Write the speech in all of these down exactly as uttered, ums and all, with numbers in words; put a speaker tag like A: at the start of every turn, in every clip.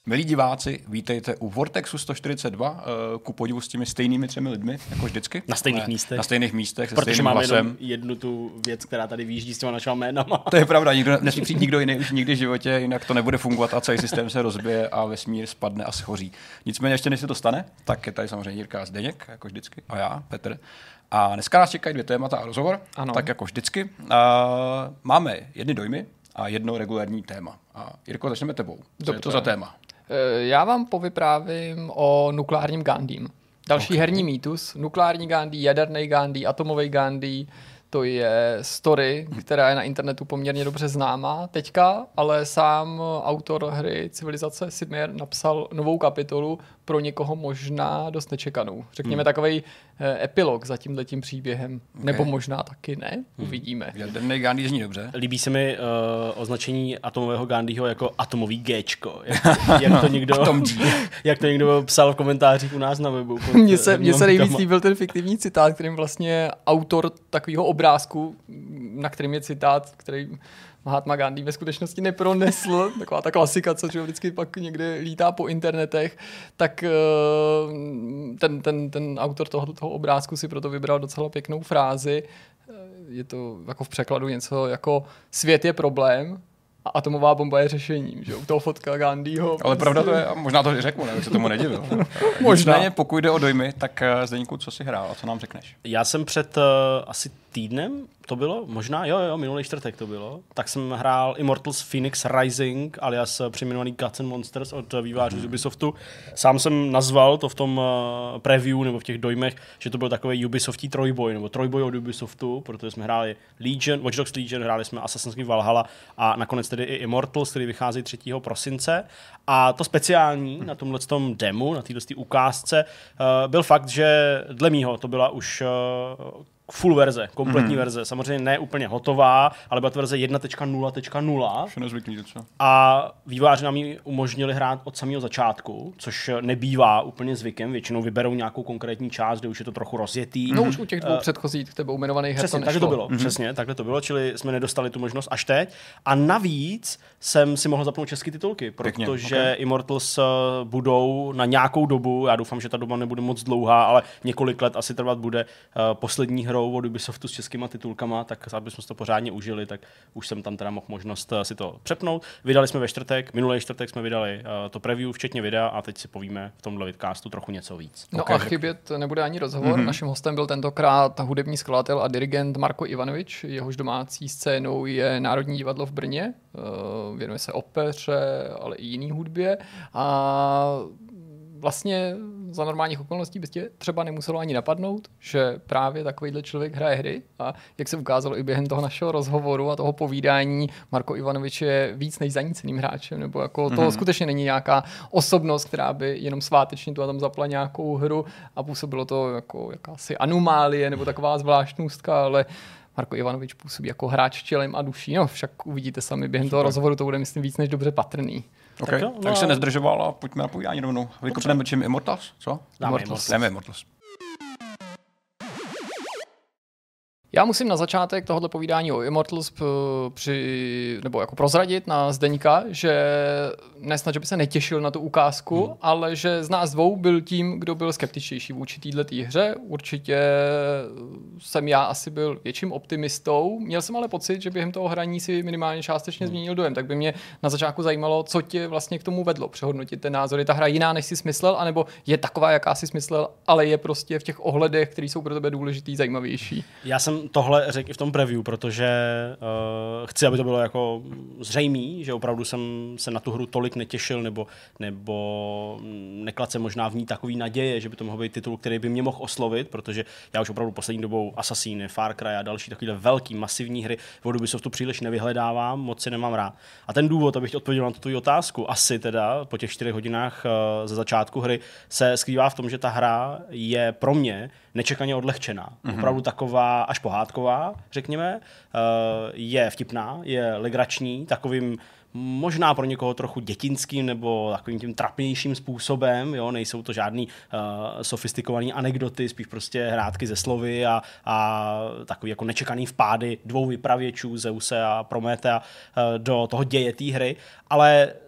A: Milí diváci, vítejte u Vortexu sto čtyřicet dva, ku podivu s těmi stejnými třemi lidmi, jako vždycky.
B: Na stejných místech.
A: Na stejných místech, se
B: Protože
A: stejným
B: máme
A: hlasem.
B: jednu tu věc, která tady výjíždí s těma našima jménama.
A: To je pravda, nikdo, nesmí přijít nikdo jiný už nikdy v životě, jinak to nebude fungovat a celý systém se rozbije a vesmír spadne a schoří. Nicméně ještě než se to stane, tak je tady samozřejmě Jirka a Zdeněk, jako vždycky, a já, Petr. A dneska nás čekají dvě témata a rozhovor, ano. Tak jako vždycky. A máme jedny dojmy a jedno regulární téma. A Jirko, začneme tebou. Co Dobře. Je to za téma?
C: Já vám povyprávím o nukleárním Gandhím. Další okay. herní mýtus. Nukleární Gandhi, jaderný Gandhi, atomový Gandhi. To je story, která je na internetu poměrně dobře známá teďka, ale sám autor hry Civilizace Sid Meier napsal novou kapitolu pro někoho možná dost nečekanou. Řekněme hmm. takovej eh, epilog za tímhletím příběhem. Okay. Nebo možná taky ne, hmm. uvidíme.
A: Jaderný Gandhi zní dobře.
B: Líbí se mi uh, označení atomového Gandhiho jako atomový Géčko. Jak, jak, to někdo, jak to někdo psal v komentářích u nás na webu.
C: Mně se, mně se nejvíc líbil ten fiktivní citát, kterým vlastně autor takového obrázku, na kterým je citát, který Mahatma Gandhi ve skutečnosti nepronesl, taková ta klasika, co vždycky pak někde lítá po internetech, tak ten, ten, ten autor toho, toho obrázku si proto vybral docela pěknou frázi. Je to jako v překladu něco jako svět je problém a atomová bomba je řešením, že u toho fotka Gandhiho.
A: Ale pravda to je, a možná to řeknu, ne, se tomu nedivil.
C: Možná.
A: Nicméně, pokud jde o dojmy, tak Zdeňku, co jsi hrál a co nám řekneš?
B: Já jsem před uh, asi týdnem, to bylo, možná, jo, jo, minulý čtvrtek to bylo, tak jsem hrál Immortals Phoenix Rising, alias přejmenovaný Gods and Monsters od vývojářů z Ubisoftu. Sám jsem nazval to v tom uh, preview nebo v těch dojmech, že to byl takový Ubisoftí trojboj, nebo trojboj od Ubisoftu, protože jsme hráli Legion, Watch Dogs Legion, hráli jsme Assassin's Creed Valhalla a nakonec tedy i Immortals, který vychází třetího prosince. A to speciální na tomhletom demo, na této ukázce, uh, byl fakt, že dle mýho to byla už uh, full verze, kompletní mm-hmm. verze. Samozřejmě ne úplně hotová, ale byla to verze jedna tečka nula tečka nula. A vývojáři nám ji umožnili hrát od samého začátku, což nebývá úplně zvykem. Většinou vyberou nějakou konkrétní část, kde už je to trochu rozjetý.
C: No už u těch dvou uh, předchozích tebou jmenovaných her to nešlo.
B: Takhle to bylo, mm-hmm. přesně, takhle to bylo, čili jsme nedostali tu možnost až teď. A navíc jsem si mohl zapnout české titulky, protože okay. Immortals budou na nějakou dobu, já doufám, že ta doba nebude moc dlouhá, ale několik let asi trvat bude uh, poslední hrou od Ubisoftu s českýma titulkama, tak aby jsme si to pořádně užili, tak už jsem tam teda mohl možnost si to přepnout. Vydali jsme ve čtvrtek, minulý čtvrtek jsme vydali uh, to preview, včetně videa a teď si povíme v tomhle vidcastu trochu něco víc.
C: No okay. A chybět nebude ani rozhovor. Mm-hmm. Naším hostem byl tentokrát hudební skladatel a dirigent Marko Ivanovič. Jehož domácí scénou je Národní divadlo v Brně. Uh, věnuje se opeře, ale i jiný hudbě. A vlastně za normálních okolností by tě třeba nemuselo ani napadnout, že právě takovýhle člověk hraje hry a jak se ukázalo i během toho našeho rozhovoru a toho povídání, Marko Ivanovič je víc než zaníceným hráčem, nebo jako mm-hmm. to skutečně není nějaká osobnost, která by jenom svátečně tu a tam zapla nějakou hru a působilo to jako jakási anomálie nebo taková zvláštnostka, ale Marko Ivanovič působí jako hráč tělem a duší. No, však uvidíte sami během toho rozhovoru, to bude myslím víc než dobře patrný.
A: Okay. Tak, no, tak se nezdržoval a pojďme na povídání rovnou. Vykopneme čím Immortals, co?
C: Immortals.
A: Jdeme Immortals.
C: Já musím na začátek tohoto povídání o Immortals při, nebo jako prozradit na Zdeňka, že nesnad, že by se netěšil na tu ukázku, hmm. ale že z nás dvou byl tím, kdo byl skeptičtější vůči této hře. Určitě jsem já asi byl větším optimistou. Měl jsem ale pocit, že během toho hraní si minimálně částečně hmm. změnil dojem. Tak by mě na začátku zajímalo, co tě vlastně k tomu vedlo přehodnotit ten názor. Je ta hra jiná, než jsi smyslel, anebo je taková, jaká jsi smyslel, ale je prostě v těch ohledech, které jsou pro tebe důležitý, zajímavější.
B: Já jsem tohle řekl i v tom preview, protože uh, chci, aby to bylo jako zřejmý, že opravdu jsem se na tu hru tolik netěšil, nebo, nebo nekladl jsem možná v ní takový naděje, že by to mohl být titul, který by mě mohl oslovit, protože já už opravdu poslední dobou Assassiny, Far Cry a další takovýhle velký, masivní hry od Ubisoftu příliš nevyhledávám, moc si nemám rád. A ten důvod, abych odpověděl na tu tvou otázku, asi teda po těch čtyřech hodinách uh, ze začátku hry, se skrývá v tom, že ta hra je pro mě nečekaně odlehčená. Mm-hmm. Opravdu taková až pohádková, řekněme. Je vtipná, je legrační, takovým možná pro někoho trochu dětinským nebo takovým tím trapnějším způsobem, jo, nejsou to žádný uh, sofistikovaný anekdoty, spíš prostě hrátky ze slovy a, a takový jako nečekaný vpády dvou vypravěčů, Zeuse a Prometea, uh, do toho děje té hry, ale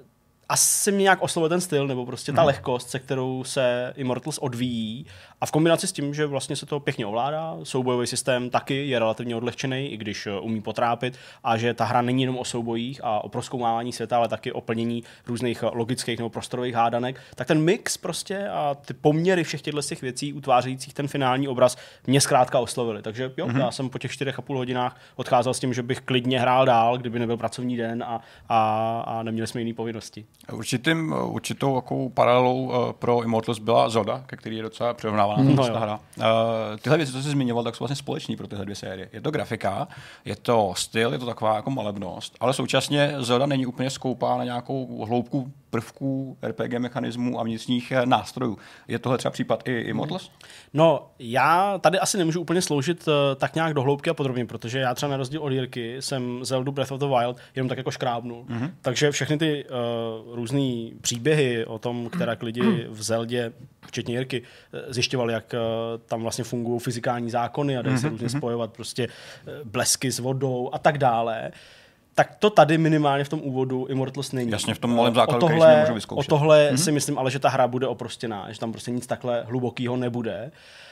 B: asi mě nějak oslovil ten styl, nebo prostě ta mm. lehkost, se kterou se Immortals odvíjí. A v kombinaci s tím, že vlastně se to pěkně ovládá, soubojový systém taky je relativně odlehčený, i když umí potrápit, a že ta hra není jenom o soubojích a o prozkoumávání světa, ale taky o plnění různých logických nebo prostorových hádanek, tak ten mix prostě a ty poměry všech těchto těch věcí utvářejících ten finální obraz mě zkrátka oslovili. Takže jo, mm-hmm. já jsem po těch čtyřech a půl hodinách odcházel s tím, že bych klidně hrál dál, kdyby nebyl pracovní den a, a, a neměli jsme jiné povinnosti.
A: Určitým, určitou jakou paralelou uh, pro Immortals byla Zelda, ke který je docela přirovnávaná no ta hra. Uh, tyhle věci, co jsi zmiňoval, tak jsou vlastně společný pro tyhle dvě série. Je to grafika, je to styl, je to taková jako malebnost, ale současně Zelda není úplně skoupá na nějakou hloubku prvků, R P G mechanismů a vnitřních nástrojů. Je tohle třeba případ i Immortals?
B: No, já tady asi nemůžu úplně sloužit uh, tak nějak do hloubky a podrobně, protože já třeba na rozdíl od Jirky jsem Zeldu Breath of the Wild jenom tak jako škrábnul. Mm-hmm. Takže všechny ty uh, různý příběhy o tom, které lidi v Zeldě, včetně Jirky, zjišťovali, jak uh, tam vlastně fungují fyzikální zákony a dají mm-hmm. se různě spojovat prostě uh, blesky s vodou a tak dále. Tak to tady minimálně v tom úvodu Immortals není.
A: Jasně, v tom malém základu, který si nemůžu vyzkoušet.
B: O tohle mm-hmm. si myslím, ale že ta hra bude oprostěná, že tam prostě nic takhle hlubokýho nebude.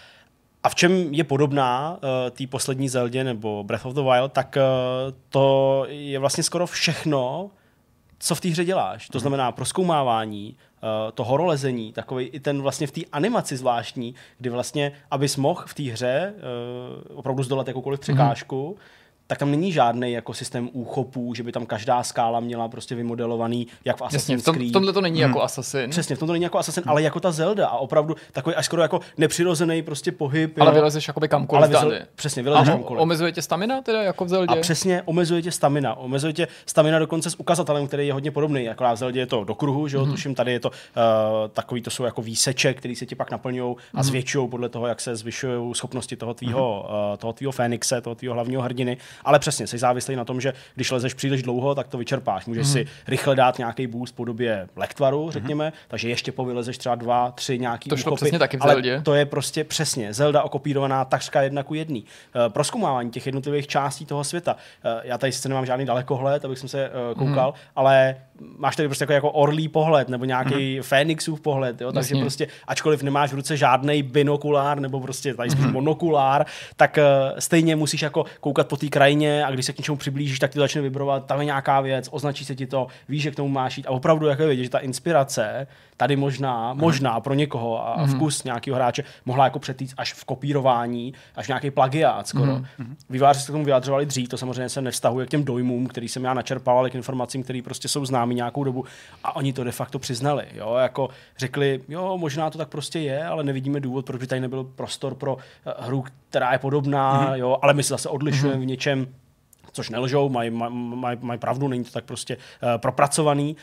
B: A v čem je podobná uh, té poslední Zeldě nebo Breath of the Wild, tak uh, to je vlastně skoro všechno, co v té hře děláš. To znamená prozkoumávání, uh, to horolezení, takový i ten vlastně v té animaci zvláštní, kdy vlastně, abys mohl v té hře uh, opravdu zdolat jakoukoliv překážku, mm-hmm. tak tam není žádný jako systém úchopů, že by tam každá skála měla prostě vymodelovaný, jak v Assassin's Creed.
C: V tomhle to není hmm. jako Assassin.
B: Přesně, v tom to není jako Assassin, hmm. ale jako ta Zelda a opravdu takový až skoro jako nepřirozený prostě pohyb.
C: Ale jo. Vylezeš jakoby kamkoliv.
B: Ale vyzel, přesně, vylezeš
C: Aha.
B: kamkoliv.
C: Omezuje tě stamina teda jako v Zeldě?
B: A přesně, omezuje tě stamina. Omezuje tě stamina dokonce s ukazatelem, který je hodně podobný. Jako v Zeldě je to do kruhu, že jo, hmm. tuším, tady je to uh, takový, to jsou jako výseče, který se ti pak naplňují a hmm. zvětšují podle toho, jak se zvyšují schopnosti toho tvýho, hmm. uh, toho tvýho Fénixe, toho tvýho hlavního hrdiny. Ale přesně, jsi závislý na tom, že když lezeš příliš dlouho, tak to vyčerpáš. Můžeš mm. si rychle dát nějaký boost v podobě lektvaru, řekněme, mm. takže ještě povylezeš třeba dva, tři nějaký
C: to šlo
B: úkopy,
C: přesně taky v
B: ale
C: Zeldě.
B: To je prostě přesně Zelda okopírovaná takřka jedna ku jedný. Uh, prozkoumávání těch jednotlivých částí toho světa. Uh, já tady sice nemám žádný dalekohled, abych jsem se uh, koukal, mm. ale máš tady prostě jako, jako orlí pohled nebo nějaký mm. Fénixův pohled, jo? Takže prostě ačkoliv nemáš v ruce žádný binokulár nebo prostě tady spíš mm. monokulár, tak uh, stejně musíš jako koukat po té krajině a když se k něčemu přiblížíš, tak ty začne vibrovat, tam je nějaká věc, označí se ti to, víš, že k tomu máš jít a opravdu jako vidět, že ta inspirace tady možná, možná pro někoho a mm. vkus nějakého hráče mohla jako přetýct až v kopírování, až nějaký plagiát skoro. Mm. Vývojáři se k tomu vyjadřovali dřív, to samozřejmě se nevztahuje k těm dojmům, který jsem já načerpal, ale k informacím, které prostě jsou známý nějakou dobu a oni to de facto přiznali, jo, jako řekli, jo, možná to tak prostě je, ale nevidíme důvod, proč by tady nebyl prostor pro hru, která je podobná, mm. jo, ale my se zase odlišujeme mm. v něčem, což nelžou, mají maj, maj, maj pravdu, není to tak prostě uh, propracovaný.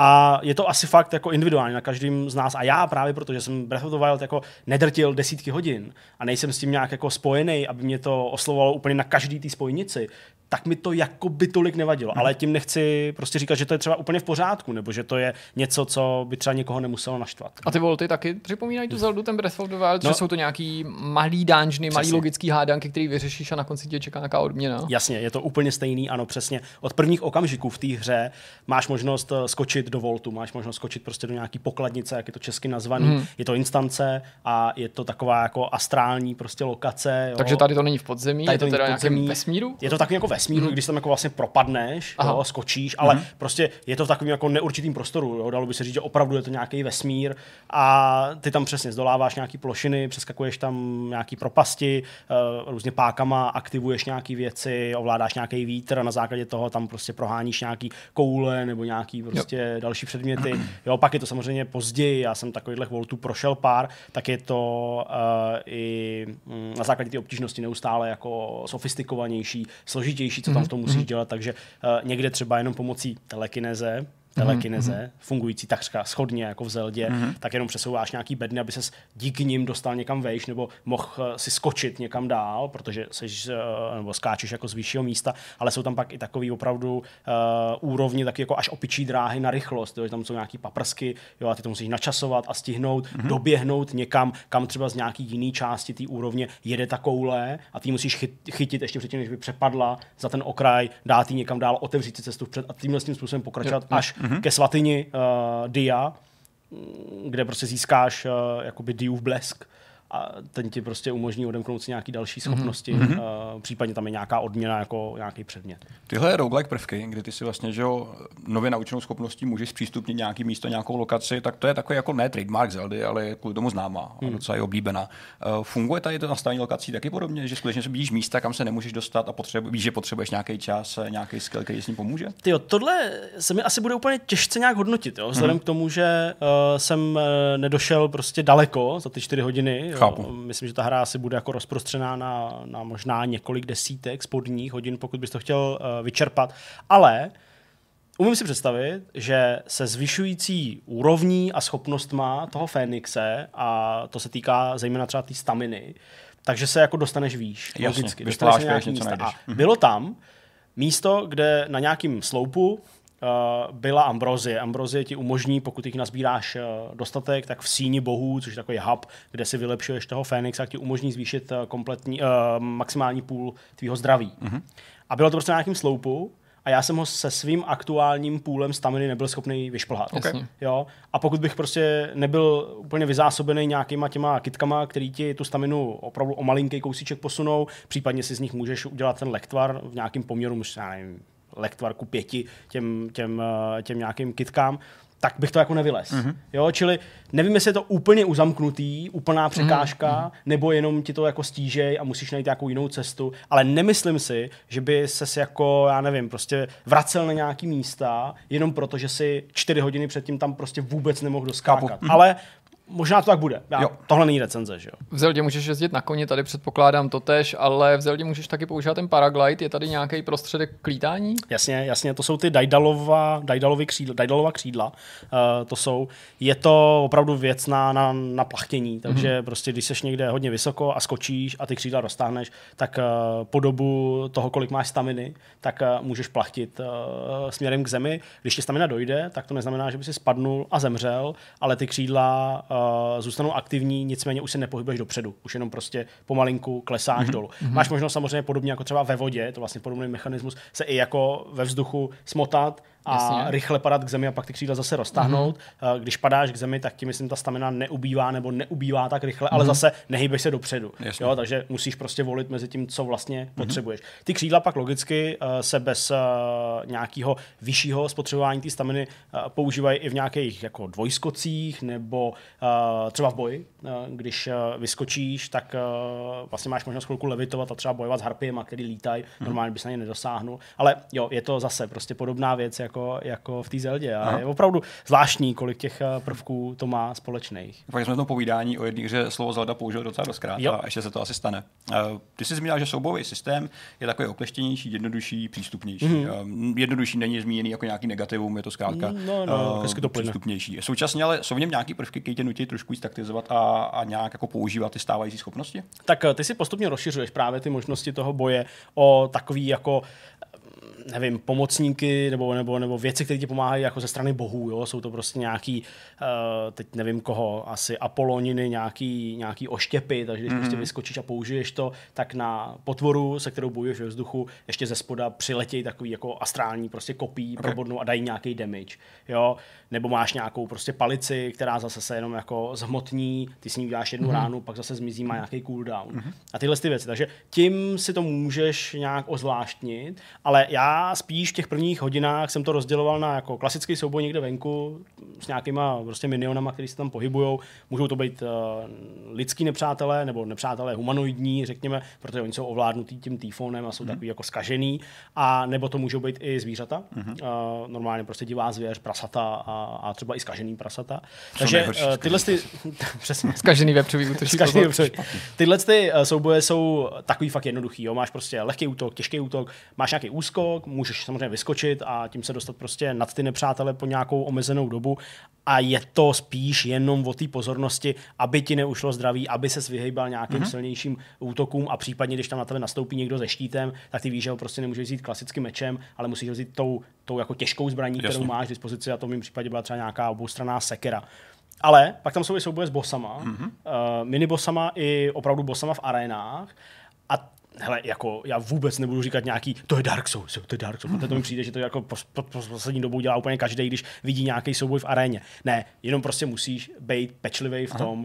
B: A je to asi fakt jako individuálně na každým z nás. A já právě protože jsem Breath of the Wild jako nedrtil desítky hodin a nejsem s tím nějak jako spojený, aby mě to oslovovalo úplně na každý té spojnici, tak mi to jako by tolik nevadilo. Hmm. Ale tím nechci prostě říkat, že to je třeba úplně v pořádku, nebo že to je něco, co by třeba někoho nemuselo naštvat.
C: A ty volty taky připomínají tu Zeldu, ten Breath of the Wild, no, že jsou to nějaký malý dungeony, malý logický hádanky, který vyřešíš a na konci tě čeká nějaká odměna.
B: Jasně, je to úplně stejný, ano, přesně. Od prvních okamžiků v té hře máš možnost skočit do voltu, máš možnost skočit prostě do nějaký pokladnice, jak je to česky nazvaný. Hmm. Je to instance a je to taková jako astrální prostě lokace. Jo.
C: Takže tady to není v podzemí,
B: tady
C: je to, to teda nějakém vesmíru?
B: Je to takový jako vesmíru, mm. když tam jako vlastně propadneš, jo, skočíš, ale mm. prostě je to v takovém jako neurčitým prostoru, jo, dalo by se říct, že opravdu je to nějaký vesmír a ty tam přesně zdoláváš nějaký plošiny, přeskakuješ tam nějaký propasti, uh, různě pákama aktivuješ nějaký věci, ovládáš nějaký vítr a na základě toho tam prostě proháníš nějaký koule nebo nějaký prostě jo. další předměty. Jo, pak je to samozřejmě později, já jsem takovýchhle voltů prošel pár, tak je to uh, i mm, na základě té obtížnosti neustále jako sofistikovanější, složitější, co tam v tom musíš dělat, takže uh, někde třeba jenom pomocí telekineze, telekineze, mm-hmm. fungující takřka shodně jako v Zeldě, mm-hmm. tak jenom přesouváš nějaký bedny, aby ses díky nim dostal někam vejš, nebo mohl uh, si skočit někam dál, protože seš, uh, nebo skáčeš jako z vyššího místa, ale jsou tam pak i takový opravdu uh, úrovně, taky jako až opičí dráhy na rychlost, jo, že tam jsou nějaký paprsky, jo, a ty to musíš načasovat a stihnout, mm-hmm. doběhnout někam, kam třeba z nějaký jiný části té úrovně jede ta koule a ty musíš chyt, chytit ještě předtím, než by přepadla za ten okraj, dát ji někam dál, otevřít si cestu vpřed a tímhle s tím způsobem pokračovat, jo. až mm-hmm. ke svatyni uh, Dia, kde prostě získáš uh, jakoby Diův blesk a ten ti prostě umožní odemknout si nějaký další schopnosti, mm-hmm. uh, případně tam je nějaká odměna jako nějaký předmět.
A: Tyhle roguelike prvky, kdy ty si vlastně, že jo, nově naučenou schopností můžeš zpřístupnit nějaký místo, nějakou lokaci, tak to je takový jako ne trademark Zeldy, ale je kvůli tomu známá a docela je oblíbená. Uh, funguje tady to nastavení lokací taky podobně, že skutečně se vidíš místa, kam se nemůžeš dostat a potřebu, víš, že potřebuješ nějaký čas, nějaký skill, který s ním pomůže?
B: Tyjo, tohle se mi asi bude úplně těžce nějak hodnotit, jo, vzhledem mm-hmm. k tomu, že uh, jsem uh, nedošel prostě daleko za ty čtyři hodiny.
A: Chápu.
B: Myslím, že ta hra asi bude jako rozprostřená na, na možná několik desítek spodních hodin, pokud bys to chtěl uh, vyčerpat. Ale umím si představit, že se zvyšující úrovní a schopnostma toho Fénixe, a to se týká zejména třeba té staminy, takže se jako dostaneš výš.
A: Jasně,
B: logicky. Dostaneš se nějaký
A: něco
B: místa. A
A: mhm.
B: bylo tam místo, kde na nějakým sloupu Uh, byla ambrozie. Ambrozie ti umožní, pokud jich nazbíráš uh, dostatek, tak v síni bohů, což je takový hub, kde si vylepšuješ toho Fénixa, ti umožní zvýšit uh, kompletní, uh, maximální půl tvýho zdraví. Mm-hmm. A bylo to prostě na nějakým sloupu a já jsem ho se svým aktuálním půlem staminy nebyl schopný vyšplhat.
A: Okay.
B: Jo? A pokud bych prostě nebyl úplně vyzásobený nějakýma těma kitkama, který ti tu staminu opravdu o malinký kousíček posunou, případně si z nich můžeš udělat ten lektvar v nějakém poměru, možná nevím, lektvarku pěti těm, těm, těm nějakým kitkám, tak bych to jako nevylez. Mm-hmm. Jo, čili nevím, jestli je to úplně uzamknutý, úplná překážka, mm-hmm. nebo jenom ti to jako stížej a musíš najít nějakou jinou cestu, ale nemyslím si, že by ses jako, já nevím, prostě vracel na nějaký místa, jenom proto, že si čtyři hodiny předtím tam prostě vůbec nemohl doskákat. Mm-hmm. Ale možná to tak bude. Já, tohle není recenze, že jo?
C: V Zeldě můžeš jezdit na koni, tady předpokládám to tež, ale v Zeldě můžeš taky používat ten paraglide. Je tady nějaký prostředek k lítání?
B: Jasně, jasně, to jsou ty Daidalova, Daidalovy křídla, Daidalova křídla. Uh, to jsou, je to opravdu věc na, na, na plachtění, takže mm-hmm. prostě když seš někde hodně vysoko a skočíš a ty křídla roztáhneš, tak uh, po dobu toho, kolik máš staminy, tak uh, můžeš plachtit uh, směrem k zemi. Když ti stamina dojde, tak to neznamená, že by si spadnul a zemřel, ale ty křídla uh, zůstanou aktivní, nicméně už se nepohybuješ dopředu, už jenom prostě pomalinku klesáš mm-hmm. dolů. Mm-hmm. Máš možnost samozřejmě podobně jako třeba ve vodě, to vlastně podobný mechanismus, se i jako ve vzduchu smotat a Jasně. rychle padat k zemi a pak ty křídla zase roztáhnout. Mm-hmm. Když padáš k zemi, tak ti myslím ta stamina neubývá nebo neubývá tak rychle, mm-hmm. ale zase nehýbeš se dopředu. Jo, takže musíš prostě volit mezi tím, co vlastně mm-hmm. potřebuješ. Ty křídla pak logicky uh, se bez uh, nějakého vyššího spotřebování té staminy uh, používají i v nějakých jako dvojskocích nebo uh, třeba v boji. Uh, když uh, vyskočíš, tak uh, vlastně máš možnost chvilku levitovat a třeba bojovat s harpiema, který lítají. Mm-hmm. Normálně bys na ně nedosáhnul. Ale jo, je to zase prostě podobná věc jako, jako v té Zeldě. A je opravdu zvláštní, kolik těch prvků to má společných.
A: Pak jsme v tom povídání o jedné hře slovo Zelda použil docela doskrát a ještě se to asi stane. Ty jsi zmínil, že soubojový systém je takový okleštěnější, jednodušší, přístupnější. Mm-hmm. Jednodušší není zmíněný jako nějaký negativum, je to zkrátka
B: no, no,
A: uh, to přístupnější. Současně ale jsou v něm nějaký prvky, které tě nutí trošku víc taktizovat a, a nějak jako používat ty stávající schopnosti?
B: Tak ty si postupně rozšiřuješ právě ty možnosti toho boje o takový jako nevím, pomocníky nebo, nebo, nebo věci, které ti pomáhají jako ze strany bohů. Jo? Jsou to prostě nějaký, uh, teď nevím koho, asi Apoloniny, nějaký, nějaký oštěpy, takže když mm-hmm. prostě vyskočíš a použiješ to, tak na potvoru, se kterou bojuješ ve vzduchu, ještě ze spoda přiletějí takový jako astrální prostě kopí, okay. probodnou a dají nějaký damage. Jo? Nebo máš nějakou prostě palici, která zase se jenom jako zhmotní, ty s ní uděláš jednu mm-hmm. ránu, pak zase zmizí, má nějaký cooldown. Mm-hmm. A tyhle ty věci. Takže tím si to můžeš nějak ozvláštnit, ale já spíš v těch prvních hodinách jsem to rozděloval na jako klasický souboj někde venku s nějakýma prostě minionama, který se tam pohybujou. Můžou to být uh, lidský nepřátelé nebo nepřátelé humanoidní, řekněme, protože oni jsou ovládnutí tím týfonem a jsou mm-hmm. takový jako zkažený. A nebo to můžou být i zvířata. Mm-hmm. Uh, normálně prostě divá zvěř, prasata a, a třeba i zkažený prasata. Takže uh, tyhle ty přesně
C: zkažený vepřový útočí.
B: Tyhle ty uh, souboje jsou takový fakt jednoduchý, jo. Máš prostě lehký útok, těžký útok, máš nějaký úskok, můžeš samozřejmě vyskočit a tím se dostat prostě nad ty nepřátele po nějakou omezenou dobu a je to spíš jenom o té pozornosti, aby ti neušlo zdraví, aby ses vyhejbal nějakým mm-hmm. silnějším útokům a případně, když tam na tebe nastoupí někdo se štítem, tak ty víš, že ho prostě nemůžeš vzít klasickým mečem, ale musíš ho vzít tou, tou jako těžkou zbraní, Jasně. kterou máš k dispozici a to v mém případě byla třeba nějaká oboustranná sekera. Ale pak tam jsou i souboje s bossama, mm-hmm. uh, minibossama i opravdu bossama v arénách a hele, jako já vůbec nebudu říkat nějaký, to je Dark Souls, to je Dark Souls, protože to mi přijde, že to jako po, po, po poslední dobou dělá úplně každý, když vidí nějaký souboj v aréně. Ne, jenom prostě musíš být pečlivý v tom, uh,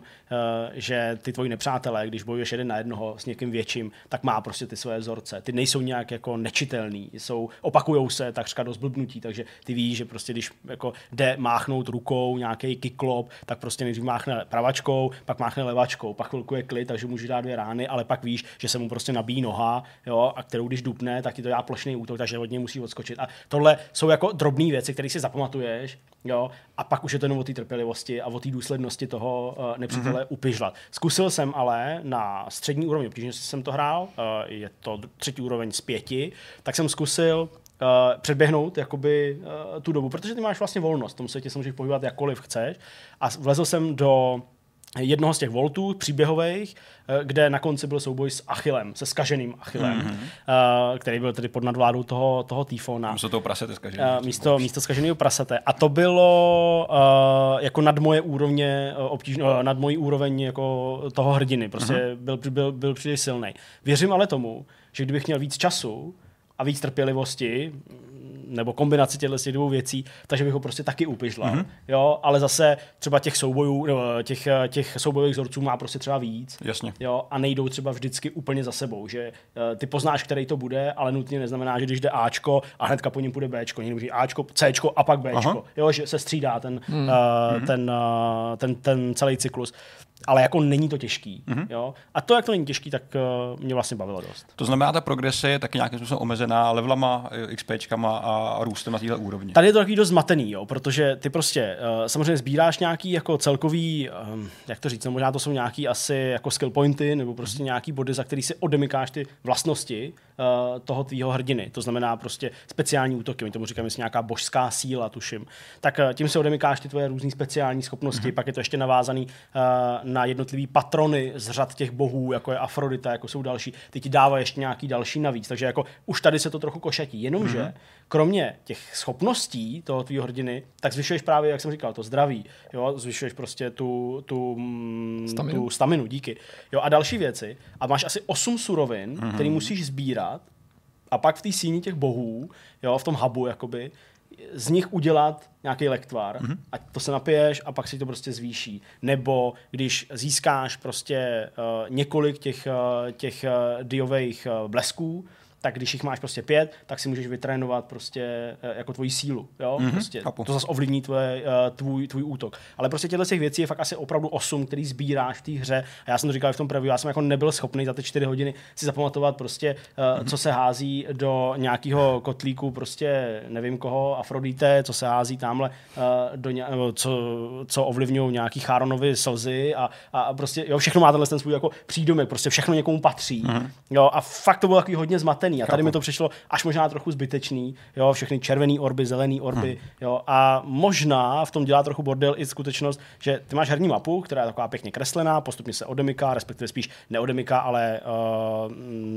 B: že ty tvoji nepřátelé, když bojuješ jeden na jednoho s někým větším, tak má prostě ty své vzorce. Ty nejsou nějak jako nečitelný, jsou, opakujou se takřka do zblbnutí, takže ty víš, že prostě když jako jde máchnout rukou nějaký kiklop, tak prostě nejdřív máchne pravačkou, pak máchne levačkou, pak chvilku je klid, takže může dát dvě rány, ale pak víš, že se mu prostě nabíjí noha, jo, a kterou když dupne, tak ti to dá plošný útok, takže od něj musí odskočit. A tohle jsou jako drobné věci, které si zapamatuješ, jo, a pak už je to jenom o té trpělivosti a o té důslednosti toho uh, nepřítele mm-hmm. upižlat. Zkusil jsem ale na střední úrovni, protože jsem to hrál, uh, je to třetí úroveň z pěti, tak jsem zkusil Uh, předběhnout jakoby, uh, tu dobu, protože ty máš vlastně volnost, v tom světě se můžeš pohybovat jakkoliv chceš a vlezl jsem do jednoho z těch voltů příběhových, uh, kde na konci byl souboj s Achillem, se zkaženým Achillem, mm-hmm. uh, který byl tedy pod nadvládou toho, toho Týfona.
A: Místo toho prasete zkažený.
B: Uh, místo, místo zkaženého prasete. A to bylo uh, jako nad moje úrovně, uh, obtížný, uh, nad mojí úroveň jako toho hrdiny. Prostě mm-hmm. byl, byl, byl příliš silný. Věřím ale tomu, že kdybych měl víc času a víc trpělivosti, nebo kombinaci těchto dvou věcí, takže bych ho prostě taky upižlal. Mm-hmm. Jo, ale zase třeba těch soubojů, nebo těch, těch soubojových vzorců má prostě třeba víc.
A: Jasně. Jo,
B: a nejdou třeba vždycky úplně za sebou, že uh, ty poznáš, který to bude, ale nutně neznamená, že když jde Ačko a hnedka po něm půjde Bčko, někdy může Ačko, Cčko a pak Bčko. Aha. Jo, že se střídá ten, mm. uh, mm-hmm. ten, uh, ten, ten celý cyklus. Ale jako není to těžký. Mm-hmm. Jo? A to, jak to není těžký, tak uh, mě vlastně bavilo dost.
A: To znamená, ta progrese je taky nějakým způsobem omezená levelama, XPčkama a růstem na této úrovni.
B: Tady je to takový dost zmatený, jo? Protože ty prostě uh, samozřejmě sbíráš nějaký jako celkový, um, jak to říct, no, možná to jsou nějaký asi jako skill pointy, nebo prostě mm-hmm. nějaký body, za který si odemykáš ty vlastnosti uh, toho tvýho hrdiny. To znamená prostě speciální útoky, my tomu říkáme, jestli nějaká božská síla, tuším. Tak uh, tím si odemykáš ty tvoje různé speciální schopnosti, mm-hmm. pak je to ještě navázaný uh, na jednotlivý patrony z řad těch bohů, jako je Afrodita, jako jsou další, ty ti dávají ještě nějaký další navíc. Takže jako už tady se to trochu košatí. Jenomže mm-hmm. kromě těch schopností toho tvýho hrdiny, tak zvyšuješ právě, jak jsem říkal, to zdraví. Jo? Zvyšuješ prostě tu, tu, staminu. tu staminu, díky. Jo? A další věci. A máš asi osm surovin, mm-hmm. který musíš sbírat a pak v té síni těch bohů, jo, v tom hubu, jakoby, z nich udělat nějaký lektvar, mm-hmm. a to se napiješ a pak si to prostě zvýší. Nebo když získáš prostě uh, několik těch, uh, těch uh, diových uh, blesků, tak když jich máš prostě pět, tak si můžeš vytrénovat prostě uh, jako tvoji sílu. Jo? Mm-hmm. Prostě to zase ovlivní tvoje, uh, tvůj, tvůj útok. Ale prostě těchto těch věcí je fakt asi opravdu osm, který sbíráš v té hře. A já jsem to říkal v tom preview, já jsem jako nebyl schopný za ty čtyři hodiny si zapamatovat prostě, uh, mm-hmm. co se hází do nějakého kotlíku, prostě nevím koho, Afrodite, co se hází tamhle, uh, do ně, nebo co, co ovlivňují nějaký Cháronovy slzy a, a prostě jo, všechno má tenhle ten svůj jako přídomek, prostě všechno někomu patří. Mm-hmm. Jo, a fakt to bylo takový hodně zmatený. A tady mi to přišlo až možná trochu zbytečný, jo, všechny červený orby, zelený orby, hmm. jo, a možná v tom dělá trochu bordel i skutečnost, že ty máš herní mapu, která je taková pěkně kreslená, postupně se odemyká, respektive spíš neodemyká, ale uh,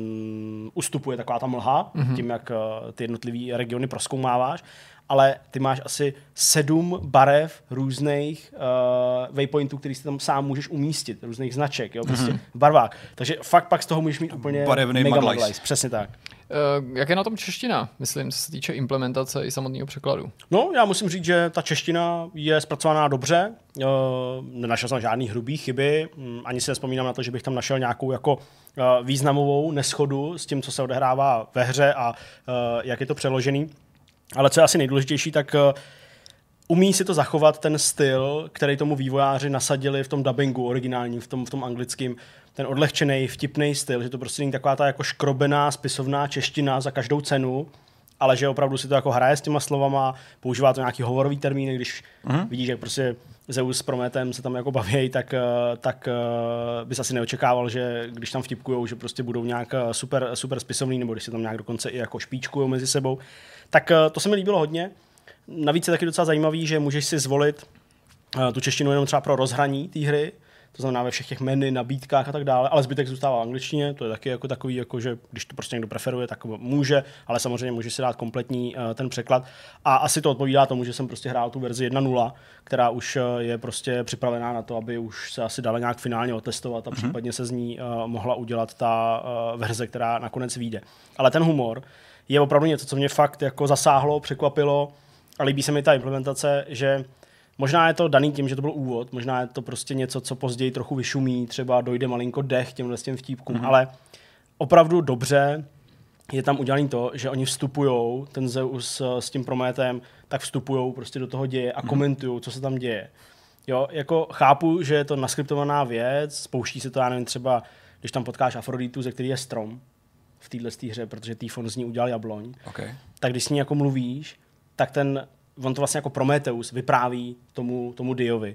B: um, ustupuje taková ta mlha, hmm. tím, jak uh, ty jednotlivý regiony prozkoumáváš. Ale ty máš asi sedm barev různých uh, waypointů, který si tam sám můžeš umístit, různých značek, jo, prostě mm-hmm. v barvách. Takže fakt pak z toho můžeš mít úplně
A: barevný
B: mega
A: maglajs.
B: maglajs. Přesně tak.
C: Uh, jak je na tom čeština, myslím, co se týče implementace i samotného překladu?
B: No, já musím říct, že ta čeština je zpracovaná dobře. Uh, nenašel jsem žádný hrubý chyby, um, ani si nespomínám na to, že bych tam našel nějakou jako uh, významovou neschodu s tím, co se odehrává ve hře a uh, jak je to přeložený. Ale co je asi nejdůležitější, tak uh, umí si to zachovat ten styl, který tomu vývojáři nasadili v tom dubbingu originálním, v tom, v tom anglickém, ten odlehčený, vtipný styl, že to prostě není taková ta jako škrobená, spisovná čeština za každou cenu, ale že opravdu si to jako hraje s těma slovama, používá to nějaký hovorový termíny, když mm. vidíš, jak prostě Zeus s Prometem se tam jako baví, tak, tak bys asi neočekával, že když tam vtipkujou, že prostě budou nějak super, super spisovný, nebo když se tam nějak dokonce i jako špičkujou mezi sebou. Tak to se mi líbilo hodně. Navíc je taky docela zajímavý, že můžeš si zvolit tu češtinu jenom třeba pro rozhraní té hry, to znamená ve všech těch menu, nabídkách a tak dále, ale zbytek zůstává v angličtině, to je taky jako takový, jako že když to prostě někdo preferuje, tak může, ale samozřejmě může si dát kompletní uh, ten překlad. A asi to odpovídá tomu, že jsem prostě hrál tu verzi jedna nula, která už uh, je prostě připravená na to, aby už se asi dala nějak finálně otestovat a mm-hmm. případně se z ní uh, mohla udělat ta uh, verze, která nakonec vyjde. Ale ten humor je opravdu něco, co mě fakt jako zasáhlo, překvapilo a líbí se mi ta implementace, že možná je to daný tím, že to byl úvod, možná je to prostě něco, co později trochu vyšumí, třeba dojde malinko dech těmhle s těm vtípkům, mm-hmm. ale opravdu dobře je tam udělané to, že oni vstupujou, ten Zeus s tím Prométem, tak vstupujou prostě do toho děje a mm-hmm. komentujou, co se tam děje. Jo, jako chápu, že je to naskriptovaná věc, spouští se to, já nevím, třeba, když tam potkáš Afroditu, ze který je strom v téhle hře, protože Tyfon z ní udělal jabloň,
A: okay.
B: tak když s ní jako mluvíš, tak ten, on to vlastně jako Prometheus vypráví tomu, tomu Diovi.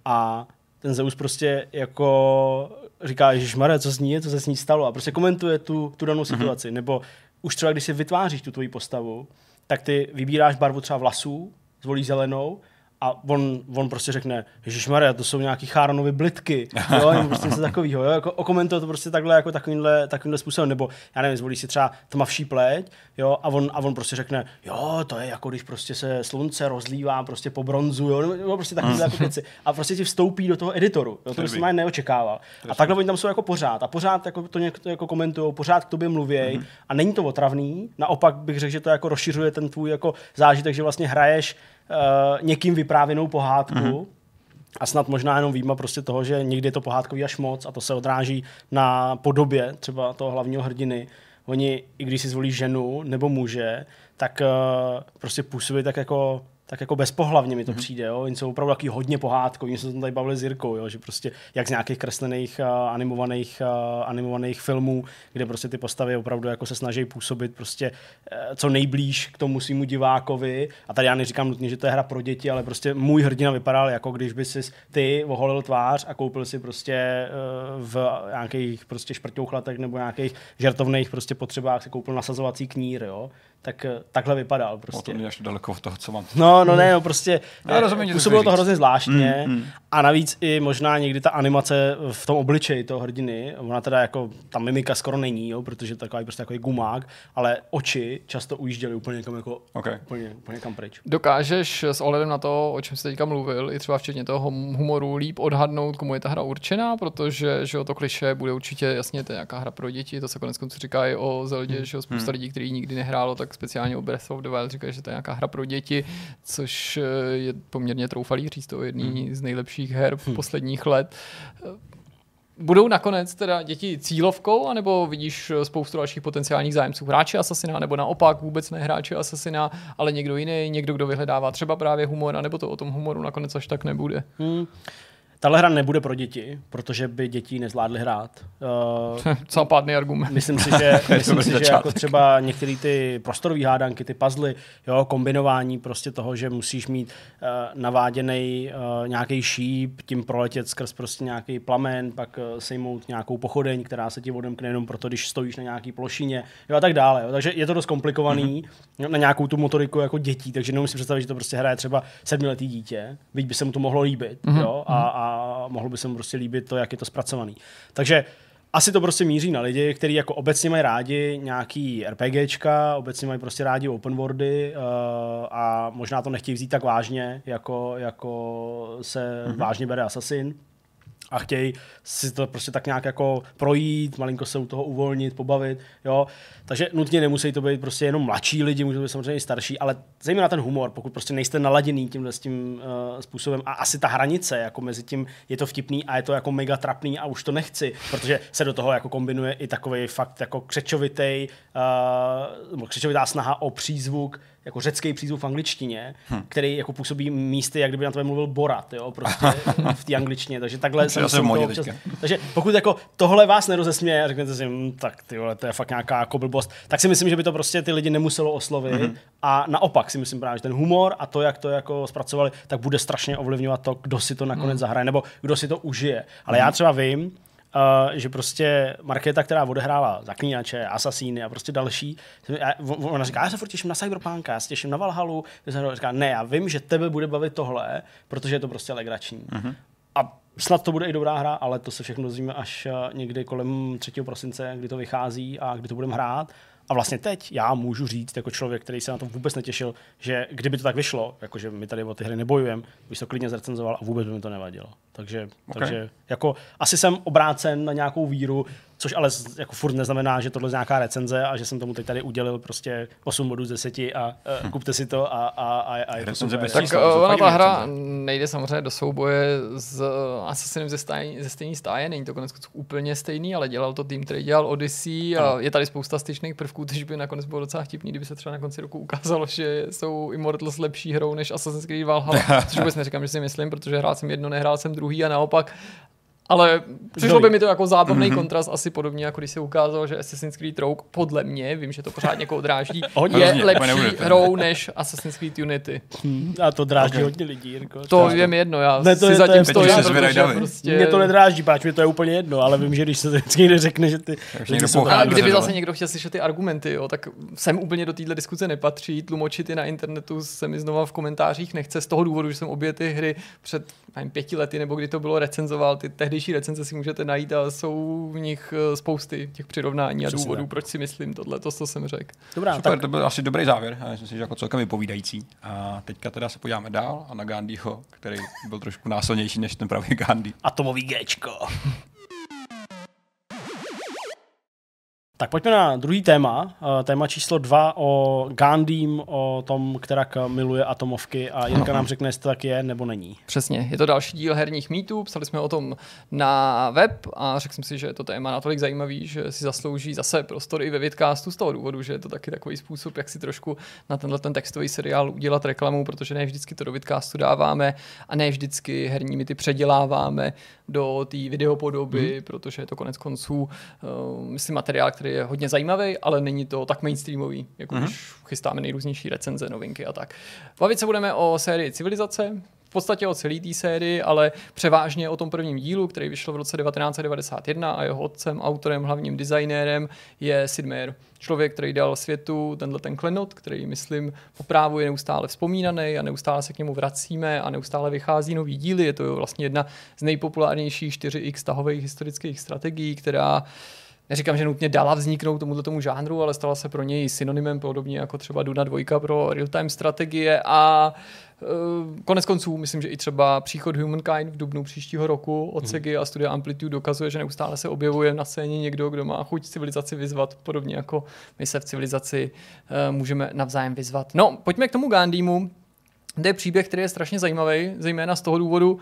B: A ten Zeus prostě jako říká, ježišmarja, co s ní je, co se s ní stalo. A prostě komentuje tu, tu danou situaci. Mm-hmm. Nebo už třeba, když si vytváříš tu tvoji postavu, tak ty vybíráš barvu třeba vlasů, zvolíš zelenou, a on, on prostě řekne, ježišmarja, to jsou nějaký Cháronovy blitky, jo, nebo prostě něco takového, jo, jako okomentuje to prostě takhle, jako takovýmhle, takovýmhle způsobem, nebo já nevím, zvolí si třeba tmavší pleť, jo, a on, a on prostě řekne, jo, to je jako když prostě se slunce rozlívá prostě po bronzu, jo, nebo prostě takovýhle jako věci. A prostě ti vstoupí do toho editoru, jo, to bych si neočekával. A takhle oni tam jsou jako pořád, a pořád jako to někdo jako komentujou, pořád k tobě mluvěj, mm-hmm. a není to otravný, naopak bych řekl, že to jako rozšiřuje ten tvůj jako zážitek, že vlastně hraješ Uh, někým vyprávěnou pohádku mm-hmm. a snad možná jenom výjima prostě toho, že někdy je to pohádkový až moc a to se odráží na podobě třeba toho hlavního hrdiny. Oni, i když si zvolí ženu nebo muže, tak uh, prostě působí tak jako tak jako bezpohlavně mi to mm-hmm. přijde, jo. Oni jsou opravdu taky hodně pohádkoví, my jsme se tam tady bavili s Jirkou, jo, že prostě jak z nějakých kreslených uh, animovaných uh, animovaných filmů, kde prostě ty postavy opravdu jako se snaží působit prostě uh, co nejblíž k tomu svýmu divákovi. A tady já neříkám nutně, že to je hra pro děti, ale prostě můj hrdina vypadal jako když by si ty oholil tvář a koupil si prostě uh, v nějakých prostě šprťouchlatech nebo nějakých žertovných prostě potřebách si koupil nasazovací knír, jo. Tak takhle vypadal prostě.
A: O, to mě až daleko od toho, co mám.
B: No, no ne, no prostě
A: rozumím,
B: působilo to hrozně zvláštně
A: mm, mm.
B: a navíc i možná někdy ta animace v tom obličeji toho hrdiny, ona teda jako, ta mimika skoro není, jo, protože takový prostě takový gumák, ale oči často ujížděly úplně někam jako,
A: okay.
B: úplně, úplně kam pryč.
C: Dokážeš s ohledem na to, o čem jsi teďka mluvil, i třeba včetně toho humoru líp odhadnout, komu je ta hra určená, protože že to klišé bude určitě jasně to je nějaká hra pro děti, to se koneckonců říká i o Zeldě, hmm. že spousta hmm. lidí, kteří nikdy nehrálo, tak speciálně o Breath of the Wild říkají, že to je nějaká hra pro děti, což je poměrně troufalý říct, to je jedný hmm. z nejlepších her v posledních let. Budou nakonec teda děti cílovkou, anebo vidíš spoustu dalších potenciálních zájemců hráče Assassina, nebo naopak vůbec nehráče Assassina, ale někdo jiný, někdo, kdo vyhledává třeba právě humor, anebo to o tom humoru nakonec až tak nebude?
B: Hmm. Tahle hra nebude pro děti, protože by děti nezvládly hrát.
C: Uh, Celá pádný argument.
B: Myslím si, že, myslím si, že jako třeba některé ty prostorové hádanky, ty puzzle, jo, kombinování prostě toho, že musíš mít uh, naváděný uh, nějaký šíp, tím proletět skrz prostě nějaký plamen, pak uh, sejmout nějakou pochodeň, která se ti odemkne jenom proto, když stojíš na nějaký plošině, jo, a tak dále. Jo. Takže je to dost komplikovaný mm-hmm. na nějakou tu motoriku jako dětí, takže nemusím představit, že to prostě hraje třeba sedmiletý dítě, byť by se mu to mohlo líbit, mm-hmm. jo, a, a a mohlo by se mu prostě líbit to, jak je to zpracovaný. Takže asi to prostě míří na lidi, kteří jako obecně mají rádi nějaký RPGčka, obecně mají prostě rádi open worldy uh, a možná to nechtějí vzít tak vážně, jako, jako se mm-hmm. vážně bere Assassin. A chtějí si to prostě tak nějak jako projít, malinko se u toho uvolnit, pobavit, jo. Takže nutně nemusí to být prostě jenom mladší lidi, můžou být samozřejmě starší, ale zejména ten humor, pokud prostě nejste naladěný tímhle s tím uh, způsobem a asi ta hranice, jako mezi tím je to vtipný a je to jako mega trapný a už to nechci, protože se do toho jako kombinuje i takový fakt jako křečovitý, uh, křečovitá snaha o přízvuk, jako řecký přízvuk v angličtině, hm. který jako působí místy, jak kdyby na tebe mluvil Borat, jo, prostě v té angličtině, takže takhle jsem, jsem to občas. Takže pokud jako tohle vás nerozesměje a řeknete si, hm, tak ty vole, to je fakt nějaká jako blbost, tak si myslím, že by to prostě ty lidi nemuselo oslovit mm-hmm. a naopak si myslím právě, že ten humor a to, jak to jako zpracovali, tak bude strašně ovlivňovat to, kdo si to nakonec mm. zahraje, nebo kdo si to užije. Ale mm. já třeba vím, Uh, že prostě Markéta, která odehrála Zaklínače, Asasíny a prostě další, ona říká, já se furt těším na Cyberpunka, já se těším na Valhalu, říká, ne, já vím, že tebe bude bavit tohle, protože je to prostě legrační. Mm-hmm. A snad to bude i dobrá hra, ale to se všechno dozvíme až někdy kolem třetího prosince, kdy to vychází a kdy to budeme hrát. A vlastně teď já můžu říct, jako člověk, který se na to vůbec netěšil, že kdyby to tak vyšlo, jakože my tady o ty hry nebojujeme, bych to klidně zrecenzoval a vůbec by mi to nevadilo. Takže, okay. takže jako asi jsem obrácen na nějakou víru, což ale jako furt neznamená, že tohle je nějaká recenze a že jsem tomu teď tady udělil prostě osm bodů z deseti a uh, kupte si to a, a, a, a je to super.
C: Tak ona ta hra nejde samozřejmě do souboje s Assassinem ze, stáj, ze stejný stáje, není to konec úplně stejný, ale dělal to tým, který dělal Odyssey a je tady spousta styčných prvků, takže by nakonec bylo docela vtipný, kdyby se třeba na konci roku ukázalo, že jsou Immortals lepší hrou než Assassin's Creed Valhalla, což vůbec neříkám, že si myslím, protože hrál jsem jedno, nehrál jsem druhý a naopak. Ale přišlo by mi to jako zábavný mm-hmm. kontrast, asi podobně, jako když se ukázalo, že Assassin's Creed Rogue podle mě, vím, že to pořád někoho odráží, je hodně, lepší hrou než Assassin's Creed Unity.
B: Hmm, a to dráždí okay. hodně lidí, Jirko.
C: To je mi jedno, já
B: ne, to
C: si
B: je,
C: zatím stojím,
A: protože
B: prostě... Mě to nedráždí, páč, mě to je úplně jedno, ale vím, že když se vždycky někde řekne, že ty...
C: A kdyby zase někdo chtěl slyšet ty argumenty, jo, tak sem úplně do téhle diskuze nepatří, tlumočit je na internetu se mi znova v komentářích nechce z toho důvodu, že jsem obě ty hry před nevím, pěti lety, nebo kdy to bylo recenzoval, ty tehdejší recenze si můžete najít a jsou v nich spousty těch přirovnání a
B: Přesně
C: důvodů,
B: tak.
C: proč si myslím tohle, to, co jsem řekl.
A: Dobrá, super, tak... to byl asi dobrý závěr, já myslím si, že jako celkem vypovídající. A teďka teda se podíváme dál a na Gandhiho, který byl trošku násilnější než ten pravý Gandhi.
B: Atomový Géčko. Tak pojďme na druhý téma, téma číslo dva o Gandhim, o tom, kterak miluje atomovky a Jirka nám řekne, jestli to tak je nebo není.
C: Přesně, je to další díl herních mýtů, psali jsme o tom na web a řekl jsem si, že je to téma natolik zajímavý, že si zaslouží zase prostor i ve vidcastu z toho důvodu, že je to taky takový způsob, jak si trošku na tenhle ten textový seriál udělat reklamu, protože ne vždycky to do vidcastu dáváme a ne vždycky herní mýty předěláváme do té videopodoby, hmm. protože je to konec konců, uh, myslím, materiál, který je hodně zajímavý, ale není to tak mainstreamový, jako mm-hmm. když chystáme nejrůznější recenze, novinky a tak. Bavit se budeme o sérii Civilizace, v podstatě o celé té sérii, ale převážně o tom prvním dílu, který vyšel v roce devatenáct set devadesát jedna a jeho otcem, autorem, hlavním designérem je Sid Meier. Člověk, který dal světu tenhle ten klenot, který, myslím, po právu je neustále vzpomínaný a neustále se k němu vracíme a neustále vychází nový díly. Je to vlastně jedna z nejpopulárnějších čtyři x tahových historických strategií, která neříkám, že nutně dala vzniknout tomuto tomu žánru, ale stala se pro něj synonymem, podobně jako třeba Duna dva pro real-time strategie a uh, konec konců myslím, že i třeba příchod Humankind v dubnu příštího roku od Segy a studia Amplitude dokazuje, že neustále se objevuje na scéně někdo, kdo má chuť civilizaci vyzvat, podobně jako my se v civilizaci uh, můžeme navzájem vyzvat. No, pojďme k tomu Gandhimu. To je příběh, který je strašně zajímavý, zejména z toho důvodu,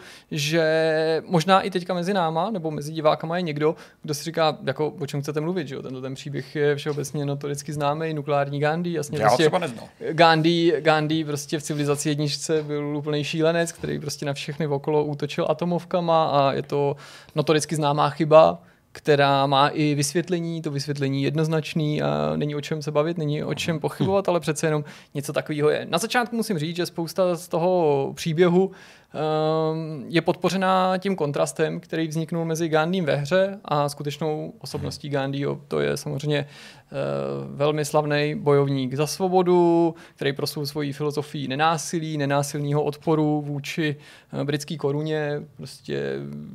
C: že možná i teďka mezi náma nebo mezi divákama je někdo, kdo si říká, jako, o čem chcete mluvit, že jo? Tento ten příběh je všeobecně notoricky známý, nukleární Gandhi, jasně.
A: Já
C: prostě
A: třeba neznal.
C: Gandhi, Gandhi prostě v Civilizaci jedničce byl úplný šílenec, který prostě na všechny okolo útočil atomovkama a je to notoricky známá chyba, která má i vysvětlení, to vysvětlení jednoznačný a není o čem se bavit, není o čem pochybovat, ale přece jenom něco takového je. Na začátku musím říct, že spousta z toho příběhu um, je podpořená tím kontrastem, který vzniknul mezi Gandhim ve hře a skutečnou osobností Gandhiho. To je samozřejmě uh, velmi slavný bojovník za svobodu, který proslul svojí filozofii nenásilí, nenásilného odporu vůči uh, britské koruně, prostě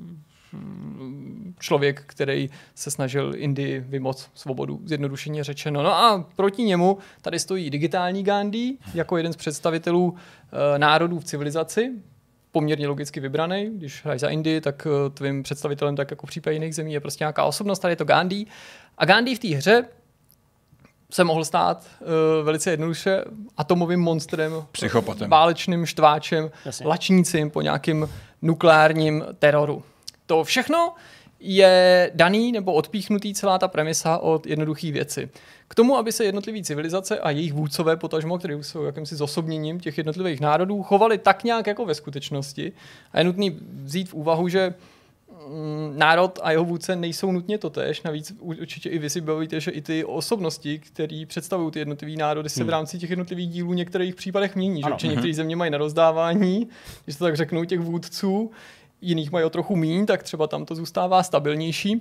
C: člověk, který se snažil Indii vymoct svobodu, zjednodušeně řečeno. No a proti němu tady stojí digitální Gandhi jako jeden z představitelů e, národů v civilizaci, poměrně logicky vybraný. Když hraješ za Indii, tak e, tvým představitelem, tak jako v případě jiných zemí, je prostě nějaká osobnost, tady je to Gandhi. A Gandhi v té hře se mohl stát uh, velice jednoduše atomovým monstrem,
A: psychopatem,
C: válečným štváčem,
B: Jasně.
C: lačnícím po nějakým nukleárním teroru. To všechno je daný nebo odpíchnutý celá ta premisa od jednoduché věci. K tomu, aby se jednotlivé civilizace a jejich vůdcové potažmo, které jsou jakýmsi zosobněním těch jednotlivých národů, chovali tak nějak jako ve skutečnosti. A je nutný vzít v úvahu, že národ a jeho vůdce nejsou nutně totéž. Navíc určitě i vy si bavíte, že i ty osobnosti, které představují ty jednotlivé národy, se v rámci těch jednotlivých dílů v některých případech mění. Že? Že některé země mají na rozdávání, když to tak řeknou, těch vůdců, jiných mají o trochu míň, tak třeba tam to zůstává stabilnější.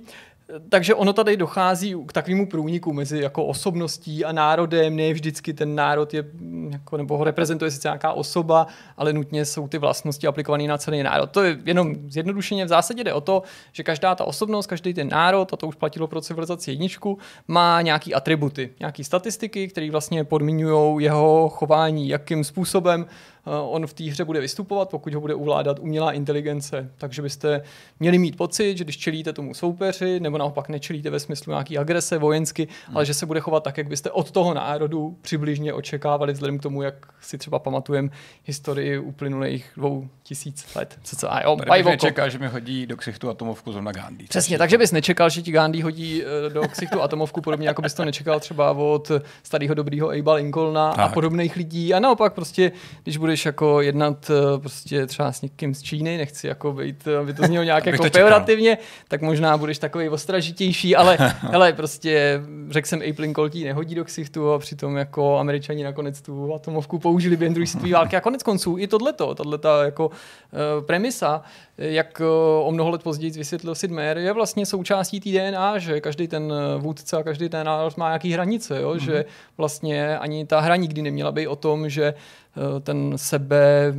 C: Takže ono tady dochází k takovému průniku mezi jako osobností a národem. Ne vždycky ten národ je, jako, nebo ho reprezentuje sice nějaká osoba, ale nutně jsou ty vlastnosti aplikované na celý národ. To je jenom zjednodušeně. V zásadě jde o to, že každá ta osobnost, každý ten národ, a to už platilo pro civilizaci jedničku, má nějaký atributy, nějaký statistiky, které vlastně podmiňují jeho chování, jakým způsobem on v té hře bude vystupovat, pokud ho bude ovládat umělá inteligence. Takže byste měli mít pocit, že když čelíte tomu soupeři, nebo naopak nečelíte ve smyslu nějaký agrese vojensky, hmm. ale že se bude chovat tak, jak byste od toho národu přibližně očekávali, vzhledem k tomu, jak si třeba pamatujeme historii uplynulých dvou tisíc let. Co co? A jo,
A: Tady bych nečekal, že mi hodí do ksichtu atomovku zrovna Gandhi.
C: Přesně, takže bys nečekal, že ti Gandhi hodí do ksichtu atomovku, podobně jako bys to nečekal třeba od starého dobrýho Abe'a Lincolna tak. a podobných lidí. A naopak prostě, když budeš jako jednat prostě třeba s někým z Číny, nechci jako být, aby to znělo nějak jako pejorativně, tak možná budeš takovej ostražitější, ale hele, prostě řekl jsem Abe Lincoln ti nehodí do ksichtu a přitom jako Američani nakonec tu atomovku použili během druhé světové války a konec konců i tohleto, tato jako uh, premisa, jak uh, o mnoho let později vysvětlil Sid Meier, je vlastně součástí té D N A, že každý ten vůdce a každý ten národ má nějaký hranice, jo? Mm-hmm. Že vlastně ani ta hra nikdy neměla být o tom, že uh, ten sebe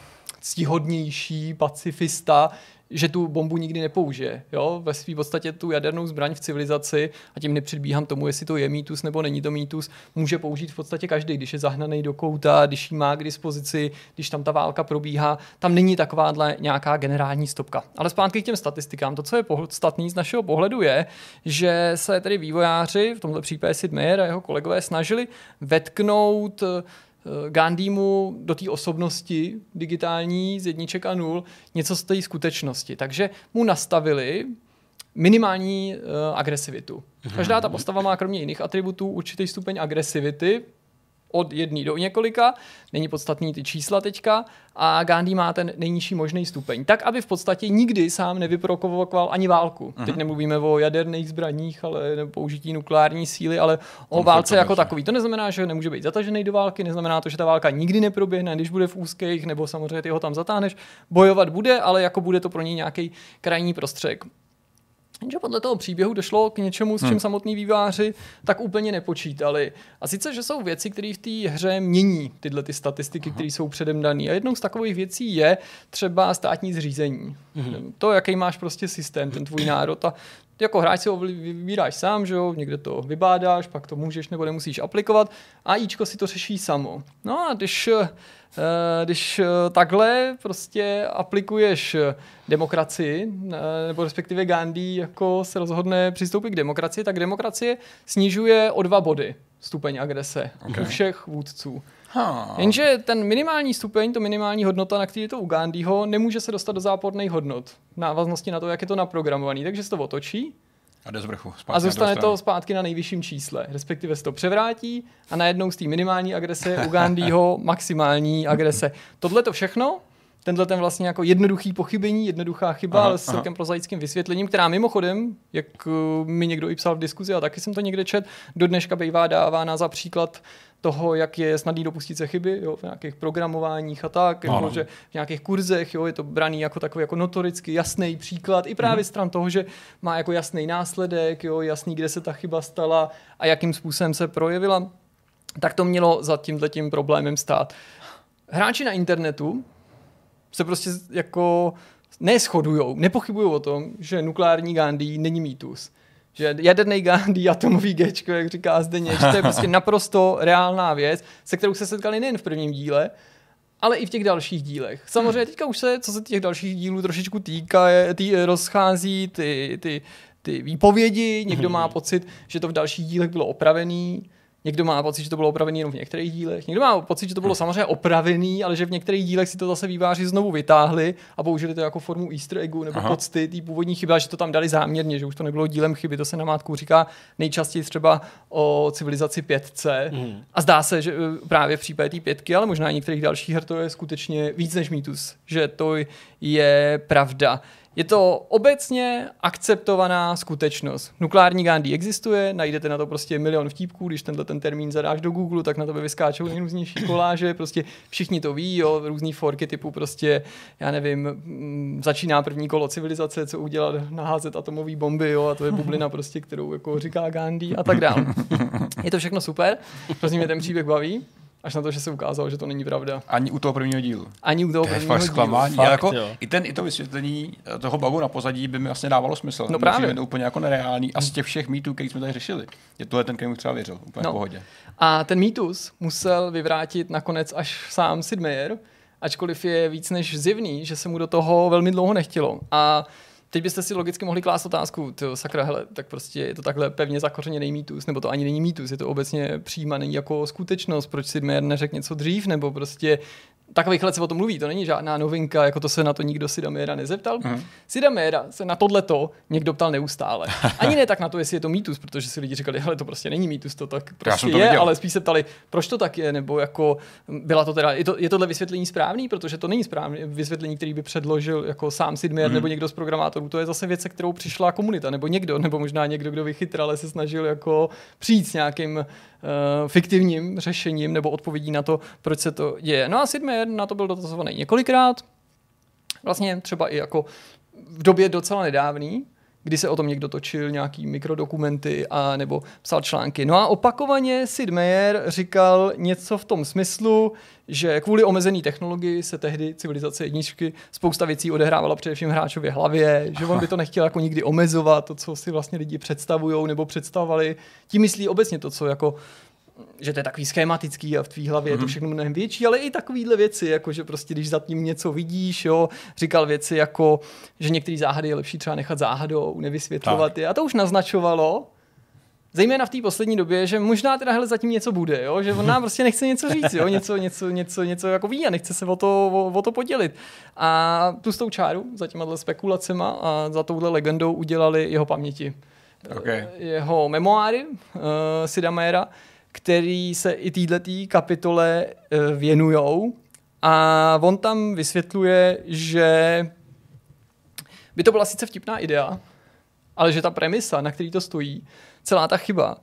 C: ctihodnější pacifista, že tu bombu nikdy nepoužije. Jo? Ve svý podstatě tu jadernou zbraň v civilizaci, a tím nepředbíhám tomu, jestli to je mýtus nebo není to mýtus, může použít v podstatě každý, když je zahnaný do kouta, když ji má k dispozici, když tam ta válka probíhá. Tam není takováhle nějaká generální stopka. Ale zpátky k těm statistikám. To, co je podstatný z našeho pohledu, je, že se tedy vývojáři, v tomto případě Sid Meier a jeho kolegové, snažili vetknout Gandhimu do té osobnosti digitální z jedniček a nul něco z té skutečnosti. Takže mu nastavili minimální uh, agresivitu. Každá ta postava má kromě jiných atributů určitý stupeň agresivity, od jedné do několika, není podstatný ty čísla teďka, a Gandhi má ten nejnižší možný stupeň. Tak, aby v podstatě nikdy sám nevyprovokoval ani válku. Uh-huh. Teď nemluvíme o jaderných zbraních, ale nebo použití nukleární síly, ale o On válce jako takový. To neznamená, že nemůže být zatažený do války, neznamená to, že ta válka nikdy neproběhne, když bude v úzkých, nebo samozřejmě ty ho tam zatáhneš. Bojovat bude, ale jako bude to pro něj nějaký krajní prostředek. Jenže podle toho příběhu došlo k něčemu, s čím hmm. samotní vývojáři tak úplně nepočítali. A sice, že jsou věci, které v té hře mění tyhle ty statistiky, které jsou předem dané. A jednou z takových věcí je třeba státní zřízení. Hmm. To, jaký máš prostě systém, ten tvůj národ. A jako hráč si ho vybíráš sám, že jo, někde to vybádáš, pak to můžeš nebo nemusíš aplikovat. A íčko si to řeší samo. No a když... Když takhle prostě aplikuješ demokracii, nebo respektive Gandhi jako se rozhodne přistoupit k demokracii, tak demokracie snižuje o dva body stupeň agrese okay. u všech vůdců. Ha. Jenže ten minimální stupeň, to minimální hodnota, na který je to u Gandhiho, nemůže se dostat do záporných hodnot. V návaznosti na to, jak je to naprogramovaný. Takže se to otočí.
A: A jde z vrchu,
C: a zůstane to zpátky na nejvyšším čísle. Respektive se to převrátí a najednou z té minimální agrese u Gandhiho maximální agrese. Tohle to všechno, tenhle ten vlastně jako jednoduchý pochybení, jednoduchá chyba, aha, ale s celkem prozaickým vysvětlením, která mimochodem, jak mi někdo i psal v diskuzi, a taky jsem to někde čet, do dneška bývá dávána za příklad toho, jak je snadný dopustit se chyby, jo, v nějakých programováních a tak, no, jako, že v nějakých kurzech, jo, je to braný jako takový jako notoricky jasný příklad, i právě mm. stran toho, že má jako jasný následek, jo, jasný, kde se ta chyba stala a jakým způsobem se projevila, tak to mělo za tímhletím problémem stát. Hráči na internetu se prostě jako neshodujou, nepochybujou o tom, že nukleární Gandhi není mýtus. Že jaderný Gandhi, atomový géčko, jak říká Zdeněk, to je prostě naprosto reálná věc, se kterou se setkali nejen v prvním díle, ale i v těch dalších dílech. Samozřejmě teďka už se, co se těch dalších dílů trošičku týká, tý, rozchází ty, ty, ty výpovědi, někdo má pocit, že to v dalších dílech bylo opravený, někdo má pocit, že to bylo opravený jenom v některých dílech, někdo má pocit, že to bylo samozřejmě opravený, ale že v některých dílech si to zase výváři znovu vytáhli a použili to jako formu easter eggu nebo pocty té původní chyby, že to tam dali záměrně, že už to nebylo dílem chyby. To se na mátku říká nejčastěji třeba o civilizaci pětce. Mm. A zdá se, že právě v případě té pětky, ale možná i některých dalších her to je skutečně víc než mýtus, že to je pravda. Je to obecně akceptovaná skutečnost. Nukleární Gandhi existuje, najdete na to prostě milion vtípků, když tenhle ten termín zadáš do Google, tak na to vyskáčou nejrůznější koláže, prostě všichni to ví, jo, různý forky typu prostě, já nevím, m, začíná první kolo civilizace, co udělat, naházet atomové bomby, jo, a to je bublina prostě, kterou jako říká Gandhi a tak dále. Je to všechno super, prostě mě ten příběh baví. Až na to, že se ukázalo, že to není pravda.
A: Ani u toho prvního dílu.
C: Ani u toho
A: to
C: prvního
A: je fakt zklamání. Fakt, jako,
B: jo.
A: i, ten, I to vysvětlení toho bagu na pozadí by mi vlastně dávalo smysl.
C: No právě.
A: Je to úplně jako nereálný. A z těch všech mýtů, který jsme tady řešili, je tohle ten, který třeba věřil. Úplně
C: no.
A: v pohodě.
C: A ten mýtus musel vyvrátit nakonec až sám Sid Meier, ačkoliv je víc než zjevný, že se mu do toho velmi dlouho nechtělo. A teď byste si logicky mohli klást otázku, tyjo, sakra, hele, tak prostě je to takhle pevně zakořeněný mýtus, nebo to ani není mýtus, je to obecně přijímaný jako skutečnost, proč Sid Meier neřekl něco dřív, nebo prostě takových let se o tom mluví, to není žádná novinka, jako to se na to nikdo Sida Meiera nezeptal. Mm. Sida Meiera se na tohleto někdo ptal neustále. Ani ne tak na to, jestli je to mýtus, protože si lidi říkali, hele, to prostě není mýtus, to tak prostě to je, viděl. Ale spíš se ptali, proč to tak je, nebo jako byla to teda, je, to, je tohle vysvětlení správný, protože to není správné vysvětlení, který by předložil jako sám Sid Meier mm. nebo někdo z programátorů, to je zase věc, kterou přišla komunita, nebo někdo, nebo možná někdo, kdo vychytrale se snažil jako přijít s nějakým uh, fiktivním řešením nebo odpovědí na to, proč se to děje. No a Sid Meier na to byl dotazovaný několikrát, vlastně třeba i jako v době docela nedávný, kdy se o tom někdo točil nějaký mikrodokumenty a nebo psal články. No a opakovaně Sid Meier říkal něco v tom smyslu, že kvůli omezené technologii se tehdy civilizace jedničky spousta věcí odehrávala především v hráčově hlavě, že on by to nechtěl jako nikdy omezovat, to, co si vlastně lidi představujou nebo představovali. Tím myslí obecně to, co jako že to je takový schematický a v tvý hlavě mm-hmm. je to všechno mnohem větší, ale i takovýhle věci, jako že prostě když za tím něco vidíš, jo, říkal věci jako, že některé záhady je lepší třeba nechat záhadou, nevysvětlovat tak. je. A to už naznačovalo, zejména v té poslední době, že možná teda hele zatím něco bude, jo, že on nám prostě nechce něco říct, jo, něco, něco, něco, něco jako ví a nechce se o to, o, o to podělit. A tlustou čáru za těma spekulacema a za touhle legendou udělali jeho paměti.
A: Okay.
C: Jeho memoáry uh, Sida Meiera, který se i této kapitole uh, věnujou. A on tam vysvětluje, že by to byla sice vtipná idea, ale že ta premisa, na který to stojí, celá ta chyba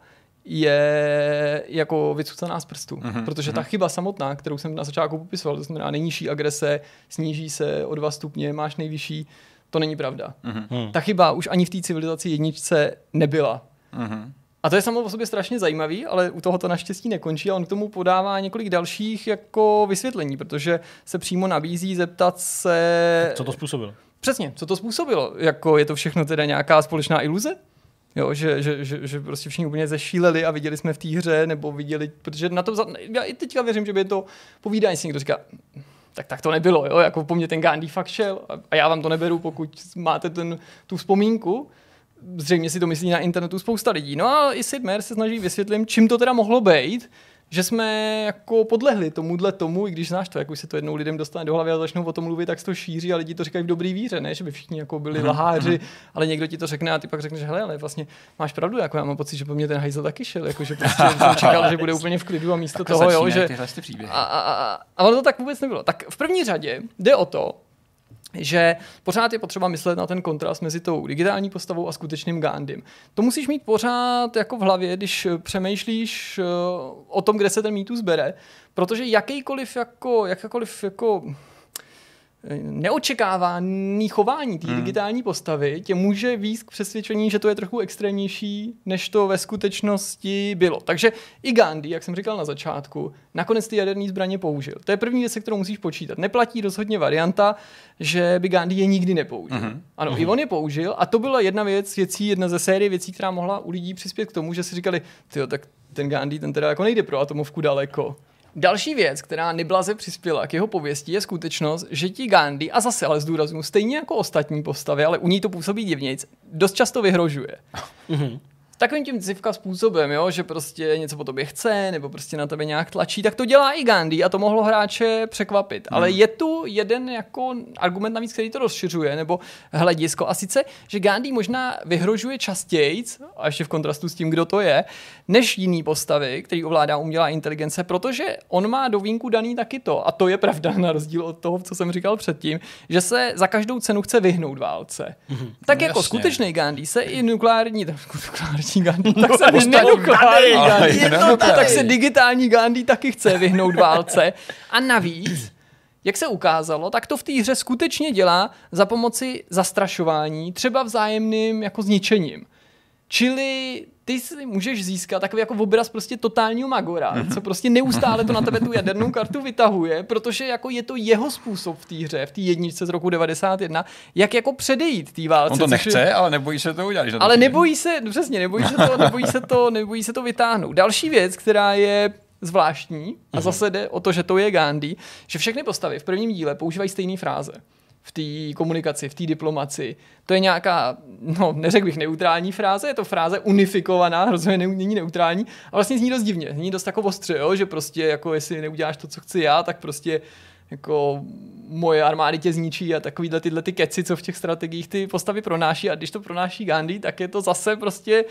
C: je jako vycucaná z prstu. Mm-hmm. Protože ta chyba samotná, kterou jsem na začátku popisoval, to znamená nejnižší agrese, sníží se o dva stupně, máš nejvyšší, to není pravda. Mm-hmm. Ta chyba už ani v té civilizaci jedničce nebyla. Mm-hmm. A to je samo o sobě strašně zajímavý, ale u toho to naštěstí nekončí a on k tomu podává několik dalších jako vysvětlení, protože se přímo nabízí zeptat se...
B: Co to způsobilo?
C: Přesně, co to způsobilo. Jako je to všechno teda nějaká společná iluze? Jo, že, že, že, že prostě všichni úplně zešíleli a viděli jsme v té hře, nebo viděli, protože na to, já i teďka věřím, že by to povídání si někdo říká, tak tak to nebylo, jo, jako po mně ten Gandhi fakt šel a já vám to neberu, pokud máte ten, tu vzpomínku. Zřejmě si to myslí na internetu spousta lidí. No a i Sid Meier se snaží vysvětlit, čím to teda mohlo být, že jsme jako podlehli tomuhle tomu, i když znáš to, jak už se to jednou lidem dostane do hlavy a začnou o tom mluvit, tak se to šíří a lidi to říkají v dobrý víře, ne, že by všichni jako byli laháři, ale někdo ti to řekne a ty pak řekneš, hele, ale vlastně máš pravdu, jako já mám pocit, že po mně ten hajzl taky šel, jako že prostě jsem čekal, že bude úplně v klidu a místo
A: tak
C: toho, jo, že
A: a,
C: a, a, a ono to tak vůbec nebylo. Tak v první řadě jde o to, že pořád je potřeba myslet na ten kontrast mezi tou digitální postavou a skutečným Gandhim. To musíš mít pořád jako v hlavě, když přemýšlíš o tom, kde se ten mýtus bere, protože jakýkoliv jako, jakákoliv jako neočekávaný chování té hmm. digitální postavy tě může vést k přesvědčení, že to je trochu extrémnější, než to ve skutečnosti bylo. Takže i Gandhi, jak jsem říkal na začátku, nakonec ty jaderné zbraně použil. To je první věc, se kterou musíš počítat. Neplatí rozhodně varianta, že by Gandhi je nikdy nepoužil. Hmm. Ano, hmm. i on je použil a to byla jedna věc, věcí, jedna ze série věcí, která mohla u lidí přispět k tomu, že si říkali, tyjo, tak ten Gandhi, ten teda jako nejde pro atomovku daleko. Další věc, která neblaze přispěla k jeho pověsti, je skutečnost, že ti Gandhi, a zase ale zdůraznuju, stejně jako ostatní postavy, ale u ní to působí divnějc, dost často vyhrožuje. Mm-hmm. takovým tím civka způsobem, jo, že prostě něco po tobě chce, nebo prostě na tebe nějak tlačí, tak to dělá i Gandhi a to mohlo hráče překvapit. Hmm. Ale je tu jeden jako argument navíc, který to rozšiřuje, nebo hledisko, a sice, že Gandhi možná vyhrožuje častěji, a ještě v kontrastu s tím, kdo to je, než jiný postavy, který ovládá umělá inteligence, protože on má do vínku daný taky to, a to je pravda na rozdíl od toho, co jsem říkal předtím, že se za každou cenu chce vyhnout válce. Mm-hmm. Tak no, jako jasně. Skutečný Gandhi se i nukleární, nukleární Gandhi, tak se nenukleární Gandhi, no, tak se digitální Gandhi taky chce vyhnout válce. A navíc, jak se ukázalo, tak to v té hře skutečně dělá za pomoci zastrašování, třeba vzájemným jako zničením. Čili ty si můžeš získat takový jako obraz prostě totálního magora, mm-hmm. co prostě neustále to na tebe tu jadernou kartu vytahuje, protože jako je to jeho způsob v té hře, v té jedničce z roku devadesát jedna, jak jako předejít té válce.
A: On to nechce, je... ale nebojí se to udělat.
C: Ale nebojí se, přesně, nebojí se to, nebojí se to, nebojí se to vytáhnout. Další věc, která je zvláštní, a mm-hmm. zase jde o to, že to je Gandhi, že všechny postavy v prvním díle používají stejné fráze. V té komunikaci, v té diplomaci. To je nějaká, no neřekl bych neutrální fráze, je to fráze unifikovaná, rozhodně není neutrální, a vlastně zní dost divně, zní dost jako ostře, jo? Že prostě jako jestli neuděláš to, co chci já, tak prostě jako moje armády tě zničí a takovýhle tyhle ty keci, co v těch strategiích ty postavy pronáší, a když to pronáší Gandhi, tak je to zase prostě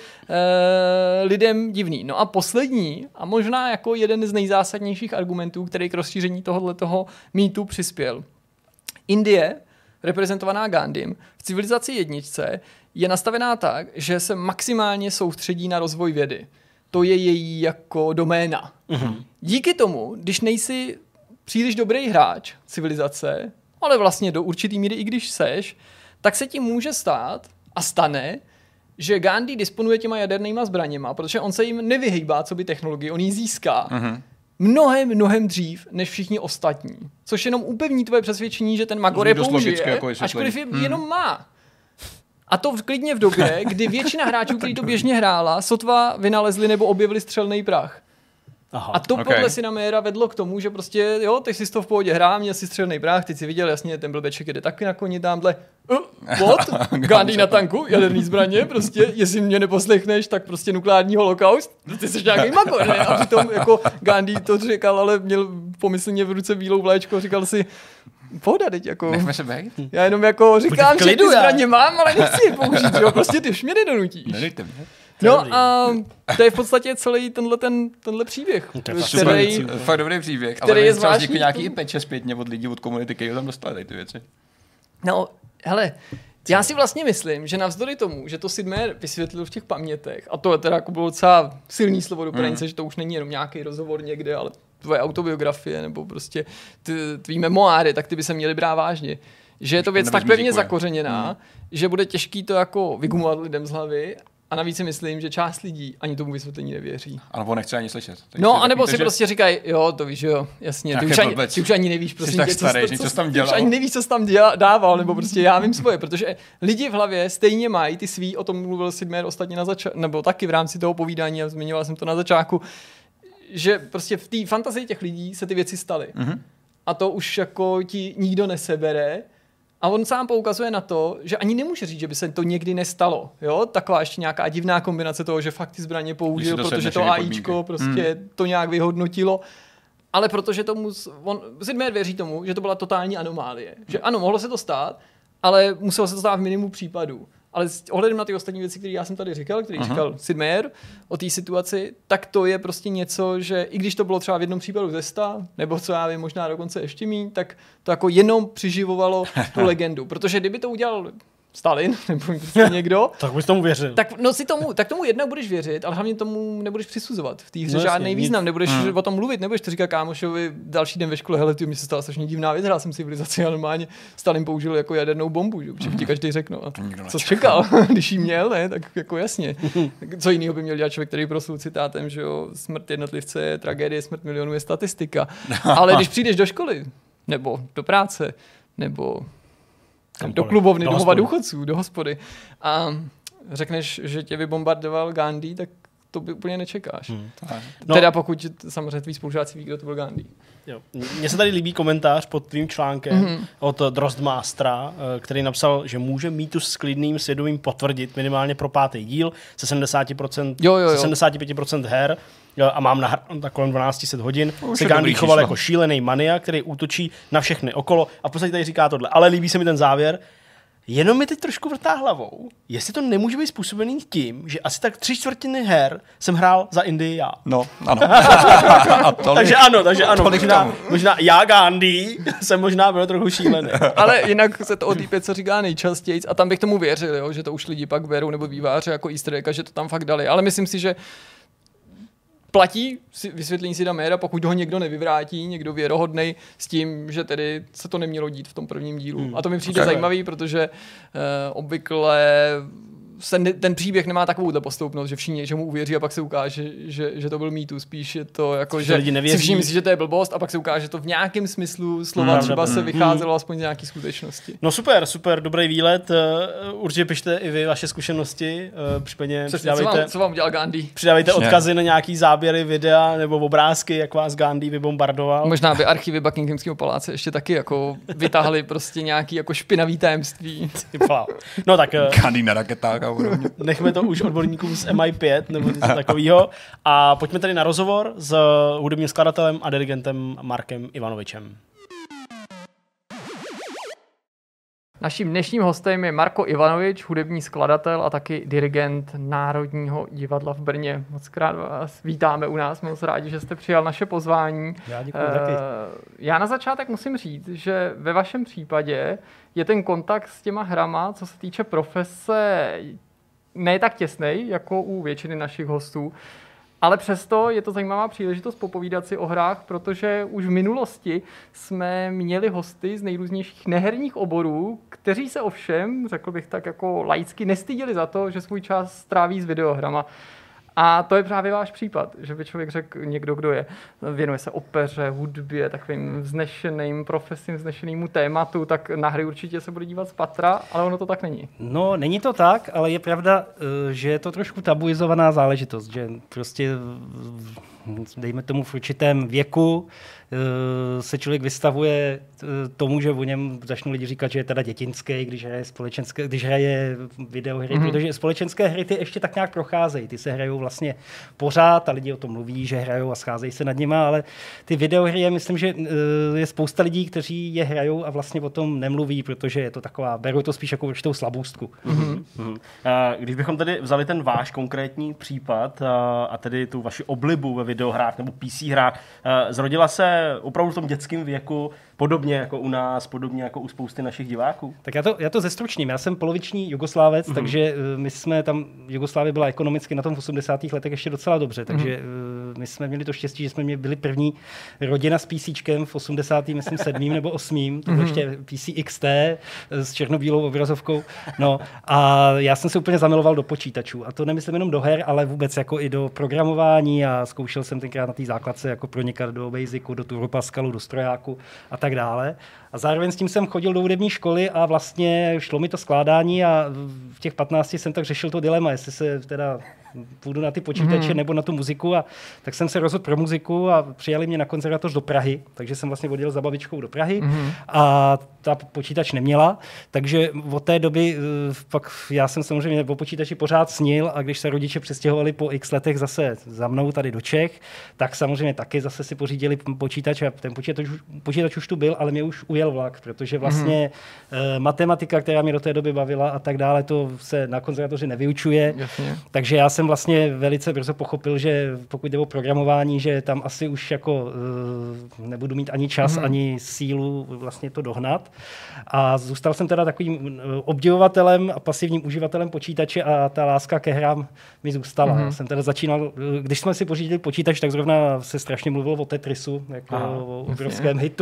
C: e, lidem divný. No a poslední a možná jako jeden z nejzásadnějších argumentů, který k rozšíření tohoto mýtu přispěl. Indie, reprezentovaná Gandhim, v civilizaci jedničce je nastavená tak, že se maximálně soustředí na rozvoj vědy. To je její jako doména. Mm-hmm. Díky tomu, když nejsi příliš dobrý hráč civilizace, ale vlastně do určitý míry i když seš, tak se ti může stát a stane, že Gandhi disponuje těma jadernýma zbraněma, protože on se jim nevyhejbá, co by technologii, on ji získá. Mm-hmm. Mnohem, mnohem dřív, než všichni ostatní. Což jenom upevní tvoje přesvědčení, že ten magor je použije, jako ačkoliv je hmm. jenom má. A to klidně v době, kdy většina hráčů, kteří to běžně hrála, sotva vynalezli nebo objevili střelný prach. Aha, a to okay. podle Cineméra vedlo k tomu, že prostě, jo, ty jsi to v pohodě hrál, měl si střelný prach, ty jsi viděl, jasně, ten blbeček jede taky na koni tamhle. Uh, what? Gandhi na tanku, jaderný zbraně, prostě, jestli mě neposlechneš, tak prostě nukleární holokaust. Ty jsi nějaký magor, ne? A přitom jako Gandhi to říkal, ale měl pomyslně v ruce bílou vlaječku a říkal si, pohoda, teď jako.
A: Nechme se bejt.
C: Já jenom jako říkám, že ty zbraně mám, ale nechci je použít, jo, prostě ty už mě nedonutíš.
A: Nedejte mě.
C: No a to je v podstatě celý tenhle, ten, tenhle příběh, který,
A: fakt dobrý příběh,
C: který
A: ale
C: je zvláštní.
A: Vznikly nějaký i peče zpětně od lidí, od komunity, který tam dostali ty věci.
C: No, hele, já si vlastně myslím, že navzdory tomu, že to Sidmer vysvětlil v těch pamětech, a to je teda jako bylo docela silný slovo do pranice, mm. že to už není jenom nějaký rozhovor někde, ale tvoje autobiografie nebo prostě ty, tvý memoáry, tak ty by se měly brát vážně. Že je to věc tak pevně zakořeněná, mm. že bude těžký to jako vygumovat lidem z hlavy. A navíc si myslím, že část lidí ani tomu vysvětlení nevěří.
A: A nebo nechce ani slyšet.
C: Takže no, anebo si že... prostě říkají, jo, to víš, jo, jasně, ty už, ani, ty už ani nevíš, prostě,
A: tě, starý, co, co, co tam dělal.
C: Ty už ani nevíš, co jsi tam dělal, dával, nebo prostě já vím svoje, protože lidi v hlavě stejně mají ty svý, o tom mluvil Sidmer ostatně na začátku, nebo taky v rámci toho povídání, a zmiňoval jsem to na začátku, že prostě v té fantazii těch lidí se ty věci staly. Mm-hmm. A to už jako ti nikdo nesebere. A on sám poukazuje na to, že ani nemůže říct, že by se to někdy nestalo. Jo? Taková ještě nějaká divná kombinace toho, že fakt ty zbraně použil, protože to AIčko prostě hmm. to nějak vyhodnotilo. Ale protože tomu, on, Sidmer věří tomu, že to byla totální anomálie. Že ano, mohlo se to stát, ale muselo se to stát v minimu případů. Ale s ohledem na ty ostatní věci, které já jsem tady říkal, který Aha. říkal Sidmer o té situaci, tak to je prostě něco, že i když to bylo třeba v jednom případu ze sta, nebo co já vím, možná dokonce ještě míň, tak to jako jenom přiživovalo tu legendu. Protože kdyby to udělal Stalin nebo někdo,
B: tak bys tomu věřil.
C: Tak, no si tomu, tak tomu jednak budeš věřit, ale hlavně tomu nebudeš přisuzovat. V té hře no, žádný význam, nebudeš hmm. o tom mluvit, nebudeš to říkat kámošovi další den ve škole, hele, ty, mi se stala strašně divná věc, hrál jsem civilizaci a normálně Stalin použil jako jadernou bombu, že určitě ti každý řekne, no, co jsi čekal, když jí měl, ne, tak jako jasně. Co jiného by měl dělat člověk, který proslul citátem, že jo, smrt jednotlivce je tragédie, smrt milionů je statistika. Ale když přijdeš do školy, nebo do práce, nebo do klubovny, do domova důchodců, do hospody a řekneš, že tě vybombardoval Gandhi, tak to by úplně nečekáš. Hmm.
B: No.
C: Teda pokud samozřejmě tví spolužáci ví, kdo to byl Gandhi.
B: Jo. Mně se tady líbí komentář pod tvým článkem mm-hmm. od Drozdmastera, který napsal, že může mýtus s klidným svědomím potvrdit minimálně pro pátý díl se sedmdesát procent, jo, jo, jo. se sedmdesát pět procent her a mám na, na kolem dvanáct set hodin. Už se Gandhi choval číslo. Jako šílený mania, který útočí na všechny okolo a v podstatě tady říká tohle. Ale líbí se mi ten závěr. Jenom mi teď trošku vrtá hlavou, jestli to nemůže být způsobený tím, že asi tak tři čtvrtiny her jsem hrál za Indii já.
A: No, ano.
B: takže ano, takže ano. Možná, možná já Gandhi jsem možná byl trochu šílený.
C: Ale jinak se to odlípě, co říká nejčastěji, a tam bych tomu věřil, jo, že to už lidi pak berou nebo výváři jako easter egg, že to tam fakt dali. Ale myslím si, že platí vysvětlení Sida Meira, pokud ho někdo nevyvrátí, někdo věrohodnej s tím, že tedy se to nemělo dít v tom prvním dílu. Hmm. A to mi přijde okay. zajímavý, protože uh, obvykle se ne, ten příběh nemá takovouhle postoupnost, že všichni něčemu uvěří a pak se ukáže, že, že to byl mýtus. Spíš je to jako, že si všichni myslí, že to je blbost a pak se ukáže, že to v nějakém smyslu slova hmm. třeba se vycházelo hmm. aspoň z nějaký skutečnosti.
B: No super, super, dobrý výlet. Určitě pište i vy vaše zkušenosti. Případně
C: přidávejte, co, vám, co vám udělal Gandhi?
B: Přidávejte odkazy na nějaký záběry, videa nebo obrázky, jak vás Gandhi vybombardoval.
C: Možná by archivy Buckinghamského paláce ještě taky jako vytáhli prostě nějaký jako špinavý tajemství.
B: No tak
A: Gandhi na raketách.
B: Nechme to už odborníkům z M I pět nebo něco takového. A pojďme tady na rozhovor s hudebním skladatelem a dirigentem Markem Ivanovičem.
C: Naším dnešním hostem je Marko Ivanovič, hudební skladatel a taky dirigent Národního divadla v Brně. Moc krát vás vítáme u nás, moc rádi, že jste přijal naše pozvání.
B: Já děkuji uh, taky.
C: Já na začátek musím říct, že ve vašem případě je ten kontakt s těma hrama, co se týče profese, ne tak těsnej, jako u většiny našich hostů, ale přesto je to zajímavá příležitost popovídat si o hrách, protože už v minulosti jsme měli hosty z nejrůznějších neherních oborů, kteří se ovšem, řekl bych tak jako laicky, nestydili za to, že svůj čas stráví s videohrama. A to je právě váš případ, že by člověk řekl někdo, kdo je, věnuje se opeře, hudbě, takovým vznešeným profesím, vznešenému tématu, tak na hry určitě se bude dívat z patra, ale ono to tak není.
D: No, není to tak, ale je pravda, že je to trošku tabuizovaná záležitost, že prostě dejme tomu v určitém věku se člověk vystavuje tomu, že o něm začnou lidi říkat, že je teda dětinský, když hraje společenské, když hraje videohry, mm-hmm. protože společenské hry ty ještě tak nějak procházejí. Ty se hrajou vlastně pořád a lidi o tom mluví, že hrajou a scházejí se nad nima, ale ty videohry, je, myslím, že je spousta lidí, kteří je hrajou a vlastně o tom nemluví, protože je to taková, berou to spíš jako určitou slabůstku.
B: Mm-hmm. Mm-hmm. A když bychom tedy vzali ten váš konkrétní případ a, a tedy tu vaši oblibu ve videohrách nebo P C hrách, zrodila se opravdu v tom dětském věku, podobně jako u nás, podobně jako u spousty našich diváků?
D: Tak já to, já to zestručním. Já jsem poloviční Jugoslávec, mm-hmm. takže uh, my jsme tam, Jugoslávie byla ekonomicky na tom v osmdesátých letech ještě docela dobře, takže mm-hmm. uh, my jsme měli to štěstí, že jsme měli, byli první rodina s PCčkem v osmdesátém myslím sedmém nebo osmém To bylo mm-hmm. ještě P C X T s černobílou obrazovkou. No a já jsem se úplně zamiloval do počítačů. A to nemyslím jenom do her, ale vůbec jako i do programování a zkoušel jsem tenkrát na té základce jako pronikat do Basicu, do Turbo Pascalu, do strojáku a tak dále. A zároveň s tím jsem chodil do hudební školy a vlastně šlo mi to skládání a v těch patnácti jsem tak řešil to dilema, jestli se teda půjdu na ty počítače mm. nebo na tu muziku a tak jsem se rozhodl pro muziku a přijali mě na konzervatoř do Prahy, takže jsem vlastně odjel za babičkou do Prahy mm. a ta počítač neměla, takže od té doby pak já jsem samozřejmě o počítači pořád snil a když se rodiče přestěhovali po x letech zase za mnou tady do Čech, tak samozřejmě taky zase si pořídili počítač a ten počítač, počítač už tu byl, ale mě už ujel vlak, protože vlastně mm. eh, matematika, která mě do té doby bavila a tak dále, to se na konzervatoři nevyučuje, Jasně. takže já jsem vlastně velice brzo pochopil, že pokud jde o programování, že tam asi už jako uh, nebudu mít ani čas, mm. ani sílu vlastně to dohnat. A zůstal jsem teda takovým obdivovatelem a pasivním uživatelem počítače a ta láska ke hrám mi zůstala. Mm. Jsem teda začínal, když jsme si pořídili počítač, tak zrovna se strašně mluvilo o Tetrisu, jako Aha, o obrovském hitu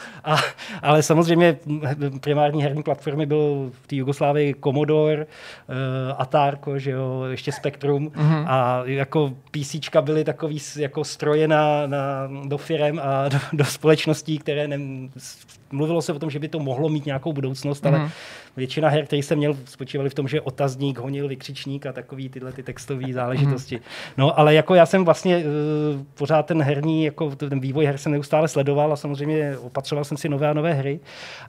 D: A, ale samozřejmě primární herní platformy byl v té Jugoslávii Commodore, uh, Atari, že jo, ještě Spectrum mm-hmm. a jako PCčka byly takový jako stroje na, na, do firem a do, do společností, které ne, mluvilo se o tom, že by to mohlo mít nějakou budoucnost, mm-hmm. ale většina her, který jsem měl, spočívaly v tom, že otazník honil vykřičník a takový tyhle ty textové záležitosti. Mm-hmm. No, ale jako já jsem vlastně uh, pořád ten herní, jako ten vývoj her jsem neustále sledoval a samozřejmě opatřoval jsem si nové a nové hry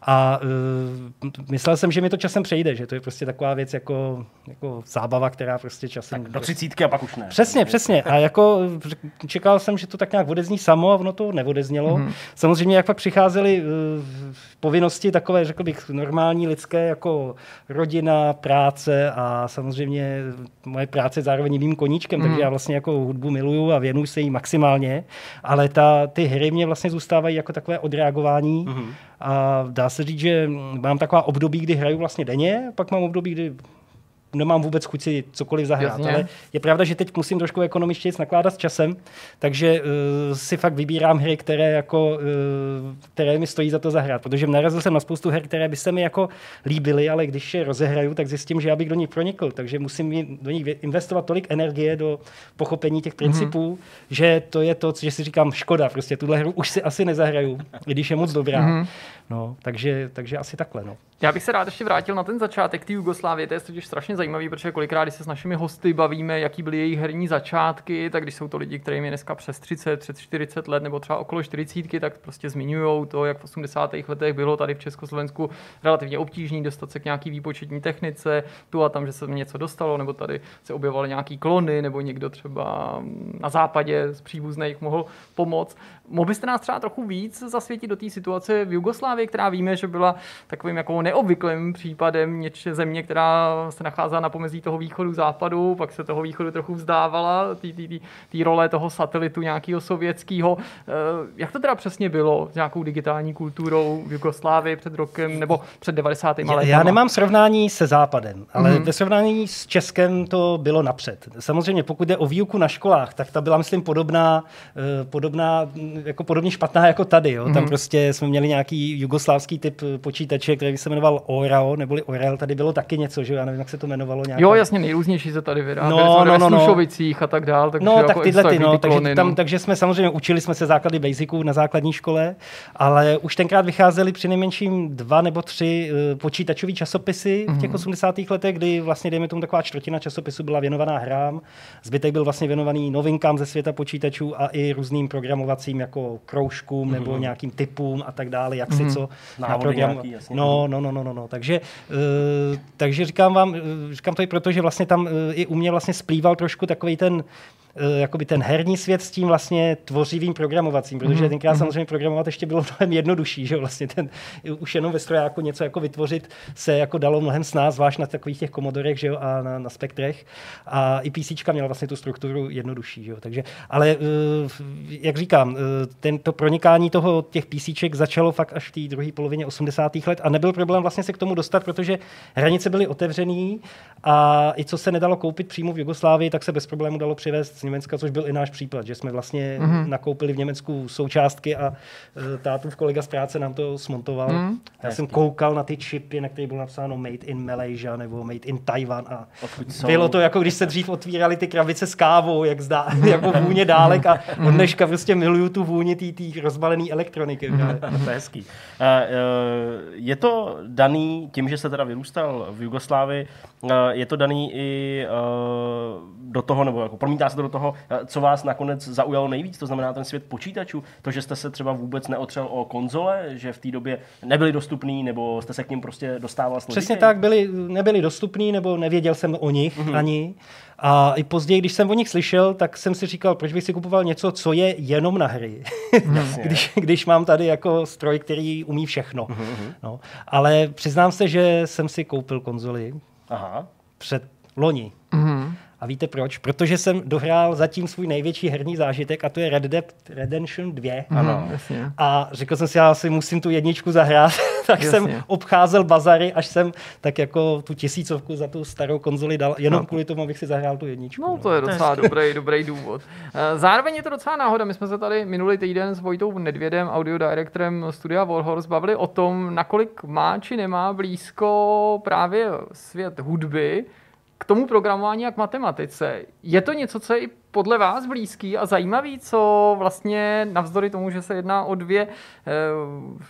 D: a uh, myslel jsem, že mi to časem přejde, že to je prostě taková věc jako, jako zábava, která prostě časem...
B: Tak do třicítky a pak už ne.
D: Přesně, přesně. A jako čekal jsem, že to tak nějak odezní samo a ono to neodeznělo. Mm-hmm. Samozřejmě, jak pak přicházely uh, povinnosti takové, řekl bych, normální lidské, jako rodina, práce a samozřejmě moje práce zároveň mým koníčkem, mm. takže já vlastně jako hudbu miluju a věnuju se jí maximálně, ale ta, ty hry mě vlastně zůstávají jako takové odreagování mm. a dá se říct, že mám taková období, kdy hraju vlastně denně, pak mám období, kdy nemám vůbec chuť si cokoliv zahrát, Jasně. ale je pravda, že teď musím trošku ekonomičtěji nakládat s časem, takže uh, si fakt vybírám hry, které, jako, uh, které mi stojí za to zahrát, protože narazil jsem na spoustu her, které by se mi jako líbily, ale když je rozehraju, tak zjistím, že já bych do nich pronikl, takže musím do nich investovat tolik energie do pochopení těch principů, mm-hmm. že to je to, že si říkám, škoda, prostě tuhle hru už si asi nezahraju, i když je moc dobrá. Mm-hmm. No, takže, takže asi takhle. No.
C: Já bych se rád ještě vrátil na ten začátek té Jugoslávie, to je totiž strašně zajímavý, protože kolikrát, když se s našimi hosty bavíme, jaký byly jejich herní začátky, tak když jsou to lidi, kterým je dneska přes třicet, přes čtyřicet let nebo třeba okolo čtyřicítky, tak prostě zmiňují to, jak v osmdesátých letech bylo tady v Československu relativně obtížný dostat se k nějaký výpočetní technice, tu a tam, že se něco dostalo, nebo tady se objevovaly nějaký klony, nebo někdo třeba na západě z příbuzných mohl pomoct. Mohl byste nás třeba trochu víc zasvětit do té situace v Jugoslávii, která víme, že byla takovým jako neobvyklým případem něče země, která se nacházela na pomezí toho východu západu, pak se toho východu trochu vzdávala, té role toho satelitu nějakého sovětského. Jak to teda přesně bylo s nějakou digitální kulturou v Jugoslávii před rokem nebo před devadesátými letama?
D: Já nemám srovnání se západem, ale mm-hmm. ve srovnání s Českem to bylo napřed. Samozřejmě pokud jde o výuku na školách, tak ta byla, myslím, podobná, podobná jako podobně špatná jako tady. Jo. Tam mm-hmm. prostě jsme měli nějaký jugoslávský typ počítače, který se jmenoval Orao, neboli Orel, tady bylo taky něco, že já nevím, jak se to jmenovalo. Nějaká...
C: Jo, jasně, nejrůznější se tady vyráběly,
D: no, no, no,
C: ve Slušovicích a tak dál.
D: Takže no, jako tak tyhle ty, no, takže, klony, tam, no. takže jsme samozřejmě učili jsme se základy basiců na základní škole, ale už tenkrát vycházely přinejmenším dva nebo tři uh, počítačové časopisy mm-hmm. v těch osmdesátých letech, kdy vlastně, dejme tomu, taková čtvrtina časopisu byla věnovaná hrám, zbytek byl vlastně věnovaný novinkám ze světa počítačů a i různým programovacím jako kroužkům mm-hmm. nebo nějakým typům a tak dále, jak mm-hmm. si co na program. No, no, no, no, no, no. Takže, uh, takže říkám vám, uh, říkám to i proto, že vlastně tam uh, i u mě vlastně splýval trošku takový ten jakoby ten herní svět s tím vlastně tvořivým programovacím, protože tenkrát mm-hmm. samozřejmě programovat ještě bylo mnohem jednodušší, že vlastně ten už jenom ve strojáku něco jako vytvořit se jako dalo mnohem snáz, zvlášť na takových těch komodorech, že jo, a na, na spektrech. A i PCčka měla vlastně tu strukturu jednodušší, že jo. Takže, ale jak říkám, tento pronikání toho těch PCček začalo fakt až v té druhé polovině osmdesátých let a nebyl problém vlastně se k tomu dostat, protože hranice byly otevřený a i co se nedalo koupit přímo v Jugoslávii, tak se bez problému dalo přivést z Německa, což byl i náš případ, že jsme vlastně mm-hmm. nakoupili v Německu součástky a uh, tátův kolega z práce nám to smontoval. Mm. Já Hezky. jsem koukal na ty čipy, na které bylo napsáno Made in Malaysia nebo Made in Taiwan a bylo to jako když se dřív otvíraly ty krabice s kávou, jak zdá, jako vůně dálek a od dneška prostě miluju tu vůni té rozbalené elektroniky.
B: Mm. To je hezký. Uh, uh, je to daný tím, že se teda vyrůstal v Jugoslávii, uh, je to daný i uh, do toho, nebo jako promítá se to do toho, co vás nakonec zaujalo nejvíc, to znamená ten svět počítačů, to, že jste se třeba vůbec neotřel o konzole, že v té době nebyly dostupný, nebo jste se k ním prostě dostával složitě?
D: Přesně tak, byly, nebyly dostupný, nebo nevěděl jsem o nich mm-hmm. ani. A i později, když jsem o nich slyšel, tak jsem si říkal, proč bych si kupoval něco, co je jenom na hry. když, když mám tady jako stroj, který umí všechno. Mm-hmm. No. Ale přiznám se, že jsem si koupil konzoli.
B: Aha.
D: Před loni.
C: Mm-hmm.
D: A víte proč? Protože jsem dohrál zatím svůj největší herní zážitek a to je Red Dead Redemption dva.
C: Ano, jasně.
D: A řekl jsem si, já si musím tu jedničku zahrát, tak
C: jasně.
D: jsem obcházel bazary, až jsem tak jako tu tisícovku za tu starou konzoli dal, jenom no. kvůli tomu, abych si zahrál tu jedničku.
C: No to je docela dobrý, dobrý důvod. Zároveň je to docela náhoda, my jsme se tady minulý týden s Vojtou Nedvědem, audio directorem studia Warhorse, bavili o tom, nakolik má či nemá blízko právě svět hudby k tomu programování a k matematice. Je to něco, co je i podle vás blízký a zajímavý, co vlastně navzdory tomu, že se jedná o dvě eh,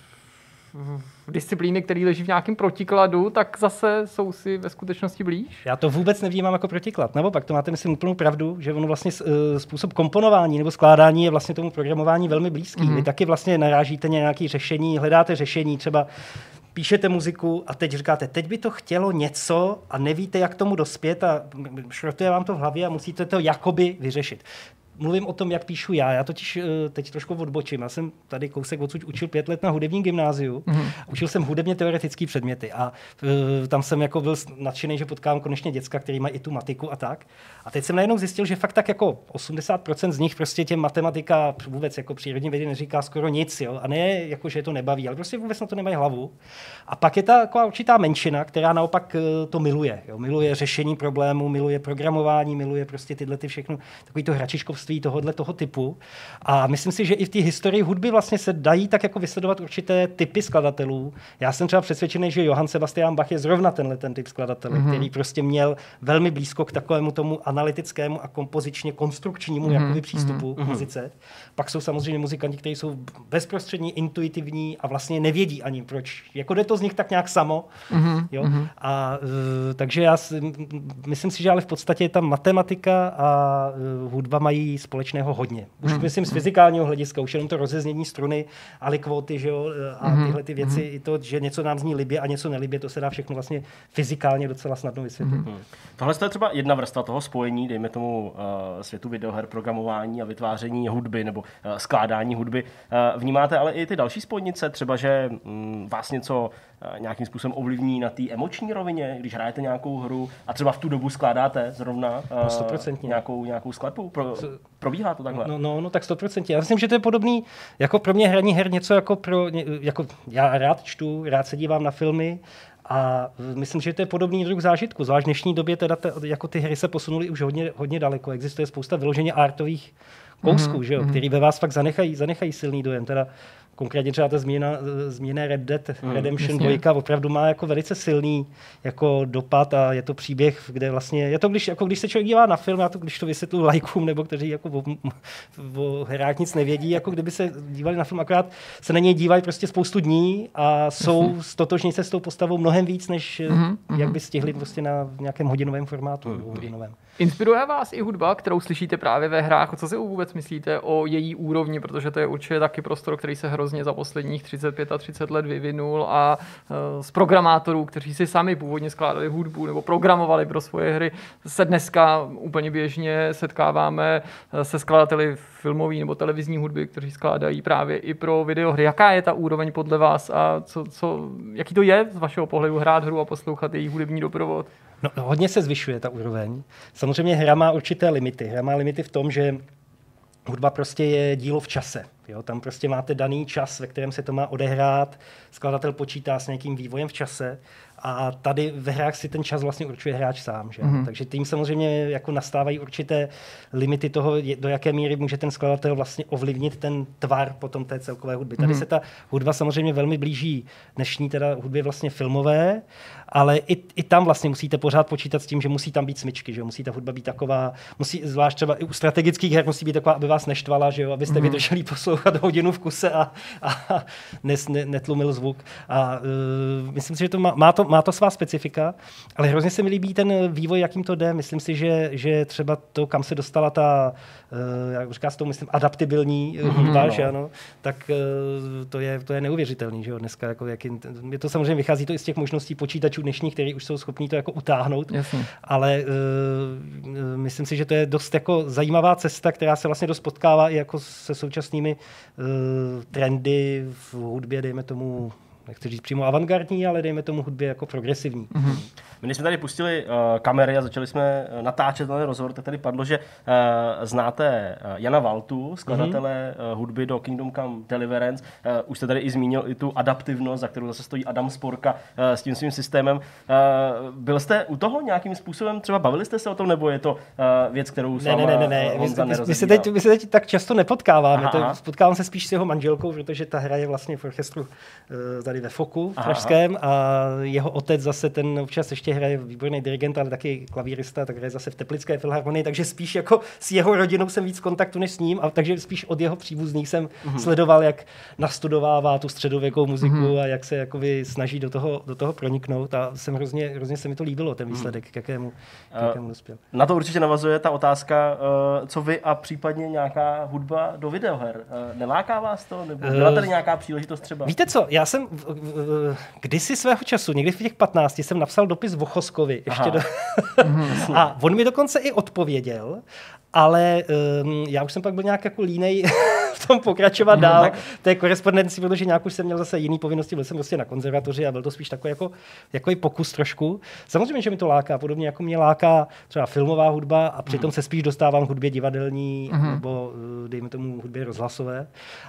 C: disciplíny, které leží v nějakém protikladu, tak zase jsou si ve skutečnosti blíž?
D: Já to vůbec nevnímám jako protiklad. Naopak, to máte, myslím, úplnou pravdu, že ono vlastně způsob komponování nebo skládání je vlastně tomu programování velmi blízký. Mm-hmm. Vy taky vlastně narážíte nějaké řešení, hledáte řešení, třeba píšete muziku a teď říkáte, teď by to chtělo něco a nevíte, jak tomu dospět a šrotuje vám to v hlavě a musíte to jakoby vyřešit. Mluvím o tom, jak píšu já. Já totiž teď trošku odbočím. Já jsem tady kousek odsud učil pět let na hudebním gymnáziu. Mm-hmm. Učil jsem hudebně teoretické předměty a uh, tam jsem jako byl nadšený, že potkám konečně děcka, který mají i tu matiku a tak. A teď jsem najednou zjistil, že fakt tak jako osmdesát procent z nich prostě těm matematika vůbec jako přírodní vědy neříká skoro nic, jo. A ne jako, že je to nebaví, ale prostě vůbec na to nemají hlavu. A pak je ta jako určitá menšina, která naopak to miluje, jo. Miluje řešení problémů, miluje programování, miluje prostě tyhle ty všechno, takový to hračičkovství tohohle toho typu. A myslím si, že i v té historii hudby vlastně se dají tak jako vysledovat určité typy skladatelů. Já jsem třeba přesvědčený, že Johann Sebastian Bach je zrovna tenhle ten typ skladatele, mm-hmm. který prostě měl velmi blízko k takovému tomu analytickému a kompozičně konstrukčnímu mm-hmm. jakoby přístupu mm-hmm. k muzice. Pak jsou samozřejmě muzikanti, kteří jsou bezprostřední, intuitivní a vlastně nevědí ani proč. Jako jde to z nich tak nějak samo. Mm-hmm. Jo? A uh, takže já si, myslím si, že ale v podstatě ta matematika a uh, hudba mají společného hodně. Už mm-hmm. myslím z fyzikálního hlediska, už jenom to rozeznění struny a likvóty, že jo, a mm-hmm. tyhle ty věci, mm-hmm. i to, že něco nám zní libě a něco nelibě, to se dá všechno vlastně fyzikálně docela snadno vysvětlit. Mm-hmm.
E: Tohle je třeba jedna vrstva toho spojení, dejme tomu uh, světu videoher, programování a vytváření hudby nebo uh, skládání hudby. Uh, vnímáte ale i ty další spojnice, třeba, že um, vás něco uh, nějakým způsobem ovlivní na té emoční rovině, když hrajete nějakou hru a třeba v tu dobu skládáte zrovna uh, nějakou, nějakou skladbu? Pro, probíhá to takhle?
D: No, no, no tak sto procent. Já myslím, že to je podobný, jako pro mě hraní her něco jako pro, jako já rád čtu, rád se dívám na filmy a myslím, že to je podobný druh zážitku. Zvlášť v dnešní době teda te, jako ty hry se posunuly už hodně, hodně daleko. Existuje spousta vyloženě artových kousků, mm-hmm. že jo, který ve vás fakt zanechají, zanechají silný dojem. Teda konkrétně třeba ta změna, změna Red Dead mm, Redemption dva opravdu má jako velice silný jako dopad a je to příběh, kde vlastně, je to když, jako když se člověk dívá na film, já to když to vysvětluji lajkům, nebo kteří jako o, o hrách nic nevědí, jako kdyby se dívali na film, akorát se na něj dívají prostě spoustu dní a jsou stotožní se s tou postavou mnohem víc, než mm, jak by stihli prostě na nějakém hodinovém formátu. Mm. Hodinovém.
C: Inspiruje vás i hudba, kterou slyšíte právě ve hrách? Co si vůbec myslíte o její úrovni, protože to je určitě taky prostor, který se hrozně za posledních třicet pět a třicet let vyvinul a uh, z programátorů, kteří si sami původně skládali hudbu nebo programovali pro svoje hry, se dneska úplně běžně setkáváme se skladateli filmové nebo televizní hudby, kteří skládají právě i pro videohry. Jaká je ta úroveň podle vás a co, co, jaký to je z vašeho pohledu hrát hru a poslouchat její hudební doprovod?
D: No, hodně se zvyšuje ta úroveň. Samozřejmě hra má určité limity. Hra má limity v tom, že hudba prostě je dílo v čase. Jo? Tam prostě máte daný čas, ve kterém se to má odehrát. Skladatel počítá s nějakým vývojem v čase a tady ve hrách si ten čas vlastně určuje hráč sám. Že? Mm-hmm. Takže tím samozřejmě jako nastávají určité limity toho, do jaké míry může ten skladatel vlastně ovlivnit ten tvar potom té celkové hudby. Mm-hmm. Tady se ta hudba samozřejmě velmi blíží dnešní teda hudbě vlastně filmové, ale i, i tam vlastně musíte pořád počítat s tím, že musí tam být smyčky, že musí ta hudba být taková, musí, zvlášť třeba i u strategických her musí být taková, aby vás neštvala, že jo, abyste mm-hmm. vydrželi poslouchat hodinu v kuse a, a nes, ne, netlumil zvuk. A uh, myslím si, že to má, má to má to svá specifika, ale hrozně se mi líbí ten vývoj, jakým to jde. Myslím si, že, že třeba to, kam se dostala ta, uh, jak říká se to, myslím, adaptibilní hudba, mm, že ano, tak uh, to je, to je neuvěřitelný, že jo, dneska. Jako, jak je, je to samozřejmě vychází to i z těch možností počítačů dnešních, který už jsou schopní to jako utáhnout, Jasně. ale uh, myslím si, že to je dost jako zajímavá cesta, která se vlastně dost potkává i jako se současnými uh, trendy v hudbě, dejme tomu, nechci říct přímo avantgardní, ale dejme tomu hudbě jako progresivní. Mm-hmm.
E: My jsme tady pustili uh, kamery a začali jsme natáčet ten rozhovor, tak tady padlo, že uh, znáte uh, Jana Valtu, skladatele mm-hmm. uh, hudby do Kingdom Come Deliverance. Uh, už jste tady i zmínil i tu adaptivnost, za kterou zase stojí Adam Sporka uh, s tím svým systémem. Uh, byl jste u toho nějakým způsobem, třeba bavili jste se o tom, nebo je to uh, věc, kterou s váma
D: ne, ne, ne, ne.
E: Honza
D: my, my, se teď, my se teď tak často nepotkáváme.
E: Aha,
D: to,
E: aha.
D: Potkávám se spíš s jeho manželkou, protože ta hra je vlastně v orchestru uh, tady ve Foku v
E: Aha,
D: Pražském a jeho otec zase ten občas ještě hraje výborný dirigent, ale taky klavírista, tak hraje zase v Teplické filharmonii, takže spíš jako s jeho rodinou jsem víc v kontaktu než s ním, a takže spíš od jeho příbuzných jsem mm-hmm. sledoval, jak nastudovává tu středověkou muziku mm-hmm. a jak se jakoby snaží do toho, do toho proniknout, a jsem hrozně, hrozně se mi to líbilo, ten výsledek, mm-hmm. k jakému, k jakému dospěl.
E: Na to určitě navazuje ta otázka, uh, co vy a případně nějaká hudba do videoher. Uh, neláká vás to? Nebo byla tady nějaká příležitost třeba?
D: Víte co, já jsem v, v, kdysi svého času, někdy v těch patnácti, jsem napsal dopis Vochoskovi. Ještě do... a on mi dokonce i odpověděl, ale um, já už jsem pak byl nějak jako línej v tom pokračovat mm, dál. To je korespondenci, protože nějak už jsem měl zase jiný povinnosti, byl jsem prostě na konzervatoři a byl to spíš takový jako, jako pokus trošku. Samozřejmě, že mi to láká, podobně jako mě láká třeba filmová hudba, a přitom mm. se spíš dostávám k hudbě divadelní mm. nebo dejme tomu hudbě rozhlasové.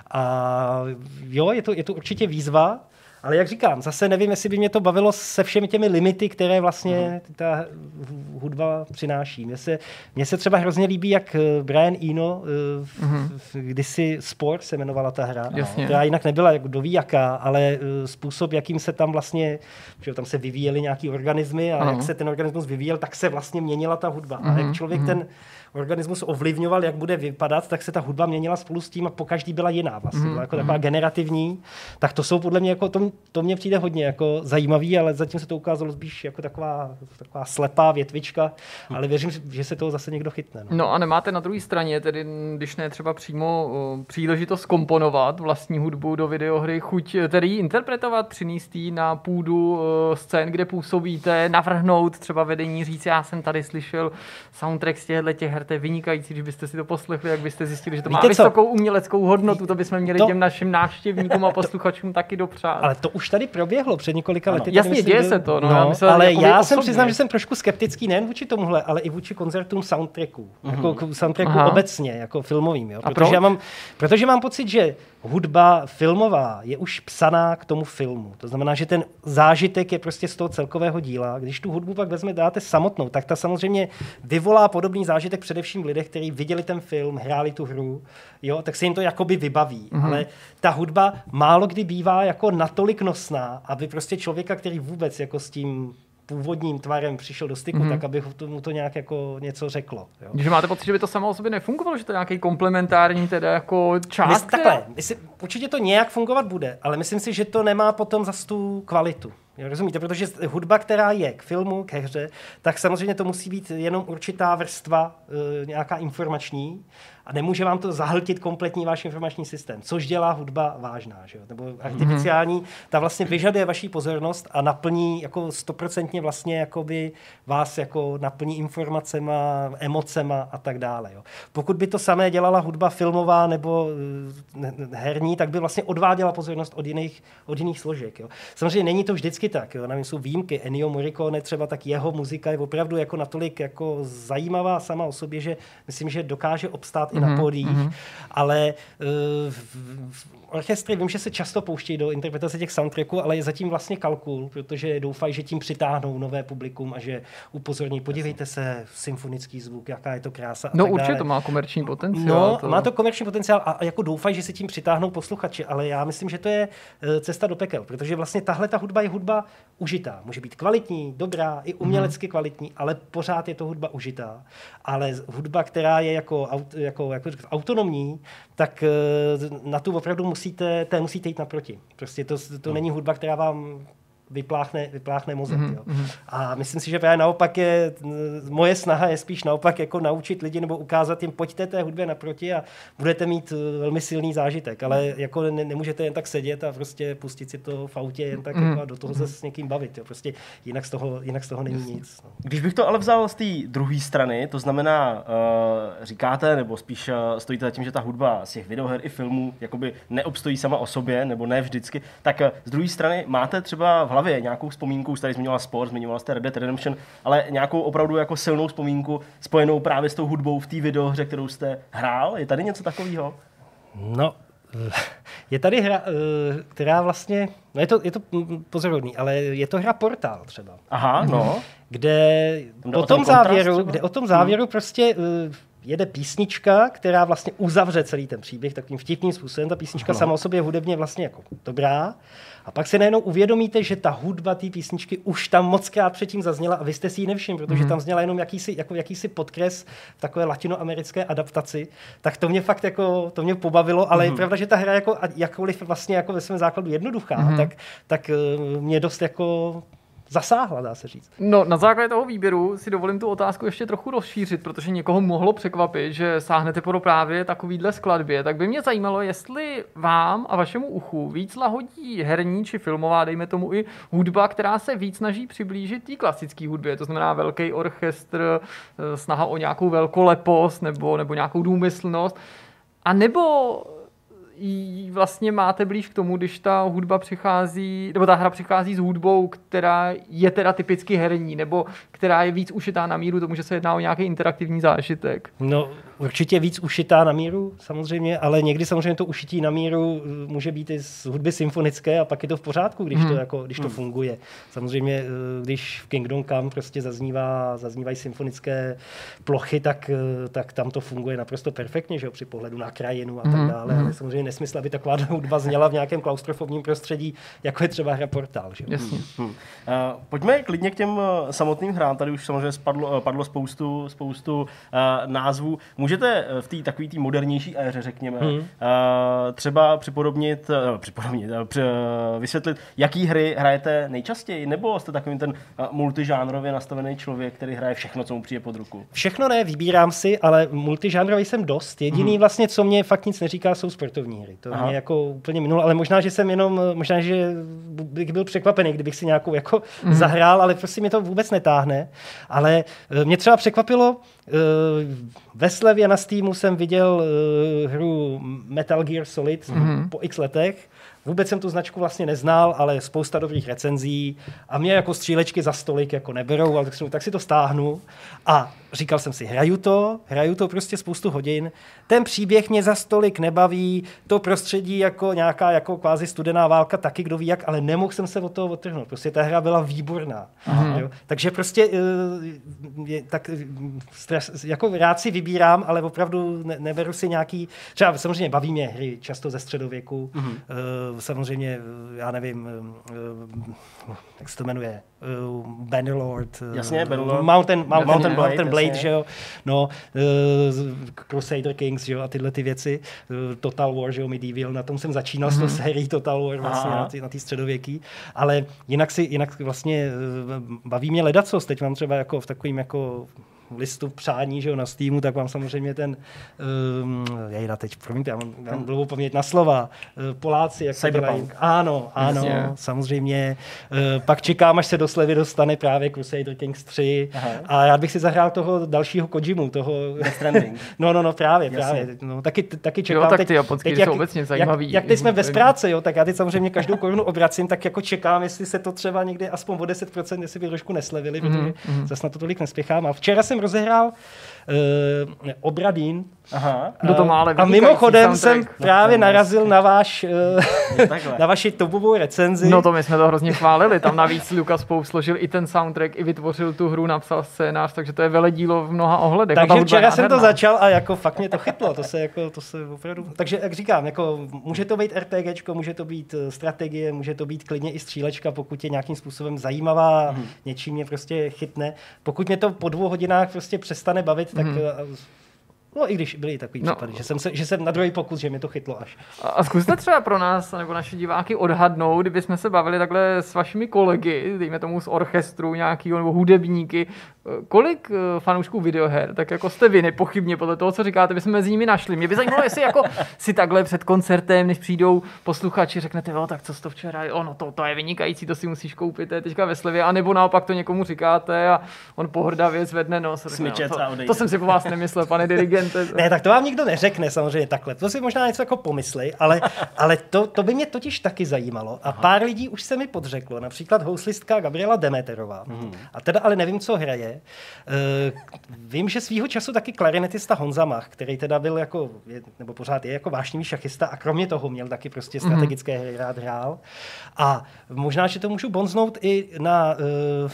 D: A jo, je to, je to určitě výzva. Ale jak říkám, zase nevím, jestli by mě to bavilo se všemi těmi limity, které vlastně ta hudba přináší. Mně se, mně se třeba hrozně líbí, jak Brian Eno, mm-hmm. kdysi Sport se jmenovala ta hra,
C: Jasně.
D: která jinak nebyla jak kdo ví jaká, ale způsob, jakým se tam vlastně, že tam se vyvíjely nějaký organismy a ano. jak se ten organismus vyvíjel, tak se vlastně měnila ta hudba. Mm-hmm. A jak člověk mm-hmm. ten organismus ovlivňoval, jak bude vypadat, tak se ta hudba měnila spolu s tím a pokaždý byla jiná vlastně. Byla jako taková generativní. Tak to jsou podle mě, jako to, to mně přijde hodně jako zajímavý, ale zatím se to ukázalo spíš jako taková, taková slepá větvička, ale věřím, že se toho zase někdo chytne. No,
C: no a nemáte na druhé straně, tedy když ne třeba přímo uh, příležitost komponovat vlastní hudbu do videohry, chuť tedy ji interpretovat, přinést ji na půdu uh, scén, kde působíte, navrhnout třeba vedení, říct, já jsem tady slyšel soundtrack z těchto těch her, to je vynikající, když byste si to poslechli, jak byste zjistili, že to má Víte vysokou co? uměleckou hodnotu, to bychom měli to... těm našim návštěvníkům a posluchačům taky dopřát.
D: Ale to už tady proběhlo před několika lety.
C: Jasně, myslím, děje se to. No,
D: no,
C: já myslel,
D: ale
C: jako
D: já jsem přiznám, že jsem trošku skeptický nejen vůči tomuhle, ale i vůči koncertům soundtracků. Mm-hmm. Jako k soundtracku Aha. obecně, jako filmovým. Jo? Protože, já mám, protože mám pocit, že hudba filmová je už psaná k tomu filmu. To znamená, že ten zážitek je prostě z toho celkového díla. Když tu hudbu pak vezme, dáte samotnou, tak ta samozřejmě vyvolá podobný zážitek především v lidech, kteří viděli ten film, hráli tu hru, jo, tak se jim to jakoby vybaví. Mm-hmm. Ale ta hudba málo kdy bývá jako natolik nosná, aby prostě člověka, který vůbec jako s tím původním tvarem přišel do styku, mm-hmm. tak aby mu to nějak jako něco řeklo. Jo.
C: Když máte pocit, že by to samo o sobě nefungovalo, že to je nějaký komplementární teda jako část?
D: Mysl, takhle, mysl, určitě to nějak fungovat bude, ale myslím si, že to nemá potom zas tu kvalitu. Jo, rozumíte? Protože hudba, která je k filmu, k hře, tak samozřejmě to musí být jenom určitá vrstva, e, nějaká informační, a nemůže vám to zahltit kompletní váš informační systém, což dělá hudba vážná, že jo? Nebo artificiální, ta vlastně vyžaduje vaši pozornost a naplní jako stoprocentně vlastně jakoby vás jako naplní informacema, emocema a tak dále. Jo? Pokud by to samé dělala hudba filmová nebo ne, herní, tak by vlastně odváděla pozornost od jiných, od jiných složek. Jo? Samozřejmě není to vždycky tak, jo? Nevím, jsou výjimky. Ennio Morricone třeba, tak jeho muzika je opravdu jako natolik jako zajímavá sama o sobě, že myslím, že dokáže obstát mm-hmm. i na pódiích, mm-hmm. ale uh, v, v orchestry vím, že se často pouštějí do interpretace těch soundtracků, ale je zatím vlastně kalkul, protože doufají, že tím přitáhnou nové publikum a že upozorní, podívejte se, symfonický zvuk, jaká je to krása.
C: No
D: tak
C: určitě
D: dále.
C: To má komerční potenciál.
D: No,
C: to...
D: má to komerční potenciál a, a jako doufají, že si tím přitáhnou posluchači, ale já myslím, že to je uh, cesta do pekel, protože vlastně tahle ta hudba je hudba užitá. Může být kvalitní, dobrá, i umělecky mm. kvalitní, ale pořád je to hudba užitá. Ale hudba, která je jako, jako, jako autonomní, tak na tu opravdu musíte, té musíte jít naproti. Prostě to, to no. není hudba, která vám vypláchne, vypláchne mozek. Mm-hmm. Jo. A myslím si, že právě naopak je, moje snaha je spíš naopak jako naučit lidi nebo ukázat jim, pojďte té hudbě naproti a budete mít velmi silný zážitek, ale jako ne, nemůžete jen tak sedět a prostě pustit si to v autě jen tak mm-hmm. jako do toho se s někým bavit. Jo. Prostě jinak z toho, jinak z toho není Jasně. nic. No.
E: Když bych to ale vzal z té druhé strany, to znamená, uh, říkáte, nebo spíš uh, stojíte za tím, že ta hudba z těch videoher i filmů jakoby neobstojí sama o sobě, nebo ne vždycky, tak uh, z druhé strany máte třeba v hlavě nějakou vzpomínku, už tady zmiňoval sport, zmiňoval jste Red Dead Redemption, ale nějakou opravdu jako silnou vzpomínku spojenou právě s tou hudbou v té videohře, kterou jste hrál? Je tady něco takového?
D: No, je tady hra, která vlastně, no je to, je to pozorodný, ale je to hra Portál třeba.
E: Aha, no.
D: Kde o tom závěru, kde o tom závěru prostě jede písnička, která vlastně uzavře celý ten příběh takovým vtipným způsobem. Ta písnička no. sama o sobě je hudebně vlastně jako dobrá. A pak se najednou uvědomíte, že ta hudba té písničky už tam mockrát předtím zazněla a vy jste si ji nevšimli, protože mm-hmm. tam zněla jenom jakýsi, jako jakýsi podkres v takové latinoamerické adaptaci. Tak to mě fakt jako, to mě pobavilo, ale mm-hmm. je pravda, že ta hra jako, jakkoliv vlastně jako ve svém základu jednoduchá, mm-hmm. tak, tak mě dost jako zasáhla, dá se říct.
C: No, na základě toho výběru si dovolím tu otázku ještě trochu rozšířit, protože někoho mohlo překvapit, že sáhnete po právě takovýhle skladbě. Tak by mě zajímalo, jestli vám a vašemu uchu víc lahodí herní či filmová, dejme tomu i hudba, která se víc snaží přiblížit té klasické hudbě. To znamená velký orchestr, snaha o nějakou velkolepost nebo, nebo nějakou důmyslnost. A nebo vlastně máte blíž k tomu, když ta hudba přichází, nebo ta hra přichází s hudbou, která je teda typicky herní, nebo která je víc ušitá na míru tomu, že se jedná o nějaký interaktivní zážitek?
D: No, určitě víc ušitá na míru, samozřejmě, ale někdy samozřejmě to ušití na míru může být i z hudby symfonické a pak je to v pořádku, když, hmm. to, jako, když to hmm. funguje. Samozřejmě, když v Kingdom Come prostě zaznívá, zaznívají symfonické plochy, tak, tak tam to funguje naprosto perfektně, že jo, při pohledu na krajinu a tak
C: hmm.
D: dále, ale samozřejmě nesmysl, aby taková hudba zněla v nějakém klaustrofobním prostředí, jako je třeba hra Portál. Že?
C: Jasně.
E: Hmm. Uh, pojďme klidně k těm samotným hrám. Tady už samozřejmě spadlo, padlo spoustu, spoustu uh, názvů. Můžete v té takové té modernější éře, řekněme, hmm. uh, třeba připodobnit, uh, připodobnit uh, při, uh, vysvětlit, jaký hry hrajete nejčastěji? Nebo jste takovým ten uh, multižánrově nastavený člověk, který hraje všechno, co mu přijde pod ruku?
D: Všechno ne, vybírám si, ale multižánrový jsem dost. Jediný hmm. vlastně, co mě fakt nic neříká, jsou sportovní hry. To Aha. mě jako úplně minulo, ale možná, že jsem jenom, možná, že bych byl překvapený, kdybych si nějakou jako mm-hmm. zahrál, ale prostě mě to vůbec netáhne. Ale mě třeba překvapilo, ve slevě na Steamu jsem viděl hru Metal Gear Solid mm-hmm. po x letech. Vůbec jsem tu značku vlastně neznal, ale spousta dobrých recenzí a mě jako střílečky za stolik jako neberou, ale tak si, tak si to stáhnu a říkal jsem si, hraju to, hraju to prostě spoustu hodin, ten příběh mě za stolik nebaví, to prostředí jako nějaká jako kvázi studená válka, taky kdo ví jak, ale nemohl jsem se od toho odtrhnout, prostě ta hra byla výborná. Jo? Takže prostě je, tak stres, jako rád si vybírám, ale opravdu ne, neberu si nějaký, třeba samozřejmě baví mě hry často ze středověku, mm-hmm. samozřejmě, já nevím, jak se to jmenuje, Bannerlord,
E: jasně, Bannerlord.
D: Mountain, Mountain, Mountain Blade, Mountain Blade že jo, no, Crusader Kings, že jo, a tyhle ty věci, Total War, že jo, Medieval, na tom jsem začínal mm-hmm. s tou sérií Total War vlastně Aha. na té středověký, ale jinak si, jinak vlastně baví mě ledacos, teď mám třeba jako v takovým jako listu přání, že jo, na Steamu, tak mám samozřejmě ten, um, jejda, teď, promiňte, já mám, já mám dlouhou paměť na slova, uh, Poláci, jak se dělají. Ano, ano, yeah. samozřejmě. Uh, pak čekám, až se do slevy dostane právě Crusader Kings tři Aha. a já bych si zahrál toho dalšího Kojimu, toho...
E: Death Stranding.
D: no, no, no, právě, Jasně. právě. No, taky, taky čekám.
C: Jo, tak
D: teď,
C: ty japonský jsou obecně zajímavý.
D: Jak, jak teď jsme bez práce, jo, tak já teď samozřejmě každou korunu obracím, tak jako čekám, jestli se to třeba někde aspoň o deset procent, jestli by trošku neslevili, protože mm-hmm. zase na to tolik nespěchám. A včera jsem rozehrál uh, Obradin.
E: Aha.
C: Uh, to má ale
D: a mimochodem jsem právě
E: no,
D: narazil na, váš, uh, na vaši topovou recenzi.
C: No to my jsme to hrozně chválili. Tam navíc Lucas Pope složil i ten soundtrack, i vytvořil tu hru, napsal scénář, takže to je veledílo v mnoha ohledech.
D: Takže včera jsem to začal a jako fakt mě to chytlo. To se, jako, to se opravdu... Takže jak říkám, jako, může to být RPGčko, může to být strategie, může to být klidně i střílečka, pokud je nějakým způsobem zajímavá, mm. něčím mě prostě chytne. Pokud mě to po dvou hodinách prostě přestane bavit, tak... Mm. No i když byly takový no. případy, že jsem, se, že jsem na druhý pokus, že mě to chytlo až.
C: A zkuste třeba pro nás, nebo naši diváky odhadnout, kdybychom se bavili takhle s vašimi kolegy, dejme tomu z orchestru nějakýho, nebo hudebníky, kolik fanoušků videoher, tak jako jste vy nepochybně podle toho, co říkáte, bychom mezi nimi našli. Mě by zajímalo, jestli jako si takhle před koncertem, než přijdou posluchači, řeknete, jo, tak co jsi to včera, ono to, to je vynikající, to si musíš koupit, to je teďka ve slevě, anebo naopak to někomu říkáte a on pohrdavě zvedne nos.
E: Smyčec
C: no, to, to jsem si po vás nemyslel, pane dirigente.
D: Ne, tak to vám nikdo neřekne samozřejmě takhle. To si možná něco jako pomyslej, ale, ale to, to by mě totiž taky zajímalo. A Aha. pár lidí už se mi podřeklo, například houslistka Gabriela Demeterová. Hmm. A teda ale nevím, co hraje. Uh, vím, že svýho času taky klarinetista Honza Mach, který teda byl jako, nebo pořád je jako vášnivý šachista a kromě toho měl taky prostě strategické hry, rád hrál. A možná, že to můžu bonznout i na uh,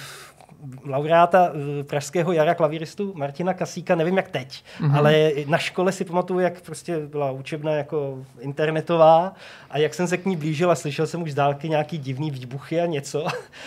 D: laureáta pražského jara klavíristu Martina Kasíka, nevím jak teď, mm-hmm. ale na škole si pamatuju, jak prostě byla učebna jako internetová a jak jsem se k ní blížil a slyšel jsem už z dálky nějaký divný výbuchy a něco.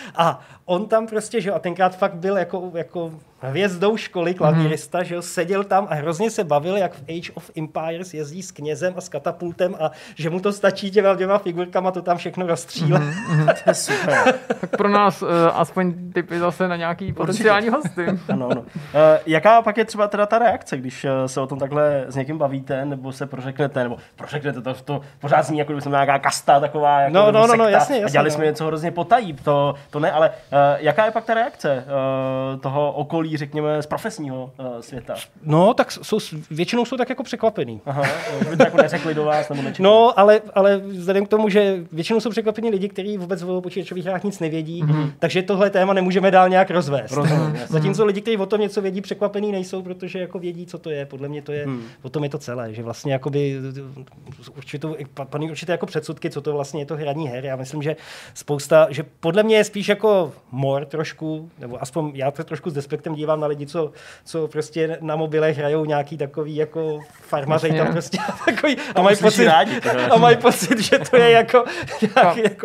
D: A on tam prostě, že a tenkrát fakt byl jako, jako hvězdou školy klavírista, mm-hmm. že jo, seděl tam a hrozně se bavil, jak v Age of Empires jezdí s knězem a s katapultem a že mu to stačí těma dvěma figurkama to tam všechno rozstříle.
E: Mm-hmm. To je super.
C: Tak pro nás uh, aspoň tipy zase na nějaký potenciální hosty.
E: Ano, ano. Uh, jaká pak je třeba teda ta reakce, když uh, se o tom takhle s někým bavíte, nebo se prořeknete, nebo prořeknete, to, to pořád zní, jako by jsem nějaká kasta taková, jako
D: no, no, no, no, jasně, jasně,
E: a dělali
D: no.
E: jsme něco hrozně potají, to, to ne, ale uh, jaká je pak ta reakce uh, toho okolí, řekněme, z profesního uh, světa?
D: No, tak jsou, většinou jsou tak jako překvapený.
E: Aha, že by to jako neřekli do vás, nebo nečekali.
D: No, ale, ale vzhledem k tomu, že většinou jsou překvapení lidi, kteří vůbec o počítačových hrách nic nevědí, mm-hmm. takže tohle téma nemůžeme dál nějak rozvést. Rozumím, zatímco lidi, kteří o tom něco vědí, překvapení nejsou, protože jako vědí, co to je. Podle mě to je, hmm. o tom je to celé, že vlastně jakoby určitou, panují určité jako předsudky, co to vlastně je to hraní her. Já myslím, že spousta, že podle mě je spíš jako mor trošku, nebo aspoň já to trošku s despektem dívám na lidi, co, co prostě na mobilech hrajou nějaký takový jako farmařej tam prostě takový a mají pocit,
E: rádi,
D: a mají pocit, že to je jako nějaký jako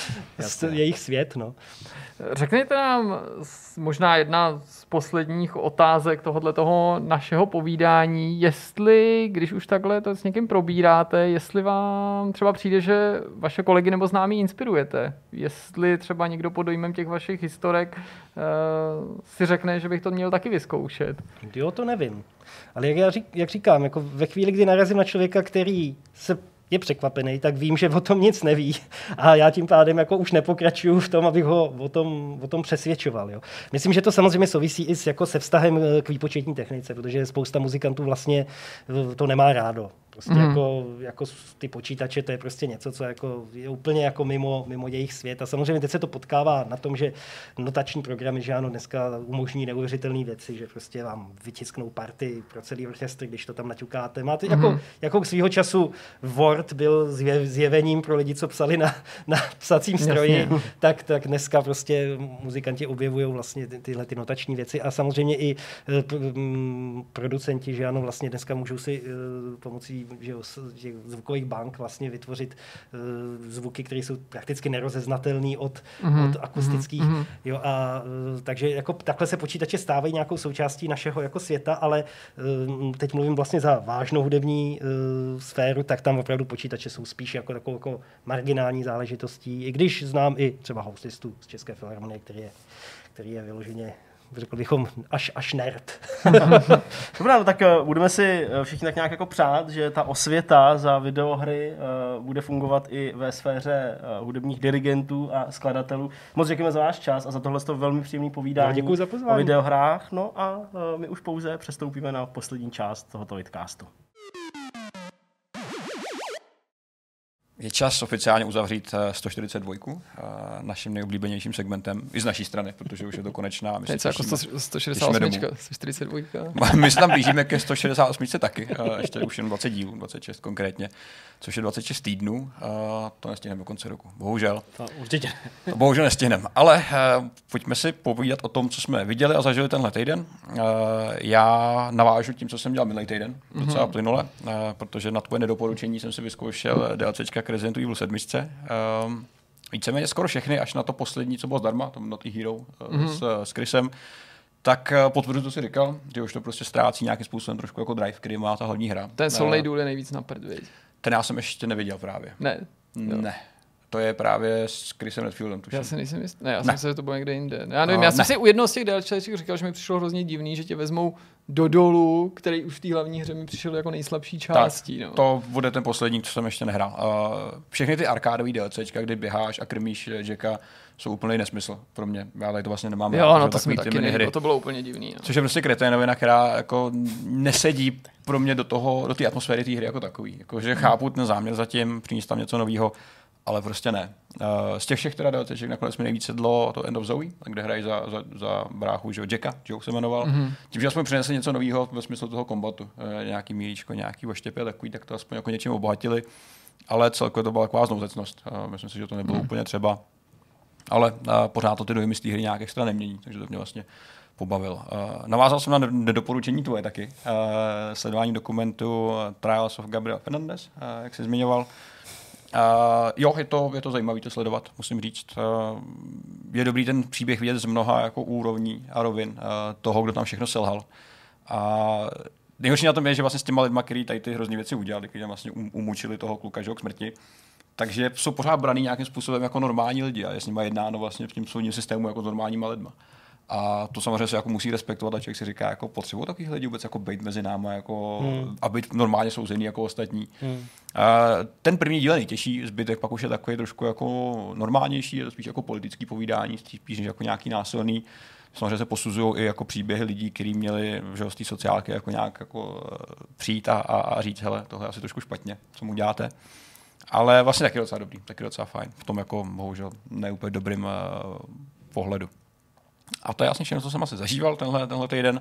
D: jejich svět, no.
C: Řekněte nám možná jedna z posledních otázek tohohle toho našeho povídání, jestli, když už takhle to s někým probíráte, jestli vám třeba přijde, že vaše kolegy nebo známí inspirujete. Jestli třeba někdo pod dojmem těch vašich historek uh, si řekne, že bych to měl taky vyzkoušet.
D: Jo, to nevím. Ale jak, já řík, jak říkám, jako ve chvíli, kdy narazím na člověka, který se je překvapený, tak vím, že o tom nic neví a já tím pádem jako už nepokračuju v tom, abych ho o tom, o tom přesvědčoval. Jo. Myslím, že to samozřejmě souvisí i s, jako se vztahem k výpočetní technice, protože spousta muzikantů vlastně to nemá rádo. Prostě mm. jako, jako ty počítače, to je prostě něco, co jako je úplně jako mimo, mimo jejich svět. A samozřejmě teď se to potkává na tom, že notační programy, že ano, dneska umožní neuvěřitelné věci, že prostě vám vytisknou party pro celý orchestr, když to tam naťukáte. Máte mm. jako, jako svýho času Word byl zjevením pro lidi, co psali na, na psacím stroji, tak, tak dneska prostě muzikanti objevují vlastně ty, tyhle ty notační věci a samozřejmě i m, producenti, že ano, vlastně dneska můžou si pomocí že jo, že zvukových bank vlastně vytvořit uh, zvuky, které jsou prakticky nerozeznatelné od, mm-hmm. od akustických. Mm-hmm. Jo, a uh, takže jako takhle se počítače stávají nějakou součástí našeho jako světa, ale uh, teď mluvím vlastně za vážnou hudební uh, sféru, tak tam opravdu počítače jsou spíš jako takovou jako marginální záležitostí, i když znám i třeba housistu z České filharmonie, který je, který je vyloženě řekl bychom až, až nerd.
E: Dobrá, no tak uh, budeme si všichni tak nějak jako přát, že ta osvěta za videohry uh, bude fungovat i ve sféře uh, hudebních dirigentů a skladatelů. Moc děkujeme za váš čas a za tohle velmi příjemné povídání
D: děkuji za pozvání.
E: O videohrách. No a uh, my už pouze přestoupíme na poslední část tohoto vidcastu.
A: Je čas oficiálně uzavřít sto čtyřicet dva, naším nejoblíbenějším segmentem, i z naší strany, protože už je to konečná.
C: Teď jako sto šedesát osm, sto čtyřicet dva.
A: My se tam blížíme ke sto šedesát osm taky, ještě už jen dvacet dílů, dvacet šest konkrétně, což je dvacet šest týdnů, to nestihneme do konce roku, bohužel.
E: To určitě.
A: To bohužel nestihneme, ale pojďme si povídat o tom, co jsme viděli a zažili tenhle týden. Já navážu tím, co jsem dělal minulý týden, docela mm-hmm. plynule, protože na tvoje nedoporučení jsem si vyzkoušel DLCčka k Resident Evil sedm. Um, víceméně skoro všechny, až na to poslední, co bylo zdarma, to Not Hero uh, mm-hmm. s, s Chrisem, tak uh, potvrdu, co si říkal, že už to prostě ztrácí nějakým způsobem trošku jako drive, který má ta hlavní hra.
C: Ten Soul Duel je nejvíc na prd, viď?
A: Ten já jsem ještě neviděl právě.
C: Ne.
A: Ne. To je právě s Chrisem Redfieldem, tuším.
C: Já si nejsem jist. Ne, já
A: Ne.
C: jsem myslel, že to bylo někde jinde. Já nevím,
A: No,
C: já jsem
A: ne.
C: si u jednoho z těch DLCček říkal, že mi přišlo hrozně divný, že tě vezmou do dolu, který už v té hlavní hře mi přišel jako nejslabší částí. No.
A: To bude ten poslední, co jsem ještě nehrál. Uh, všechny ty arkádové DLCčka, kdy běháš a krmíš Jacka, jsou úplný nesmysl pro mě. Já tady to vlastně nemám.
C: Jo,
A: rád,
C: no
A: že
C: to jsme
A: takový ty
C: taky
A: minihry.
C: nejde, to bylo úplně divný. No.
A: Což je prostě kreténovina, která jako nesedí pro mě do toho, do té atmosféry té hry jako takový. Jako, že chápu ten záměr zatím, přinést tam něco nového, ale prostě ne. Uh, z těch všech teda DLCček nakonec mi nejvíc sedlo to End of Zoe, kde hrají za, za, za bráchu, že Jacka, Joe se jmenoval. Mm-hmm. Tím, že aspoň přinesli něco nového ve smyslu toho kombatu, uh, nějaký mílíčko, nějaký oštěpy a takový, tak to aspoň jako něčím obohatili. Ale celkově to byla taková znouzecnost. Uh, myslím si, že to nebylo mm. úplně třeba. Ale uh, pořád to ty dojmy z té hry nějak extra nemění, takže to mě vlastně pobavil. Uh, navázal jsem na nedoporučení tvoje taky. Uh, sledování dokumentu Trials of Gabriel Fernandez, uh, jak jsi zmiňoval. Uh, jo, je to, je to zajímavé to sledovat, musím říct. Uh, je dobrý ten příběh vidět z mnoha jako úrovní a rovin uh, toho, kdo tam všechno selhal. A nejhorší na tom je, že vlastně s těma lidma, kteří tady ty hrozný věci udělali, kteří tam vlastně um, umučili toho kluka, že, k smrti, takže jsou pořád braný nějakým způsobem jako normální lidi a je s nimi jednáno vlastně v tím soudním systému jako s normálníma lidma. A to samozřejmě se jako musí respektovat a člověk si říká, jako potřebují takových lidí vůbec jako být mezi náma jako, hmm. a být normálně souzený jako ostatní. Hmm. A ten první díl je nejtěžší, zbytek pak už je takový trošku jako normálnější, je to spíš jako politický povídání, spíš než jako nějaký násilný. Samozřejmě se posuzují i jako příběhy lidí, kteří měli z té sociálky jako nějak jako přijít a, a, a říct, hele, tohle je asi trošku špatně, co mu děláte. Ale vlastně taky docela dobrý, taky docela fajn. V tom jako bohužel neúplně dobrým uh, pohledu. A to je jasně všechno, co jsem asi zažíval tenhle, tenhle týden.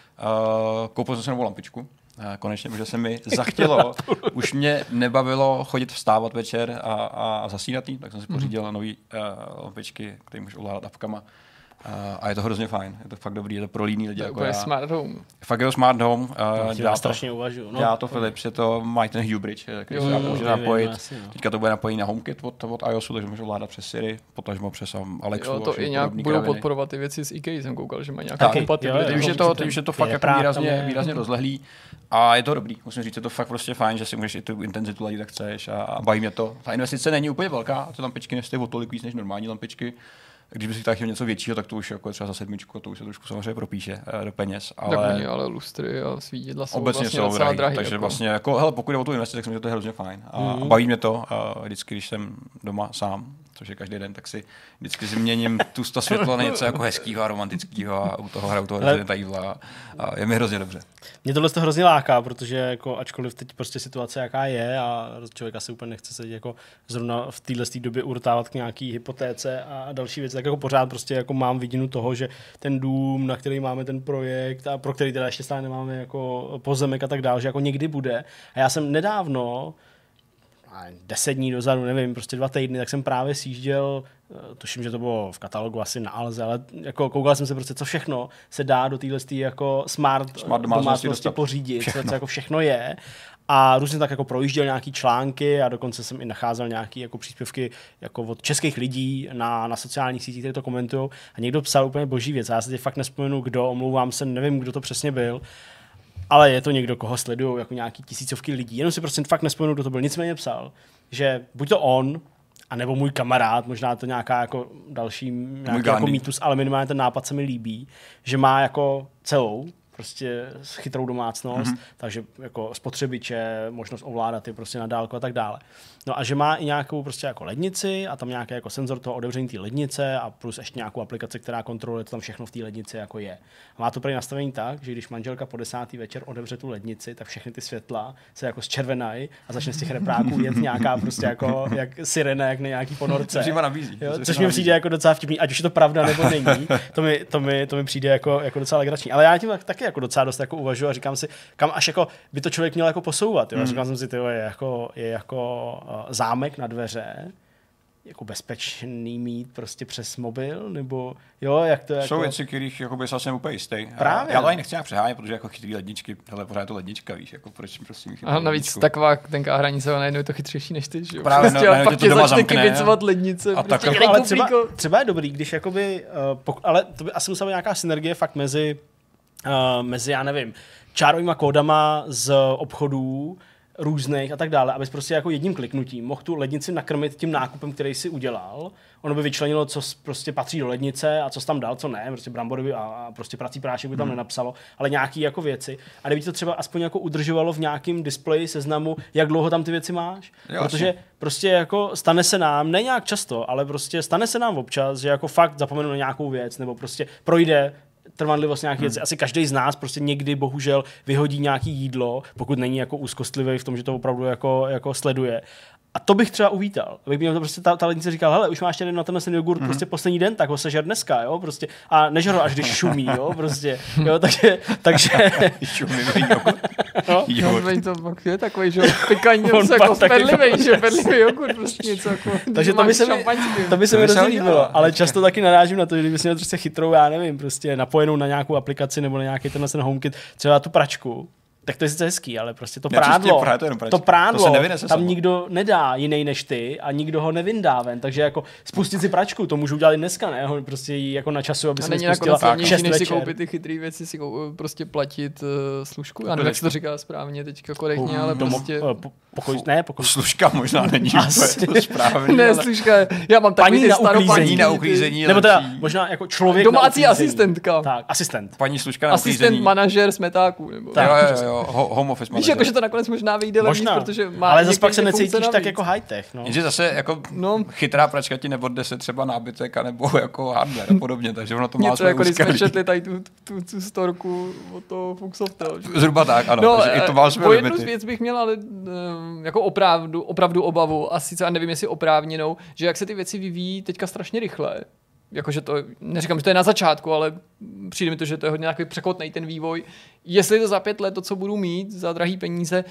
A: Uh, koupil jsem si novou lampičku. Uh, konečně, protože se mi zachtělo. Už mě nebavilo chodit vstávat večer a, a zasínat jí, tak jsem si pořídil mm-hmm. nový uh, lampičky, které můžu ovládat apkama. Uh, a je to hrozně fajn, je to fakt dobrý, je to pro líný lidi.
C: To
A: jako
C: je
A: já.
C: smart home.
A: Fakt je to smart home. Uh,
B: dělá strašně uvažuju. No,
A: dělá to Philips, je to, mají ten Hue Bridge, který se může napojit. Asi, no. Teďka to bude napojit na HomeKit od, od iOSu, takže můžu ovládat přes Siri, potažmo přes Alexu.
C: Jo, to i nějak budou kraviny. Podporovat ty věci z IKEA, jsem koukal, že má nějaká
A: okay.
C: kompatibilitu.
A: Teď už je to, teď už je to fakt je jako výrazně, je... výrazně rozlehlý a je to dobrý. Musím říct, je to fakt prostě fajn, že si můžeš i tu intenzitu ladit, tak chceš a, a baví mě to. Ta investice není úplně velká, ty lampičky nestojí o tolik víc než normální lampičky. Když by si chtěl něco většího, tak to už jako třeba za sedmičku, to už se trošku samozřejmě propíše do peněz. Ale
C: tak oni, ale lustry a svítidla jsou
A: obecně
C: vlastně
A: jsou
C: docela
A: drahý,
C: drahý.
A: takže
C: jako.
A: vlastně jako, hele, pokud jde o tu investici, tak si myslím, že to je hrozně fajn. A,
B: mm-hmm.
A: a baví mě to, a vždycky, když jsem doma sám, což je každý den, tak si vždycky změním tu sto světlo na něco jako hezkýho a romantického a u toho hraju toho Residenta Evila a je mi hrozně dobře.
B: Mě tohle to hrozně láká, protože jako ačkoliv teď prostě situace jaká je a člověk asi úplně nechce se jako zrovna v téhle době urtávat k nějaký hypotéce a další věci, tak jako pořád prostě jako mám vidinu toho, že ten dům, na který máme ten projekt a pro který teda ještě stále nemáme jako pozemek a tak dále, že jako někdy bude. A já jsem nedávno deset dní dozadu, nevím, prostě dva týdny, tak jsem právě sjížděl, tuším, že to bylo v katalogu asi na Alze, ale jako koukal jsem se prostě, co všechno se dá do téhle jako smart,
A: smart
B: domácnosti prostě pořídit, všechno. Co jako všechno je. A různě tak jako projížděl nějaký články a dokonce jsem i nacházel nějaký jako příspěvky jako od českých lidí na, na sociálních sítích, které to komentují. A někdo psal úplně boží věc. A já se teď fakt nespomenu, kdo, omlouvám se, nevím, kdo to přesně byl. Ale je to někdo, koho sledují jako nějaký tisícovky lidí. Jenom si prostě fakt nespomenu, kdo to byl. Nicméně psal, že buď to on, a nebo můj kamarád, možná to nějaká jako další nějaký jako mýtus, ale minimálně ten nápad se mi líbí, že má jako celou prostě chytrou domácnost, mm-hmm. takže jako spotřebiče, možnost ovládat je prostě na dálku a tak dále. No a že má i nějakou prostě jako lednici a tam nějaký jako senzor toho otevření té lednice a plus ještě nějakou aplikaci, která kontroluje, to tam všechno v té lednici jako je. A má to prý nastavení tak, že když manželka po desátý večer otevře tu lednici, tak všechny ty světla se jako zčervenají a začne z těch repráků jet nějaká prostě jako jak sirena, jak na nějaký ponorce.
A: To nabízí.
B: Jo, což mi přijde jako docela vtipný, ať už je to pravda nebo není. To mi, to mi, to mi přijde jako, jako docela legrační. Ale já tím taky jako docela dost jako uvažuji a říkám si, kam až jako by to člověk měl jako posouvat. Jo? Mm. Říkám jsem si, tyjo, je jako, je jako uh, zámek na dveře, jako bezpečný mít prostě přes mobil, nebo jo, jak to jako...
A: Jsou věci, kterých jako by se vlastně úplně jistý.
B: Právě.
A: Já to ani nechci nějak přehánět, protože jako chytrý ledničky, hele, pořád je to lednička, víš, jako proč prosím chytrý
C: A navíc
A: ledničku.
C: Taková tenká hranice, a najednou je to chytřejší než ty, že jo?
A: Právě,
C: prostě,
A: no,
C: a pak tě začne kibicovat lednice.
A: A
C: prostě
A: tak,
B: jako, ale třeba, třeba je dobrý, když jakoby, uh, pok- ale to by asi musela být nějaká synergie fakt mezi, uh, mezi, já nevím, čárovýma kódama z obchodů, různých a tak dále, abys prostě jako jedním kliknutím mohl tu lednici nakrmit tím nákupem, který si udělal. Ono by vyčlenilo, co prostě patří do lednice a co jsi tam dal, co ne, prostě brambory by a, a prostě prací prášek by tam hmm. nenapsalo, ale nějaký jako věci. A kdyby to třeba aspoň jako udržovalo v nějakém displeji seznamu, jak dlouho tam ty věci máš, jo, protože asi. Prostě jako stane se nám, ne nějak často, ale prostě stane se nám občas, že jako fakt zapomenu na nějakou věc nebo prostě projde trvanlivost nějakých hmm. věcí. Asi každý z nás prostě někdy bohužel vyhodí nějaký jídlo, pokud není jako úzkostlivý v tom, že to opravdu jako, jako sleduje. A to bych třeba uvítal. Abych měl to prostě ta, ta lednice říkal, hele, už máš tady na tenhle ten jogurt mm-hmm. prostě poslední den, tak ho sežer dneska, jo, prostě. A nežer ho, až když šumí, jo, prostě. Jo, takže, takže...
A: šumí jogurt.
B: No.
C: Jogurt. To pak je takový, že pikantní, jako pedlivý, že pedlivý jogurt, prostě něco jako...
B: Takže to by se mi, to by se mi hrozně líbilo, ale často taky narážím na to, že kdybys měl prostě chytrou, já nevím, prostě napojenou na nějakou aplikaci nebo na nějaký tenhle ten HomeKit, třeba tu pračku, tak to je sice hezký, ale prostě to prádlo, to, to prádlo, to tam samo. Nikdo nedá jiný než ty a nikdo ho nevyndá ven, takže jako spustit si pračku, to můžu udělat i dneska, ne? Ho prostě jí jako na času, aby se mi spustila šest
C: než
B: večer.
C: si koupit ty chytrý věci, si kou, prostě platit uh, služku, já nevím, jak se to říká správně teďka korektně, ale
B: Domo,
C: prostě...
B: Po, pokoj, ne, pokoj.
A: Služka možná není úplně správně.
C: Ne, služka, já mám takový ty
A: staropaní na uklízení.
B: Nebo teda možná jako člověk
C: domácí asistentka.
B: Tak, asistent.
A: Paní služka na uklízení.
C: Asistent manažer smetáků. Nebo...
A: Tak, jo, jo, jo, home office
C: manažer. Víš, jako, že to nakonec možná vyjde levnější, protože má...
B: Ale zase pak se necítíš tak jako high-tech. No.
A: Jenže zase jako no. chytrá pračka ti neodnese třeba nábytek nebo jako hardware a podobně, takže ono to má
C: něco jako když jsme četli tady tu, tu, tu storku od toho Fuxsoftu.
A: Zhruba tak, ano.
C: No,
A: takže i to má své
C: o
A: limity.
C: jednu z věc bych měl, ale jako opravdu, opravdu obavu a sice a nevím, jestli oprávněnou, že jak se ty věci vyvíjí teďka strašně rychle. Jakože to, neříkám, že to je na začátku, ale přijde mi to, že to je hodně nějaký překotnej ten vývoj. Jestli to za pět let, to, co budu mít za drahý peníze,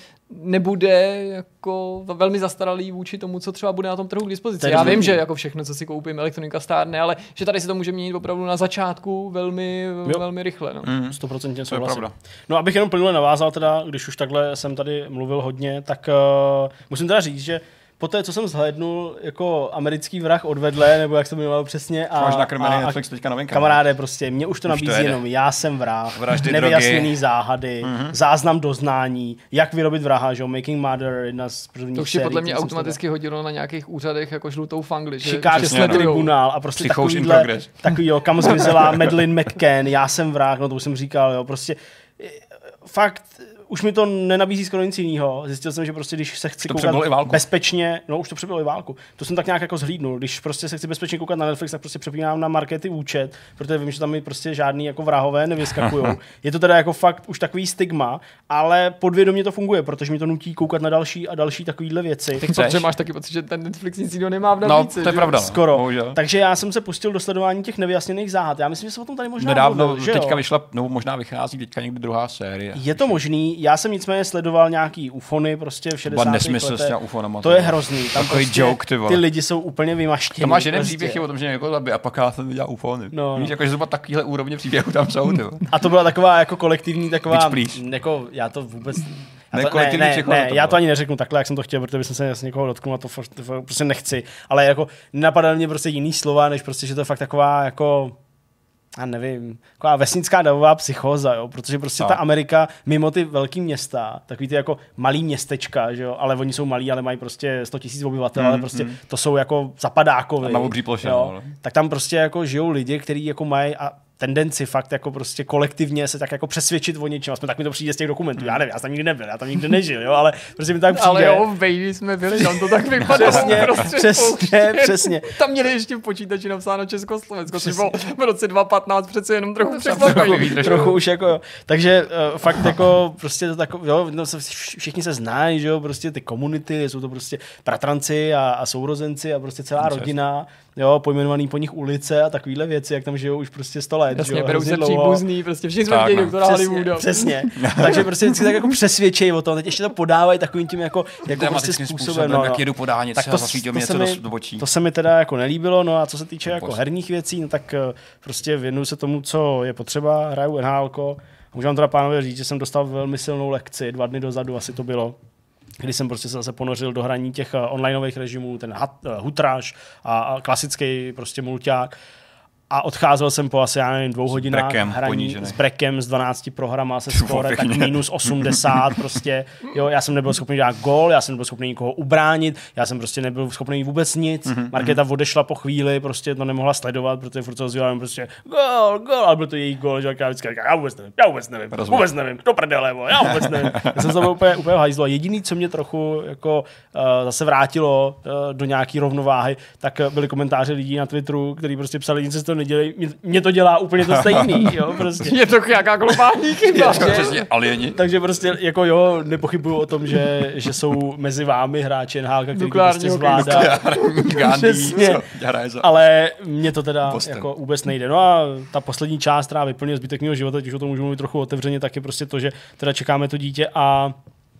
C: nebude jako velmi zastaralý vůči tomu, co třeba bude na tom trhu k dispozici. Já vím, že jako všechno, co si koupím, elektronika stárne, ale že tady se to může měnit opravdu na začátku velmi, velmi rychle. No.
B: Mm, sto procent souhlasím. No, abych jenom plynule navázal teda, když už takhle jsem tady mluvil hodně, tak uh, musím teda říct, že poté, co jsem zhlédnul jako americký vrah odvedle, nebo jak se to jmenovalo přesně. A,
A: máš nakrmený
B: a,
A: Netflix teďka novinka.
B: Kamaráde, prostě, mě už to nabízí už to jenom já jsem vrah,
A: Vraždy,
B: nevyjasněný
A: drogy.
B: záhady, mm-hmm. záznam doznání, jak vyrobit vraha, že Making Mother, jedna z prvních
C: to už je podle mě automaticky hodilo na nějakých úřadech jako žlutou fangli. Že
B: Šikářský tribunál a prostě takovýhle, takový, jo, kam zmizela Madeleine McCann, já jsem vrah, no to už jsem říkal, jo, prostě fakt už mi to nenabízí skoro nic jiného. Zjistil jsem, že prostě když se chci
A: to
B: koukat bezpečně, no už to přebylo i válku. To jsem tak nějak jako zhlídnul. Když prostě se chci bezpečně koukat na Netflix, tak prostě přepínám na Markety účet, protože vím, že tam mi prostě žádný jako vrahové nevyskakujou. Je to teda jako fakt už takový stigma, ale podvědomě to funguje, protože mi to nutí koukat na další a další takovýhle věci.
C: Ty chceš? Protože máš taky pocit, že ten Netflix nic jiného nemá v nabídce.
A: No, to je pravda.
B: Skoro. Bohužel. Takže já jsem se pustil do sledování těch nevyjasněných záhad. Já myslím, že se o tom tady možná
A: nedávno
B: mluvil, že
A: teďka
B: jo?
A: vyšla, no možná vychází teďka někdy druhá série.
B: Je to možný. Já jsem nicméně sledoval nějaký ufony prostě v šedesátých letech. To je hrozný. Tam
A: takový
B: prostě
A: joke, ty vole.
B: Ty lidi jsou úplně vymaštění.
A: To máš jeden
B: prostě.
A: příběh o tom, že někdo zabije a pak já jsem viděl ufony.
B: No,
A: Víš,
B: no.
A: jako, že zhruba takovýhle úrovně příběhu tam jsou. Ty
B: a to byla taková jako kolektivní taková,
A: Bitch,
B: jako já to vůbec...
A: Ne,
B: to,
A: ne,
B: ne,
A: to
B: ne, já to ani neřeknu takhle, jak jsem to chtěl, protože bych se jasně někoho dotknul a to, to, to prostě nechci. Ale jako napadá mě prostě jiný slova, než prostě, že to je fakt taková jako... a nevím, taková vesnická davová psychóza, jo, protože prostě no. ta Amerika mimo ty velký města, takový ty jako malý městečka, že jo, ale oni jsou malí, ale mají prostě sto tisíc obyvatel, mm, ale prostě mm. to jsou jako zapadákovi.
A: Na obří ploše, no.
B: Tak tam prostě jako žijou lidi, kteří jako mají a tendenci fakt jako prostě kolektivně se tak jako přesvědčit o něčem. Aspoň tak mi to přijde z těch dokumentů. Já nevím, já jsem tam nikdy nebyl, já tam nikdy nežil, jo, ale prostě mi tak přijde.
C: Ale jo, v Baby jsme byli, tam to tak vypadalo.
B: Přesně, prostě přesně, přesně.
C: Tam měli ještě v počítači napsáno Československo, což bylo v roce dva tisíce patnáct přece jenom trochu překvapivý.
B: Trochu, trochu už jako, jo. Takže uh, fakt jako prostě to tako, jo, no, všichni se znají, že jo, prostě ty komunity, jsou to prostě bratranci a, a sourozenci a prostě celá rodina. Jo, pojmenovaný po nich ulice a takovýhle věci, jak tam žijou už prostě sto let.
C: Jasně,
B: jo,
C: berou se příbuzný, prostě všichni jsme viděli doktora Hollywooda.
B: Přesně, takže prostě vždycky tak jako přesvědčejí o tom, teď ještě to podávají takovým tím jako, jako prostě způsobem. způsobem no,
A: jak jedu po dálnici a zasvítil mě něco
B: mi,
A: do bočí.
B: To se mi teda jako nelíbilo, no a co se týče jako herních věcí, no tak prostě věnuju se tomu, co je potřeba, hraju N H L ko. Můžu vám teda pánové říct, že jsem dostal velmi silnou lekci, dva dny dozadu asi to bylo, kdy jsem prostě se zase ponořil do hraní těch onlineových režimů, ten hutráž a, a klasický prostě mulťák. a odcházel jsem po asi, já nevím, dvou hodinách
A: brekem
B: hraní
A: ponížený.
B: s brekem, s dvanácti prohrama se skóre, tak minus osmdesát prostě. Jo, já jsem nebyl schopný dát gól, já jsem nebyl schopný nikoho ubránit, já jsem prostě nebyl schopný vůbec nic. Mm-hmm. Markéta odešla po chvíli, prostě to nemohla sledovat, protože furt se ozývala prostě gól, gól, ale byl to její gól, že já vždycky říkám, já vůbec nevím, já vůbec nevím,
A: Rozumím.
B: vůbec nevím, do prdele, já vůbec nevím. Já jsem to byl úplně, úplně hajzlo. Jediný, co mě trochu jako uh, zase vrátilo uh, do nějaký rovnováhy, tak byly komentáře lidí na Twitteru, kteří prostě psali, nic se to nedělej, mě, mě to dělá úplně to stejný, jo, prostě.
C: Je to jaká globální chyba.
A: Přesně, alieni.
B: Takže prostě jako jo, nepochybuju o tom, že, že jsou mezi vámi hráči N H L, který to prostě zvládá. Přesně. Ale mně to teda Boston. Jako vůbec nejde. No a ta poslední část, která vyplňuje zbytek mého života, když o tom můžu mluvit trochu otevřeně, tak je prostě to, že teda čekáme to dítě a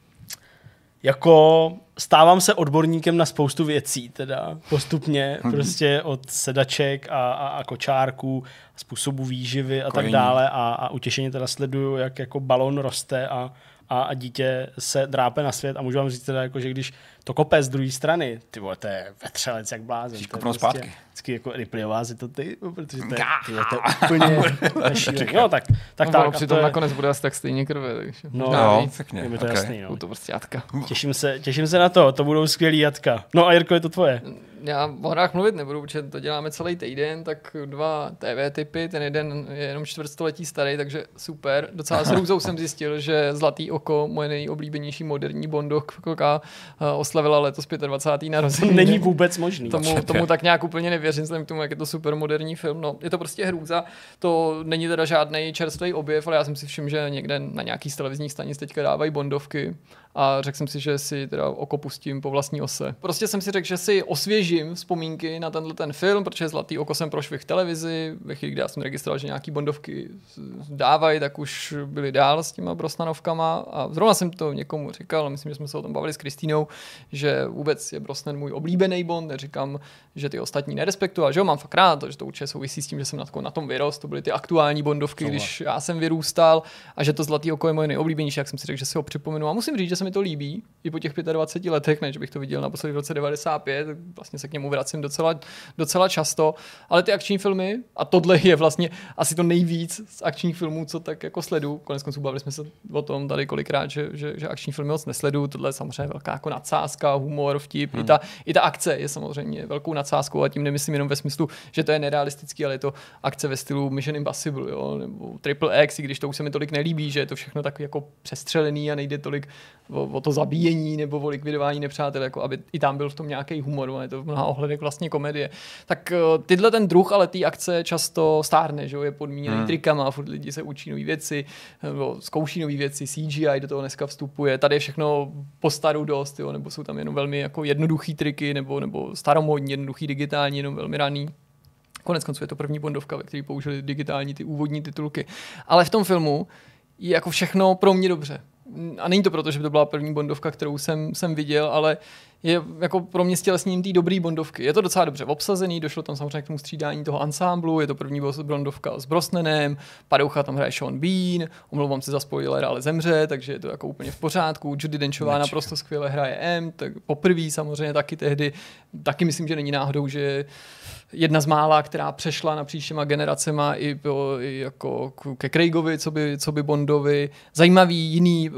B: jako stávám se odborníkem na spoustu věcí, teda postupně, hmm. prostě od sedaček a, a, a kočárků, způsobu výživy a Kojení. Tak dále a, a utěšeně teda sleduju, jak jako balon roste a, a, a dítě se drápe na svět a můžu vám říct teda, jako, že když to kope z druhé strany, ty vole, to je vetřelec jak blázen.
A: Když
B: to je
A: kopnou
B: prostě,
A: zpátky.
B: Vždycky jako Ripleyová si to ty, protože to je, ty vole, to je úplně nešílený. Jo, tak, tak,
C: no,
B: tak.
C: Přitom
B: je,
C: nakonec bude asi tak stejně krve, takže
B: no,
A: no,
B: víc,
A: pěkně,
B: je mi to
A: okay.
B: jasný. No.
C: to prostě jatka.
B: Těším se, těším se na to, to budou skvělý jatka. No a Jirko, je to tvoje.
C: Já o hrách mluvit nebudu, protože to děláme celý týden, tak dva T V typy, ten jeden je jenom čtvrtstoletí starý, takže super. Docela s hrůzou jsem zjistil, že Zlatý oko, moje nejoblíbenější moderní Bondovka, oslavila letos dvacátého pátého narozeniny.
B: Není vůbec možný.
C: Tomu, tomu tak nějak úplně nevěřím, vzhledem k tomu, jak je to super moderní film. No, je to prostě hrůza. To není teda žádný čerstvý objev, ale já jsem si všiml, že někde na nějaký z televizních stanic teďka dávají Bondovky a řekl jsem si, že si teda oko pustím po vlastní ose. Prostě jsem si řekl, že si osvěžím vzpomínky na tenhle ten film, protože Zlatý oko jsem prošvih v televizi, ve chvíli, kdy já jsem registroval, že nějaký Bondovky dávají, tak už byli dál s těma Brosnanovkama a zrovna jsem to někomu říkal, myslím, že jsme se o tom bavili s Kristýnou, že vůbec je Brosnan můj oblíbený Bond, neříkám, že ty ostatní nerespektuju, ale že ho mám fakt rád, že to určitě souvisí s tím, že jsem na tom vyrost, to byly ty aktuální Bondovky, Souhle. Když já jsem vyrůstal a že to Zlatý oko je moje nejoblíbenější, jak jsem si řekl, že si ho připomenu a musím říct, že se mi to líbí i po těch dvaceti pěti letech, ne, že bych to viděl naposledy v roce devadesát pět, vlastně se k němu vracím docela, docela často, ale ty akční filmy, a tohle je vlastně asi to nejvíc z akčních filmů, co tak jako sledu. Koneckonců bavili jsme se o tom tady kolikrát, že, že, že akční filmy moc nesledu, tohle je samozřejmě velká jako nadsázka, humor, vtip, hmm. I, ta, i ta akce je samozřejmě velkou nadsázkou a tím nemyslím jenom ve smyslu, že to je nerealistický, ale je to akce ve stylu Mission Impossible, jo, nebo Triple X, i když to už se mi tolik nelíbí, že je to všechno tak jako přestřelený a nejde tolik o, o to zabíjení nebo o likvidování nepřátel, jako aby i tam byl v tom nějaký humor, ale je to v mnoha ohledech vlastně komedie. Tak uh, tyhle ten druh, ale ty akce často stárne, že jo, je podmíněný hmm. trikama, furt lidi se učí nové věci, nebo zkouší nové věci, C G I do toho dneska vstupuje. Tady je všechno po staru dost, jo, nebo jsou tam jenom velmi jako jednoduchý triky, nebo, nebo staromodní, jednoduchý digitální, jenom velmi raný. Konec konců je to první Bondovka, ve které použili digitální ty úvodní titulky. Ale v tom filmu je jako všechno pro mě dobře. A není to proto, že by to byla první Bondovka, kterou jsem, jsem viděl, ale je jako pro mě stělesněním té dobrý Bondovky. Je to docela dobře obsazený, došlo tam samozřejmě k tomu střídání toho ansámblu, je to první Bondovka s Brosnanem, Padoucha tam hraje Sean Bean, omlouvám se za spoiler, ale zemře, takže je to jako úplně v pořádku. Judi Denchová naprosto skvěle hraje M, tak poprvé samozřejmě taky tehdy, taky myslím, že není náhodou, že jedna z mála, která přešla napříč těma generacema i, po, i jako ke Craigovi, co by, co by Bondovi. Zajímavý jiný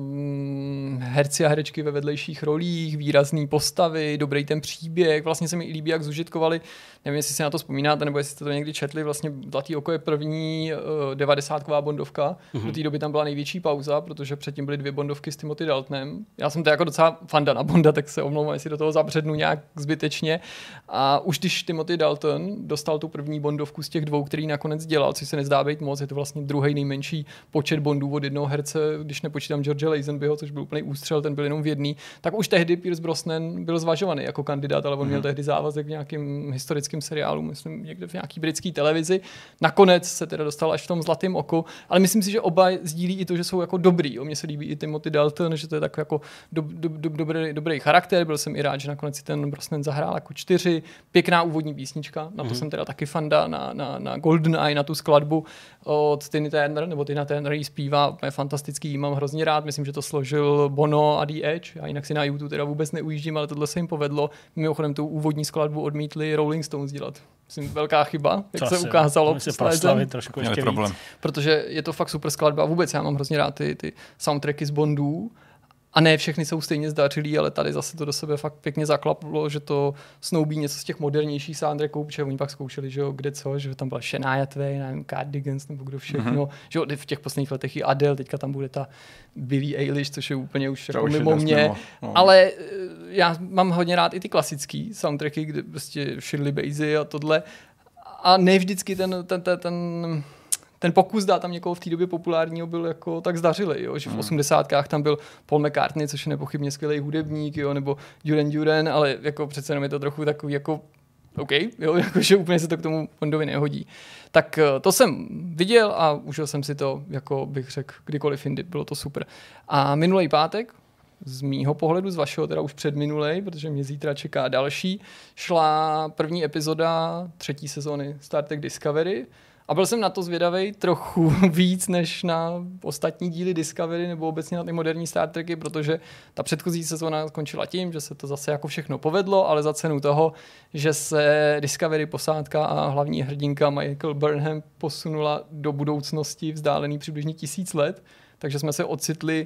C: um, herci a herečky ve vedlejších rolích, výrazný postavy, dobrý ten příběh. Vlastně se mi i líbí, jak zužitkovali. Nevím, jestli si na to vzpomínáte, nebo jestli jste to někdy četli. Vlastně Zlatý oko je první uh, devadesátková Bondovka. Mm-hmm. Do té doby tam byla největší pauza, protože předtím byly dvě Bondovky s Timothy Daltonem. Já jsem to jako docela fanda na Bonda, tak se omlouvám, jestli do toho zabřednu nějak zbytečně. A už když Timothy Dalton dostal tu první Bondovku z těch dvou, který nakonec dělal, což se nezdá být moc, je to vlastně druhý nejmenší počet Bondů od jednoho herce, když nepočítám George Lazenbyho, což byl úplný ústřel, ten byl jenom v jedný, tak už tehdy Pierce Brosnan byl zvažovaný jako kandidát, ale on mm. měl tehdy závazek v nějakém historickém seriálu, myslím někde v nějaký britské televizi. Nakonec se teda dostal až v tom Zlatém oku, ale myslím si, že oba sdílí i to, že jsou jako dobrý. O mně se líbí i Timothy Dalton, že to je takový jako do, do, do, dobrý, dobrý charakter. Byl jsem i rád, že nakonec si ten Brosnan zahrál jako čtyři. Pěkná úvodní písnička, na to mm. jsem teda taky fanda, na, na, na GoldenEye, na tu skladbu od Tina Turner, nebo Tina Turner jí zpívá, je fantastický, mám hrozně rád, myslím, že to složil Bono a The Edge, já jinak si na YouTube teda vůbec ujíždím, ale tohle se jim povedlo. Mimochodem tu úvodní skladbu odmítli Rolling Stones dělat. Myslím, velká chyba, jak
B: to
C: se
B: asi,
C: ukázalo.
B: Se proslavit trošku ještě
A: problém.
B: víc.
C: Protože je to fakt super skladba. Vůbec já mám hrozně rád ty, ty soundtracky z Bondů. A ne všechny jsou stejně zdařilý, ale tady zase to do sebe fakt pěkně zaklaplo, že to snoubí něco z těch modernějších soundtracků, protože oni pak zkoušeli, že jo, kde co, že tam byla Shania Twain, nevím, Cardigans nebo kdo všechno, mm-hmm. že jo, v těch posledních letech i Adele, teďka tam bude ta Billie Eilish, což je úplně už jako mimo mě, mimo. No. Ale já mám hodně rád i ty klasický soundtracky, kde prostě Shirley Bassey a tohle, a ne vždycky ten, ten, ten, ten ten pokus dát tam někoho v té době populárního byl jako tak zdařilej, jo? Že v osmdesátkách tam byl Paul McCartney, což je nepochybně skvělý hudebník, jo? Nebo Duran Duran, ale jako přece jenom je to trochu takový jako OK, jo? Jako, že úplně se to k tomu Bondovi nehodí. Tak to jsem viděl a užil jsem si to, jako bych řekl, kdykoliv jindy, bylo to super. A minulý pátek, z mýho pohledu, z vašeho teda už předminulej, protože mě zítra čeká další, šla první epizoda třetí sezóny Star Trek Discovery. A byl jsem na to zvědavej trochu víc než na ostatní díly Discovery nebo obecně na ty moderní Star Treky, protože ta předchozí sezóna skončila tím, že se to zase jako všechno povedlo, ale za cenu toho, že se Discovery posádka a hlavní hrdinka Michael Burnham posunula do budoucnosti vzdálený přibližně tisíc let, takže jsme se ocitli,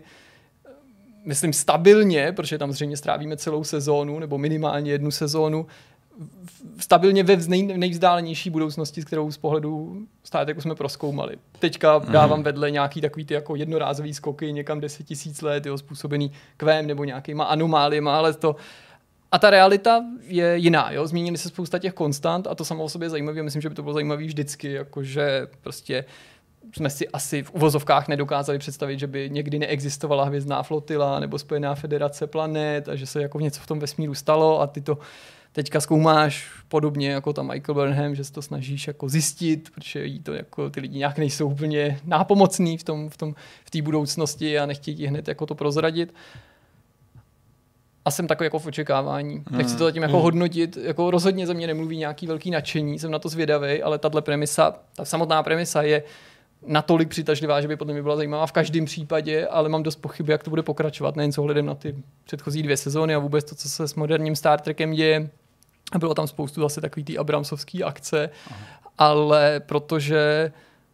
C: myslím, stabilně, protože tam zřejmě strávíme celou sezónu nebo minimálně jednu sezónu, stabilně ve nej, nejvzdálenější budoucnosti, s kterou z pohledu Star Treku jsme prozkoumali. Teďka mm. dávám vedle nějaký takový ty jako jednorázový skoky někam deset tisíc let, jo, způsobený kvém nebo nějakýma anomáliema, ale to... A ta realita je jiná, jo, změnily se spousta těch konstant a to samo o sobě je zajímavé, myslím, že by to bylo zajímavé vždycky, jakože prostě jsme si asi v uvozovkách nedokázali představit, že by někdy neexistovala hvězdná flotila nebo spojená federace planet a že se jako něco v tom vesmíru stalo a ty to teďka zkoumáš podobně jako tam Michael Burnham, že se to snažíš jako zjistit, protože jí to jako ty lidi nějak nejsou úplně nápomocný v tom, v tom, v té budoucnosti a nechtějí ti hned jako to prozradit. A jsem takový jako v očekávání. Hmm. Nechci to zatím jako hmm. hodnotit, jako rozhodně ze mě nemluví nějaký velký nadšení, jsem na to zvědavej, ale tahle premisa, ta samotná premisa je natolik přitažlivá, že by podle mě byla zajímavá v každém případě, ale mám dost pochyby, jak to bude pokračovat, nejen s ohledem na ty předchozí dvě sezóny a vůbec to, co se s moderním Star Trekem děje. Bylo tam spoustu zase takový ty Abramsovský akce, aha, ale protože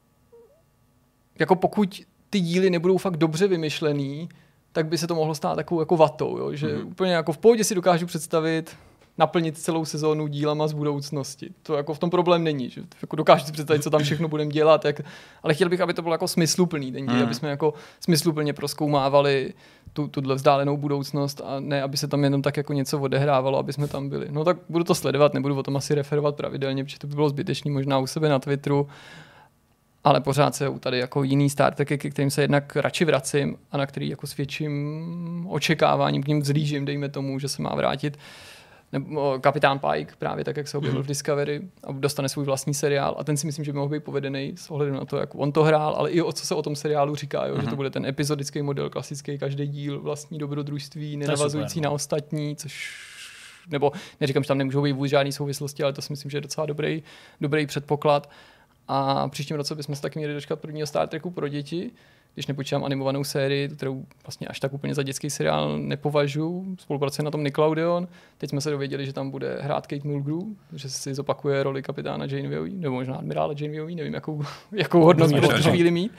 C: jako pokud ty díly nebudou fakt dobře vymyšlený, tak by se to mohlo stát takovou jako vatou, jo? Že mm. úplně jako v pohodě si dokážu představit naplnit celou sezónu dílama z budoucnosti. To jako v tom problém není, že jako dokážu si představit, co tam všechno budeme dělat, jak... ale chtěl bych, aby to bylo jako smysluplný ten díl, mm. aby jsme jako smysluplně prozkoumávali tu, tuhle vzdálenou budoucnost a ne, aby se tam jenom tak jako něco odehrávalo, aby jsme tam byli. No tak budu to sledovat, nebudu o tom asi referovat pravidelně, protože to by bylo zbytečný možná u sebe na Twitteru, ale pořád se tady jako jiný Star Trek, ke kterým se jednak radši vracím a na který jako svědčím očekáváním, k ním vzlížím, dejme tomu, že se má vrátit nebo kapitán Pike, právě tak, jak se objevil v Discovery a dostane svůj vlastní seriál a ten si myslím, že by mohl být povedený s ohledem na to, jak on to hrál, ale i o co se o tom seriálu říká, jo? Že to bude ten epizodický model, klasický, každý díl, vlastní dobrodružství, nenavazující na ostatní, což nebo neříkám, že tam nemůžou být vůbec žádný souvislosti, ale to si myslím, že je docela dobrý, dobrý předpoklad. A příštím roce bychom se taky měli dočkat prvního Star Treku pro děti, když nepočítám animovanou sérii, kterou vlastně až tak úplně za dětský seriál nepovažuji. Spolupracuje na tom Nickelodeon. Teď jsme se dověděli, že tam bude hrát Kate Mulgrew, že si zopakuje roli kapitána Janewayové, nebo možná admirála Janewayové, nevím, jakou, jakou hodnost bude v tu chvíli mít.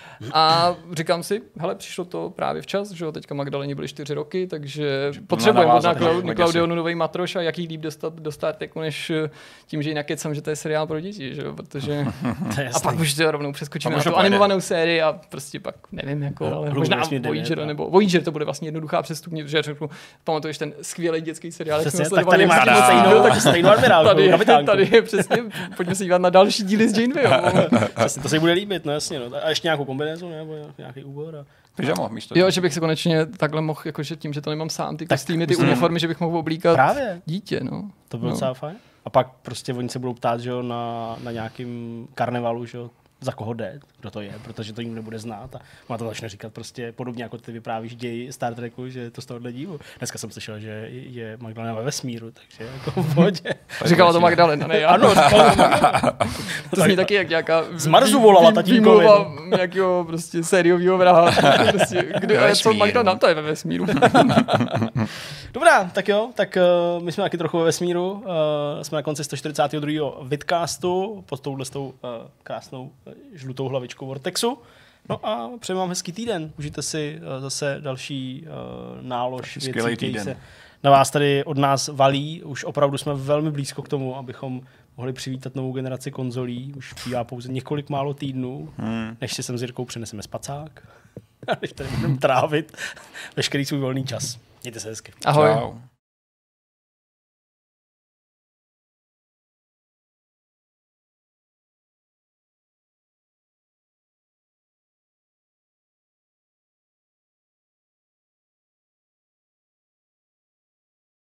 C: A říkám si, hele, přišlo to právě včas, že jo, teďka Magdaleně byly čtyři roky, takže potřebujeme od Nickelodeonu nový matroš a jaký líp dostat, dostat jako než tím, že jinak kecám, že to je seriál pro děti, že jo, protože a pak už to rovnou přeskočíme na tu animovanou sérii a prostě pak nevím, jako, no, ale možná Voyager, nebo Voyager to bude vlastně jednoduchá přestupně, protože řeknu, pamatuješ ten skvělý dětský seriál, jak jsme sledovali,
E: tak stejnou admirálku, kapitánku.
C: Tady je přesně, pojďme se dívat na další díly s Janeway.
E: To se jí bude líbit, no jasně, no. A ještě nějakou kombinaci nebo nějaký úbor. A...
A: Pyžamo, místo.
C: Jo, že bych se konečně takhle mohl, jakože tím, že to nemám sám, ty kostýmy, ty uniformy, že bych mohl oblíkat
E: právě
C: dítě, no.
E: To bylo
C: no.
E: docela fajn. A pak prostě oni se budou ptát, že jo, na, na nějakým karnevalu, že jo,
B: za koho jde, kdo to je, protože to nikdo nebude znát a má to začne říkat prostě podobně, jako ty vyprávíš děj Star Treku, že to z tohohle dílu. Dneska jsem slyšel, že je Magdalena ve vesmíru, takže jako v pohodě.
C: Říkala to Magdalena, ne já.
B: Ano, říkala to Magdalena.
C: To zní taky jak nějaká...
B: Z Marsu volala tatínkovi.
C: Nějakého prostě sériovýho vraha. Prostě, kde, ale co Magdalena, to je ve vesmíru.
B: Dobrá, tak jo, tak uh, my jsme taky trochu ve vesmíru. Uh, jsme na konci sto čtyřicátého druhého vidcastu pod touhle s tou uh, krásnou uh, žlutou hlavičkou Vortexu. No a přeji vám hezký týden. Užijte si uh, zase další uh, nálož věcí, které se na vás tady od nás valí. Už opravdu jsme velmi blízko k tomu, abychom mohli přivítat novou generaci konzolí. Už bývá pouze několik málo týdnů, hmm. než si sem s Jirkou přineseme spacák. A než tady budeme trávit veškerý svůj volný čas. Mějte se hezky.
C: Ahoj.
A: Čau.